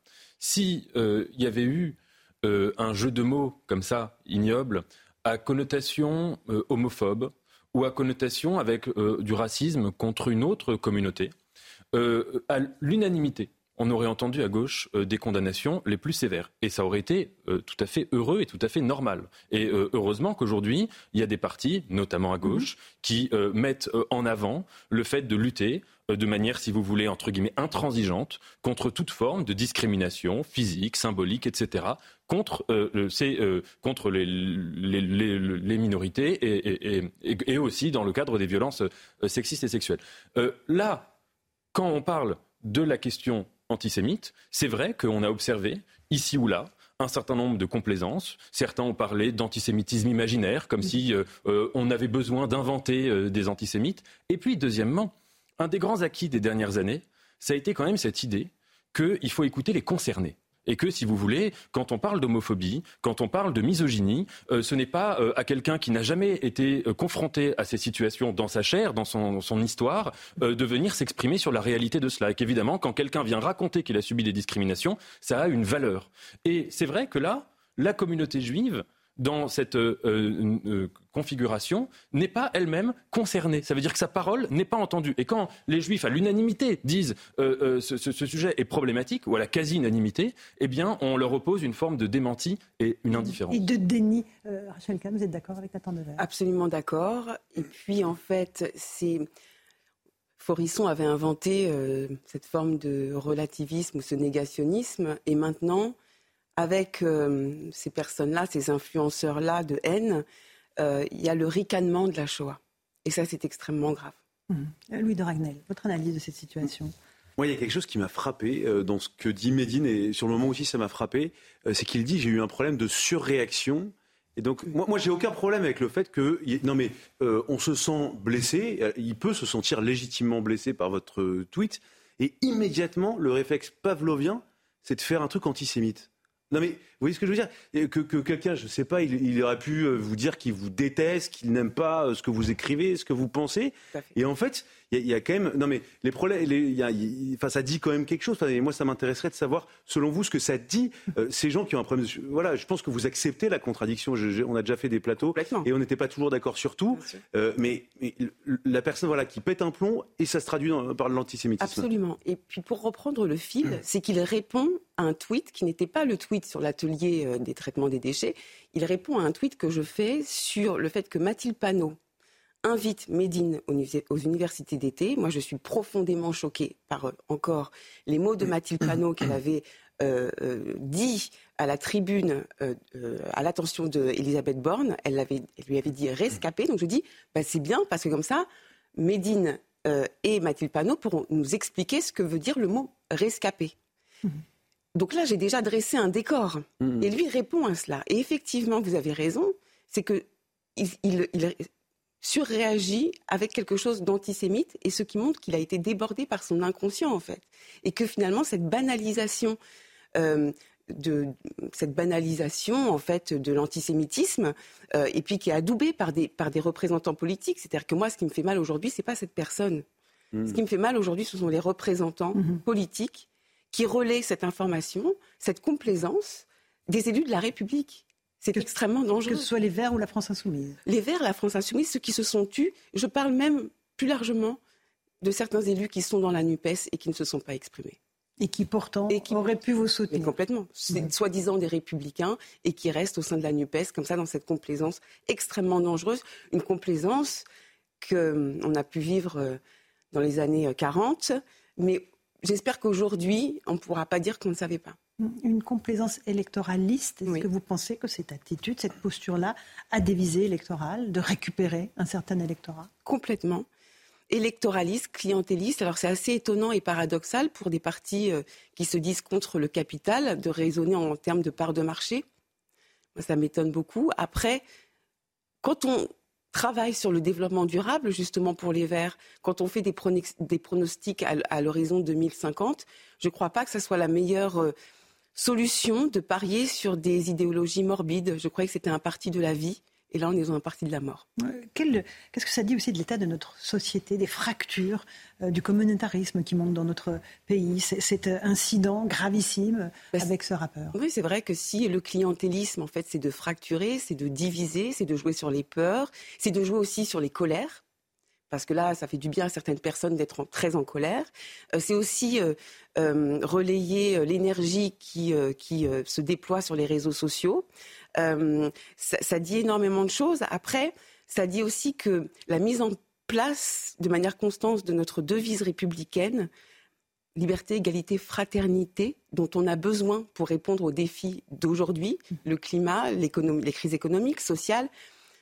Si euh, il y avait eu euh, un jeu de mots comme ça, ignoble, à connotation euh, homophobe ou à connotation avec euh, du racisme contre une autre communauté, euh, à l'unanimité, on aurait entendu à gauche euh, des condamnations les plus sévères. Et ça aurait été euh, tout à fait heureux et tout à fait normal. Et euh, heureusement qu'aujourd'hui, il y a des partis, notamment à gauche, mmh. qui euh, mettent euh, en avant le fait de lutter euh, de manière, si vous voulez, entre guillemets, intransigeante, contre toute forme de discrimination physique, symbolique, et cetera, contre, euh, ces, euh, contre les, les, les, les minorités et, et, et, et aussi dans le cadre des violences euh, sexistes et sexuelles. Euh, là, quand on parle de la question antisémite, c'est vrai qu'on a observé, ici ou là, un certain nombre de complaisances. Certains ont parlé d'antisémitisme imaginaire, comme si euh, euh, on avait besoin d'inventer euh, des antisémites. Et puis, deuxièmement, un des grands acquis des dernières années, ça a été quand même cette idée qu'il faut écouter les concernés. Et que, si vous voulez, quand on parle d'homophobie, quand on parle de misogynie, euh, ce n'est pas euh, à quelqu'un qui n'a jamais été euh, confronté à ces situations dans sa chair, dans son, son histoire, euh, de venir s'exprimer sur la réalité de cela. Et qu'évidemment, quand quelqu'un vient raconter qu'il a subi des discriminations, ça a une valeur. Et c'est vrai que là, la communauté juive, dans cette euh, euh, configuration, n'est pas elle-même concernée. Ça veut dire que sa parole n'est pas entendue. Et quand les Juifs, à l'unanimité, disent euh, euh, ce, ce, ce sujet est problématique, ou à la quasi-unanimité, eh bien, on leur oppose une forme de démenti et une indifférence. Et de déni. Euh, Rachel Kahn, vous êtes d'accord avec Nathan Devers? Absolument d'accord. Et puis, en fait, c'est... Forisson avait inventé euh, cette forme de relativisme ou ce négationnisme. Et maintenant, avec euh, ces personnes-là, ces influenceurs-là de haine, euh, il y a le ricanement de la Shoah. Et ça, c'est extrêmement grave. Mmh. Louis de Ragnel, votre analyse de cette situation? Moi, il y a quelque chose qui m'a frappé euh, dans ce que dit Médine, et sur le moment aussi ça m'a frappé, euh, c'est qu'il dit « j'ai eu un problème de surréaction ». Et donc, moi, moi, j'ai aucun problème avec le fait que, non mais, euh, on se sent blessé, il peut se sentir légitimement blessé par votre tweet, et immédiatement, le réflexe pavlovien, c'est de faire un truc antisémite. Non mais, vous voyez ce que je veux dire ? Que, que quelqu'un, je ne sais pas, il, il aurait pu vous dire qu'il vous déteste, qu'il n'aime pas ce que vous écrivez, ce que vous pensez. Et en fait, il y, y a quand même... Non mais, les problèmes... Les, y a, y, enfin, ça dit quand même quelque chose. Enfin, et moi, ça m'intéresserait de savoir, selon vous, ce que ça dit. Euh, ces gens qui ont un problème... De, voilà, je pense que vous acceptez la contradiction. Je, je, on a déjà fait des plateaux. Et on n'était pas toujours d'accord sur tout. Euh, mais, mais la personne voilà, qui pète un plomb, et ça se traduit dans, par l'antisémitisme. Absolument. Et puis, pour reprendre le fil, mmh. c'est qu'il répond à un tweet qui n'était pas le tweet sur l'atelier euh, des traitements des déchets. Il répond à un tweet que je fais sur le fait que Mathilde Panot invite Médine aux universités d'été. Moi, je suis profondément choquée par, euh, encore, les mots de Mathilde Panot qu'elle avait euh, euh, dit à la tribune, euh, euh, à l'attention d'Elisabeth Borne. Elle, avait, elle lui avait dit « rescapé ». Donc je dis bah, « c'est bien, parce que comme ça, Médine euh, et Mathilde Panot pourront nous expliquer ce que veut dire le mot « rescapé mmh. ». Donc là, j'ai déjà dressé un décor. Mmh. Et lui répond à cela. Et effectivement, vous avez raison, c'est qu'il il, il surréagit avec quelque chose d'antisémite, et ce qui montre qu'il a été débordé par son inconscient, en fait. Et que finalement, cette banalisation, euh, de, cette banalisation en fait, de l'antisémitisme, euh, et puis qui est adoubée par des, par des représentants politiques, c'est-à-dire que moi, ce qui me fait mal aujourd'hui, ce n'est pas cette personne. Mmh. Ce qui me fait mal aujourd'hui, ce sont les représentants mmh. politiques qui relaient cette information, cette complaisance des élus de la République. C'est que, extrêmement dangereux. Que ce soit les Verts ou la France Insoumise. Les Verts, la France Insoumise, ceux qui se sont tus. Je parle même plus largement de certains élus qui sont dans la NUPES et qui ne se sont pas exprimés. Et qui pourtant et qui auraient pu vous soutenir. Mais complètement. C'est mmh. soi-disant des républicains et qui restent au sein de la NUPES, comme ça, dans cette complaisance extrêmement dangereuse. Une complaisance qu'on a pu vivre dans les années quarante, mais j'espère qu'aujourd'hui, on ne pourra pas dire qu'on ne savait pas. Une complaisance électoraliste, est-ce oui. que vous pensez que cette attitude, cette posture-là, a des visées électorales, de récupérer un certain électorat ? Complètement. électoralistes, clientélistes. Alors c'est assez étonnant et paradoxal pour des partis euh, qui se disent contre le capital de raisonner en termes de part de marché. Moi, ça m'étonne beaucoup. Après, quand on travaille sur le développement durable, justement pour les Verts, quand on fait des, pronostics, des pronostics à, à l'horizon deux mille cinquante, je ne crois pas que ce soit la meilleure euh, solution de parier sur des idéologies morbides. Je croyais que c'était un parti de la vie. Et là, on est dans un parti de la mort. Quel, qu'est-ce que ça dit aussi de l'état de notre société, des fractures, euh, du communautarisme qui monte dans notre pays, c'est, cet incident gravissime ben, avec ce rappeur? Oui, c'est vrai que si le clientélisme, en fait, c'est de fracturer, c'est de diviser, c'est de jouer sur les peurs, c'est de jouer aussi sur les colères. Parce que là, ça fait du bien à certaines personnes d'être en, très en colère. Euh, c'est aussi euh, euh, relayer l'énergie qui, euh, qui euh, se déploie sur les réseaux sociaux. Euh, ça, ça dit énormément de choses. Après, ça dit aussi que la mise en place de manière constante de notre devise républicaine, liberté, égalité, fraternité, dont on a besoin pour répondre aux défis d'aujourd'hui, le climat, l'économie, les crises économiques, sociales,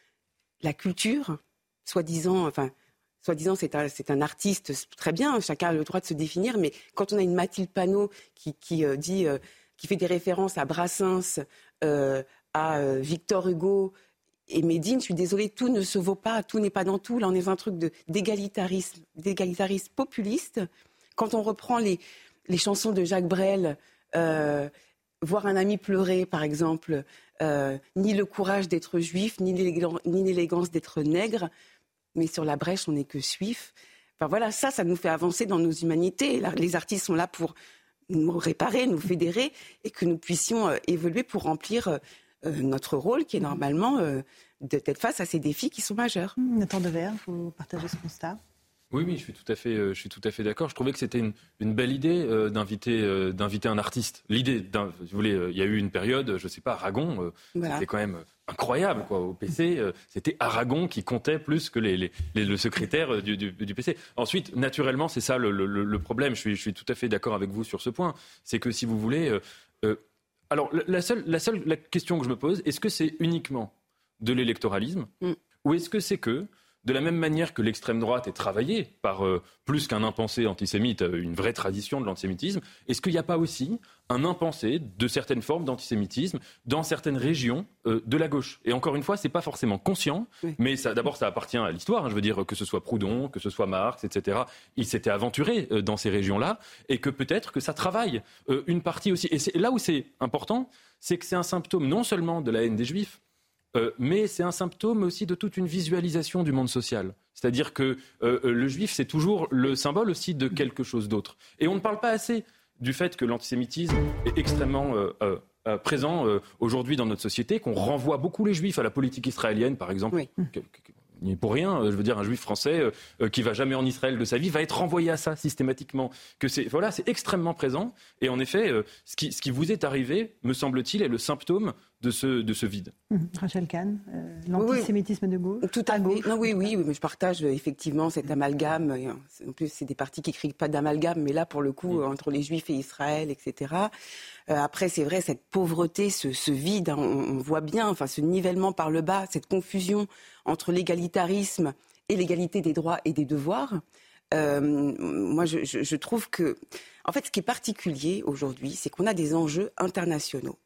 la culture, soi-disant... enfin. Soi-disant, c'est un, c'est un artiste, très bien, chacun a le droit de se définir, mais quand on a une Mathilde Panot qui, qui, euh, dit, euh, qui fait des références à Brassens, euh, à euh, Victor Hugo et Médine, je suis désolée, tout ne se vaut pas, tout n'est pas dans tout. Là, on est dans un truc de, d'égalitarisme, d'égalitarisme populiste. Quand on reprend les, les chansons de Jacques Brel, euh, voir un ami pleurer, par exemple, euh, ni le courage d'être juif, ni l'élégance, ni l'élégance d'être nègre, mais sur la brèche, on n'est que suif. Enfin voilà, ça, ça nous fait avancer dans nos humanités. Les artistes sont là pour nous réparer, nous fédérer, et que nous puissions euh, évoluer pour remplir euh, notre rôle, qui est normalement euh, d'être face à ces défis qui sont majeurs. Nathan Devers, vous partagez ce constat? Oui, oui, je suis tout à fait, euh, je suis tout à fait d'accord. Je trouvais que c'était une, une belle idée euh, d'inviter, euh, d'inviter un artiste. L'idée, d'un, si vous voulez, euh, il y a eu une période, je ne sais pas, Aragon, euh, voilà. C'était quand même incroyable, quoi. Au P C, euh, c'était Aragon qui comptait plus que les, les, les, le secrétaire du, du, du P C. Ensuite, naturellement, c'est ça le, le, le problème. Je suis, je suis tout à fait d'accord avec vous sur ce point. C'est que si vous voulez, euh, euh, alors la seule, la seule, la question que je me pose, est-ce que c'est uniquement de l'électoralisme, mm. ou est-ce que c'est que de la même manière que l'extrême droite est travaillée par euh, plus qu'un impensé antisémite, euh, une vraie tradition de l'antisémitisme, est-ce qu'il n'y a pas aussi un impensé de certaines formes d'antisémitisme dans certaines régions euh, de la gauche? Et encore une fois, c'est pas forcément conscient, oui. mais ça, d'abord ça appartient à l'histoire. Hein, je veux dire que ce soit Proudhon, que ce soit Marx, et cetera. Ils s'étaient aventurés euh, dans ces régions-là, et que peut-être que ça travaille euh, une partie aussi. Et c'est, là où c'est important, c'est que c'est un symptôme non seulement de la haine des Juifs, Euh, mais c'est un symptôme aussi de toute une visualisation du monde social. C'est-à-dire que euh, le juif, c'est toujours le symbole aussi de quelque chose d'autre. Et on ne parle pas assez du fait que l'antisémitisme est extrêmement euh, euh, présent euh, aujourd'hui dans notre société, qu'on renvoie beaucoup les juifs à la politique israélienne, par exemple. Oui. Que, que, que, pour rien, je veux dire, un juif français euh, qui va jamais en Israël de sa vie va être renvoyé à ça systématiquement. Que c'est, voilà, c'est extrêmement présent. Et en effet, euh, ce, qui, ce qui vous est arrivé, me semble-t-il, est le symptôme de ce, de ce vide. Mmh. Rachel Kahn, euh, l'antisémitisme oui, oui. de gauche. Tout à gauche. Non, oui, oui, oui, mais je partage euh, effectivement cet amalgame. En plus, c'est des partis qui ne crient pas d'amalgame, mais là, pour le coup, mmh. euh, entre les Juifs et Israël, et cetera. Euh, après, c'est vrai, cette pauvreté, ce, ce vide, hein, on, on voit bien, enfin, ce nivellement par le bas, cette confusion entre l'égalitarisme et l'égalité des droits et des devoirs. Euh, moi, je, je, je trouve que, en fait, ce qui est particulier aujourd'hui, c'est qu'on a des enjeux internationaux.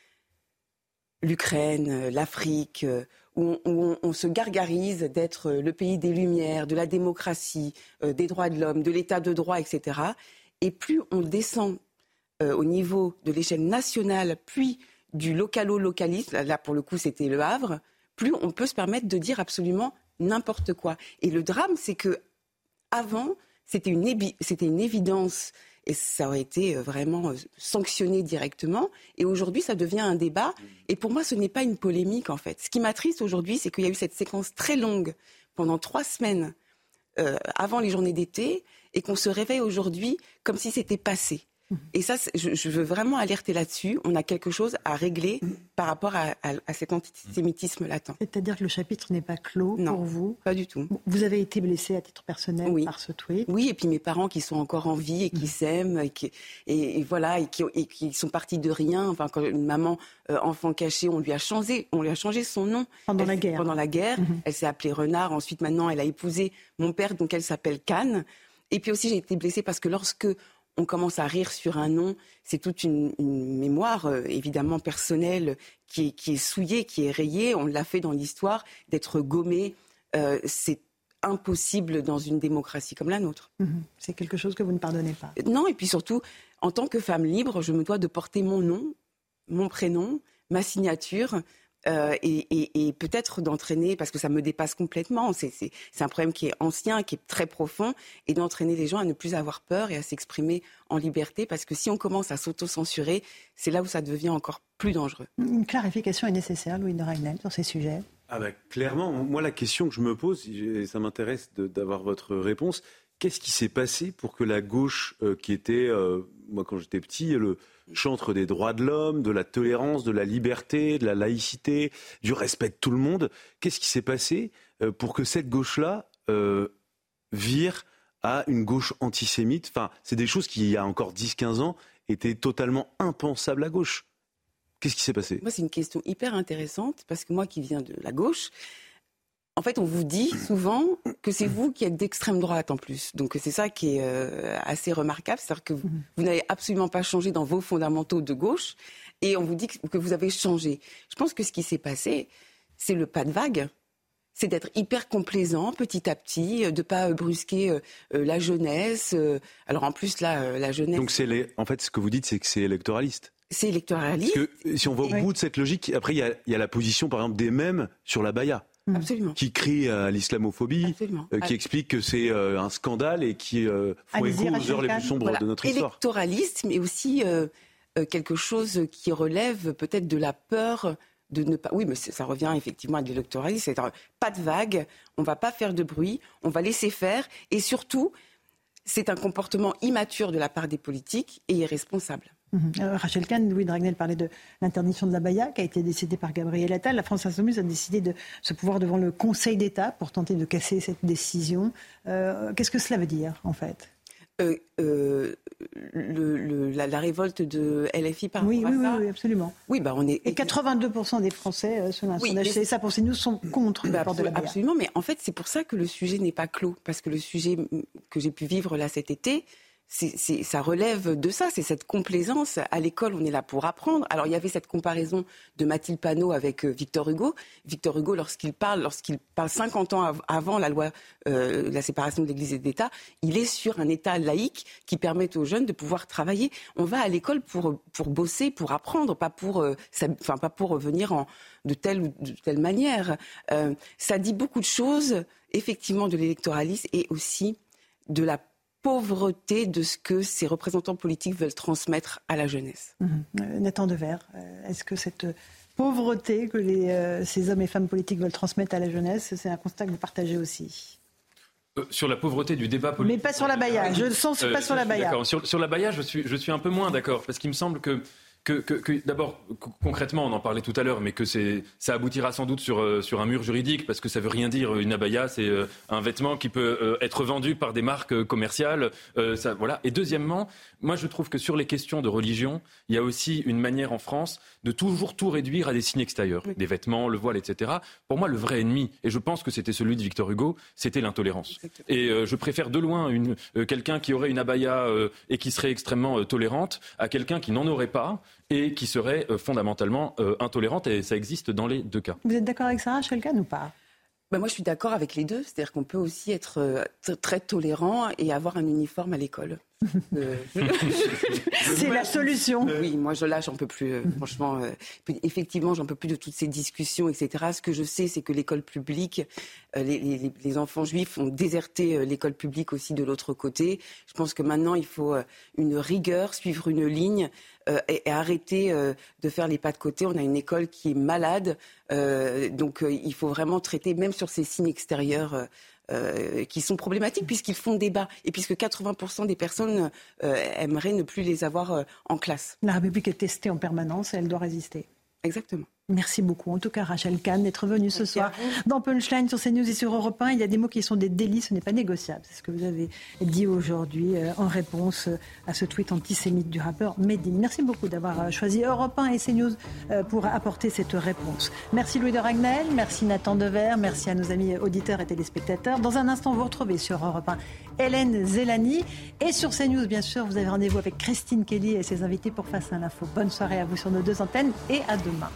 L'Ukraine, l'Afrique, où on, où on, on se gargarise d'être le pays des Lumières, de la démocratie, euh, des droits de l'homme, de l'état de droit, et cetera. Et plus on descend euh, au niveau de l'échelle nationale, puis du localo-localisme, là pour le coup c'était Le Havre, plus on peut se permettre de dire absolument n'importe quoi. Et le drame, c'est que avant, c'était une, ébi- c'était une évidence. Et ça aurait été vraiment sanctionné directement. Et aujourd'hui, ça devient un débat. Et pour moi, ce n'est pas une polémique, en fait. Ce qui m'attriste aujourd'hui, c'est qu'il y a eu cette séquence très longue, pendant trois semaines, euh, avant les journées d'été, et qu'on se réveille aujourd'hui comme si c'était passé. Et ça, je, je veux vraiment alerter là-dessus. On a quelque chose à régler par rapport à, à, à cet antisémitisme latent. C'est-à-dire que le chapitre n'est pas clos non, pour vous? Pas du tout. Vous avez été blessé à titre personnel oui. par ce tweet? Oui, et puis mes parents qui sont encore en vie et qui mmh. s'aiment et, qui, et, et voilà et qui, et qui sont partis de rien. Enfin, quand une maman euh, enfant caché, on lui a changé, on lui a changé son nom pendant elle, la guerre. Pendant la guerre, mmh. elle s'est appelée Renard. Ensuite, maintenant, elle a épousé mon père, donc elle s'appelle Cannes. Et puis aussi, j'ai été blessée parce que lorsque on commence à rire sur un nom, c'est toute une, une mémoire euh, évidemment personnelle qui est, qui est souillée, qui est rayée. On l'a fait dans l'histoire, d'être gommé. Euh, c'est impossible dans une démocratie comme la nôtre. Mmh. C'est quelque chose que vous ne pardonnez pas. Non, et puis surtout, en tant que femme libre, je me dois de porter mon nom, mon prénom, ma signature. Euh, et, et, et peut-être d'entraîner, parce que ça me dépasse complètement, c'est, c'est, c'est un problème qui est ancien, qui est très profond, et d'entraîner les gens à ne plus avoir peur et à s'exprimer en liberté, parce que si on commence à s'auto-censurer, c'est là où ça devient encore plus dangereux. Une clarification est nécessaire, Louis de Ragnel, sur ces sujets. Ah bah, clairement, moi la question que je me pose, et ça m'intéresse de, d'avoir votre réponse, qu'est-ce qui s'est passé pour que la gauche, euh, qui était, euh, moi quand j'étais petit, le chantre des droits de l'homme, de la tolérance, de la liberté, de la laïcité, du respect de tout le monde, qu'est-ce qui s'est passé euh, pour que cette gauche-là euh, vire à une gauche antisémite? Enfin, c'est des choses qui, il y a encore dix quinze ans, étaient totalement impensables à gauche. Qu'est-ce qui s'est passé? Moi, c'est une question hyper intéressante, parce que moi qui viens de la gauche, en fait, on vous dit souvent que c'est vous qui êtes d'extrême droite en plus. Donc c'est ça qui est euh, assez remarquable, c'est-à-dire que vous, vous n'avez absolument pas changé dans vos fondamentaux de gauche, et on vous dit que vous avez changé. Je pense que ce qui s'est passé, c'est le pas de vague. C'est d'être hyper complaisant petit à petit, de ne pas brusquer euh, la jeunesse. Euh, alors en plus, là, euh, la jeunesse... Donc c'est les... en fait, ce que vous dites, c'est que c'est électoraliste. C'est électoraliste. Parce que si on va au oui. bout de cette logique, après, il y a, il y a la position, par exemple, des mèmes sur l'abaya. Absolument. Qui crie à l'islamophobie, euh, qui explique que c'est euh, un scandale et qui euh, font écho aux heures les plus sombres voilà. de notre histoire. Électoraliste, mais aussi euh, euh, quelque chose qui relève peut-être de la peur de ne pas... Oui, mais ça revient effectivement à de l'électoralisme, c'est-à-dire pas de vague, on ne va pas faire de bruit, on va laisser faire, et surtout, c'est un comportement immature de la part des politiques et irresponsable. Mmh. Euh, Rachel Kahn, Louis de Ragnel parlait de l'interdiction de l'abaya qui a été décidée par Gabriel Attal. La France Insoumise a décidé de se pouvoir devant le Conseil d'État pour tenter de casser cette décision. Euh, qu'est-ce que cela veut dire, en fait euh, euh, le, le, la, la révolte de L F I par oui, rapport oui, à ça. oui, absolument. Oui, bah on est... Et quatre-vingt-deux pour cent des Français, euh, selon un oui, sondage C S A pour CNews, sont contre bah, le port de l'abaya. Absolument, mais en fait, c'est pour ça que le sujet n'est pas clos. Parce que le sujet que j'ai pu vivre là cet été, C'est, c'est, ça relève de ça, c'est cette complaisance. À l'école, on est là pour apprendre. Alors, il y avait cette comparaison de Mathilde Panot avec euh, Victor Hugo. Victor Hugo, lorsqu'il parle, lorsqu'il parle cinquante ans av- avant la loi, euh, la séparation de l'Église et de l'État, il est sur un État laïque qui permet aux jeunes de pouvoir travailler. On va à l'école pour, pour bosser, pour apprendre, pas pour, euh, ça, enfin, pas pour venir en, de telle ou de telle manière. Euh, ça dit beaucoup de choses, effectivement, de l'électoralisme et aussi de la pauvreté de ce que ces représentants politiques veulent transmettre à la jeunesse. Mmh. Euh, Nathan Devers, euh, est-ce que cette pauvreté que les, euh, ces hommes et femmes politiques veulent transmettre à la jeunesse, c'est un constat que vous partagez aussi ? Euh, sur la pauvreté du débat politique. Mais pas sur l'abaya, je ne sens euh, pas sur l'abaya. D'accord. Sur, sur l'abaya, je suis, je suis un peu moins d'accord, parce qu'il me semble que Que, que, que d'abord, concrètement, on en parlait tout à l'heure, mais que c'est, ça aboutira sans doute sur, euh, sur un mur juridique, parce que ça veut rien dire. Une abaya, c'est euh, un vêtement qui peut euh, être vendu par des marques euh, commerciales. Euh, ça, voilà. Et deuxièmement, moi, je trouve que sur les questions de religion, il y a aussi une manière en France de toujours tout réduire à des signes extérieurs, oui. Des vêtements, le voile, et cetera. Pour moi, le vrai ennemi, et je pense que c'était celui de Victor Hugo, c'était l'intolérance. Exactement. Et euh, je préfère de loin une, euh, quelqu'un qui aurait une abaya euh, et qui serait extrêmement euh, tolérante à quelqu'un qui n'en aurait pas et qui serait euh, fondamentalement euh, intolérante, et ça existe dans les deux cas. Vous êtes d'accord avec ça, Rachel Kahn, ou pas ? Ben moi, je suis d'accord avec les deux. C'est-à-dire qu'on peut aussi être euh, t- très tolérant et avoir un uniforme à l'école. Euh... C'est la solution. Oui, moi, je, là, j'en peux plus. Euh, franchement, euh, effectivement, j'en peux plus de toutes ces discussions, et cetera. Ce que je sais, c'est que l'école publique, euh, les, les, les enfants juifs ont déserté euh, l'école publique aussi de l'autre côté. Je pense que maintenant, il faut euh, une rigueur, suivre une ligne euh, et, et arrêter euh, de faire les pas de côté. On a une école qui est malade, euh, donc euh, il faut vraiment traiter, même sur ces signes extérieurs, euh, euh, qui sont problématiques puisqu'ils font débat et puisque quatre-vingts pour cent des personnes euh, aimeraient ne plus les avoir euh, en classe. La République est testée en permanence et elle doit résister. Exactement. Merci beaucoup, en tout cas Rachel Kahn, d'être venue ce soir dans Punchline sur CNews et sur Europe un. Il y a des mots qui sont des délits, ce n'est pas négociable. C'est ce que vous avez dit aujourd'hui euh, en réponse à ce tweet antisémite du rappeur Medine. Merci beaucoup d'avoir choisi Europe un et CNews euh, pour apporter cette réponse. Merci Louis de Ragnel, merci Nathan Dever, merci à nos amis auditeurs et téléspectateurs. Dans un instant, vous retrouvez sur Europe un Hélène Zélani. Et sur CNews, bien sûr, vous avez rendez-vous avec Christine Kelly et ses invités pour Face à l'info. Bonne soirée à vous sur nos deux antennes et à demain.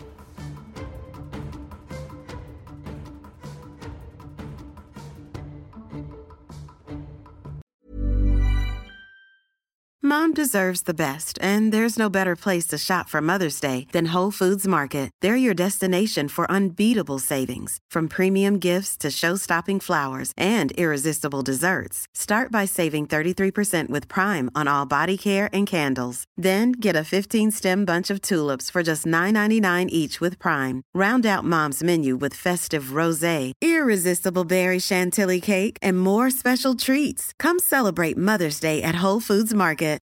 Mom deserves the best, and there's no better place to shop for Mother's Day than Whole Foods Market. They're your destination for unbeatable savings, from premium gifts to show-stopping flowers and irresistible desserts. Start by saving thirty-three percent with Prime on all body care and candles. Then get a fifteen-stem bunch of tulips for just nine ninety-nine each with Prime. Round out Mom's menu with festive rosé, irresistible berry chantilly cake, and more special treats. Come celebrate Mother's Day at Whole Foods Market.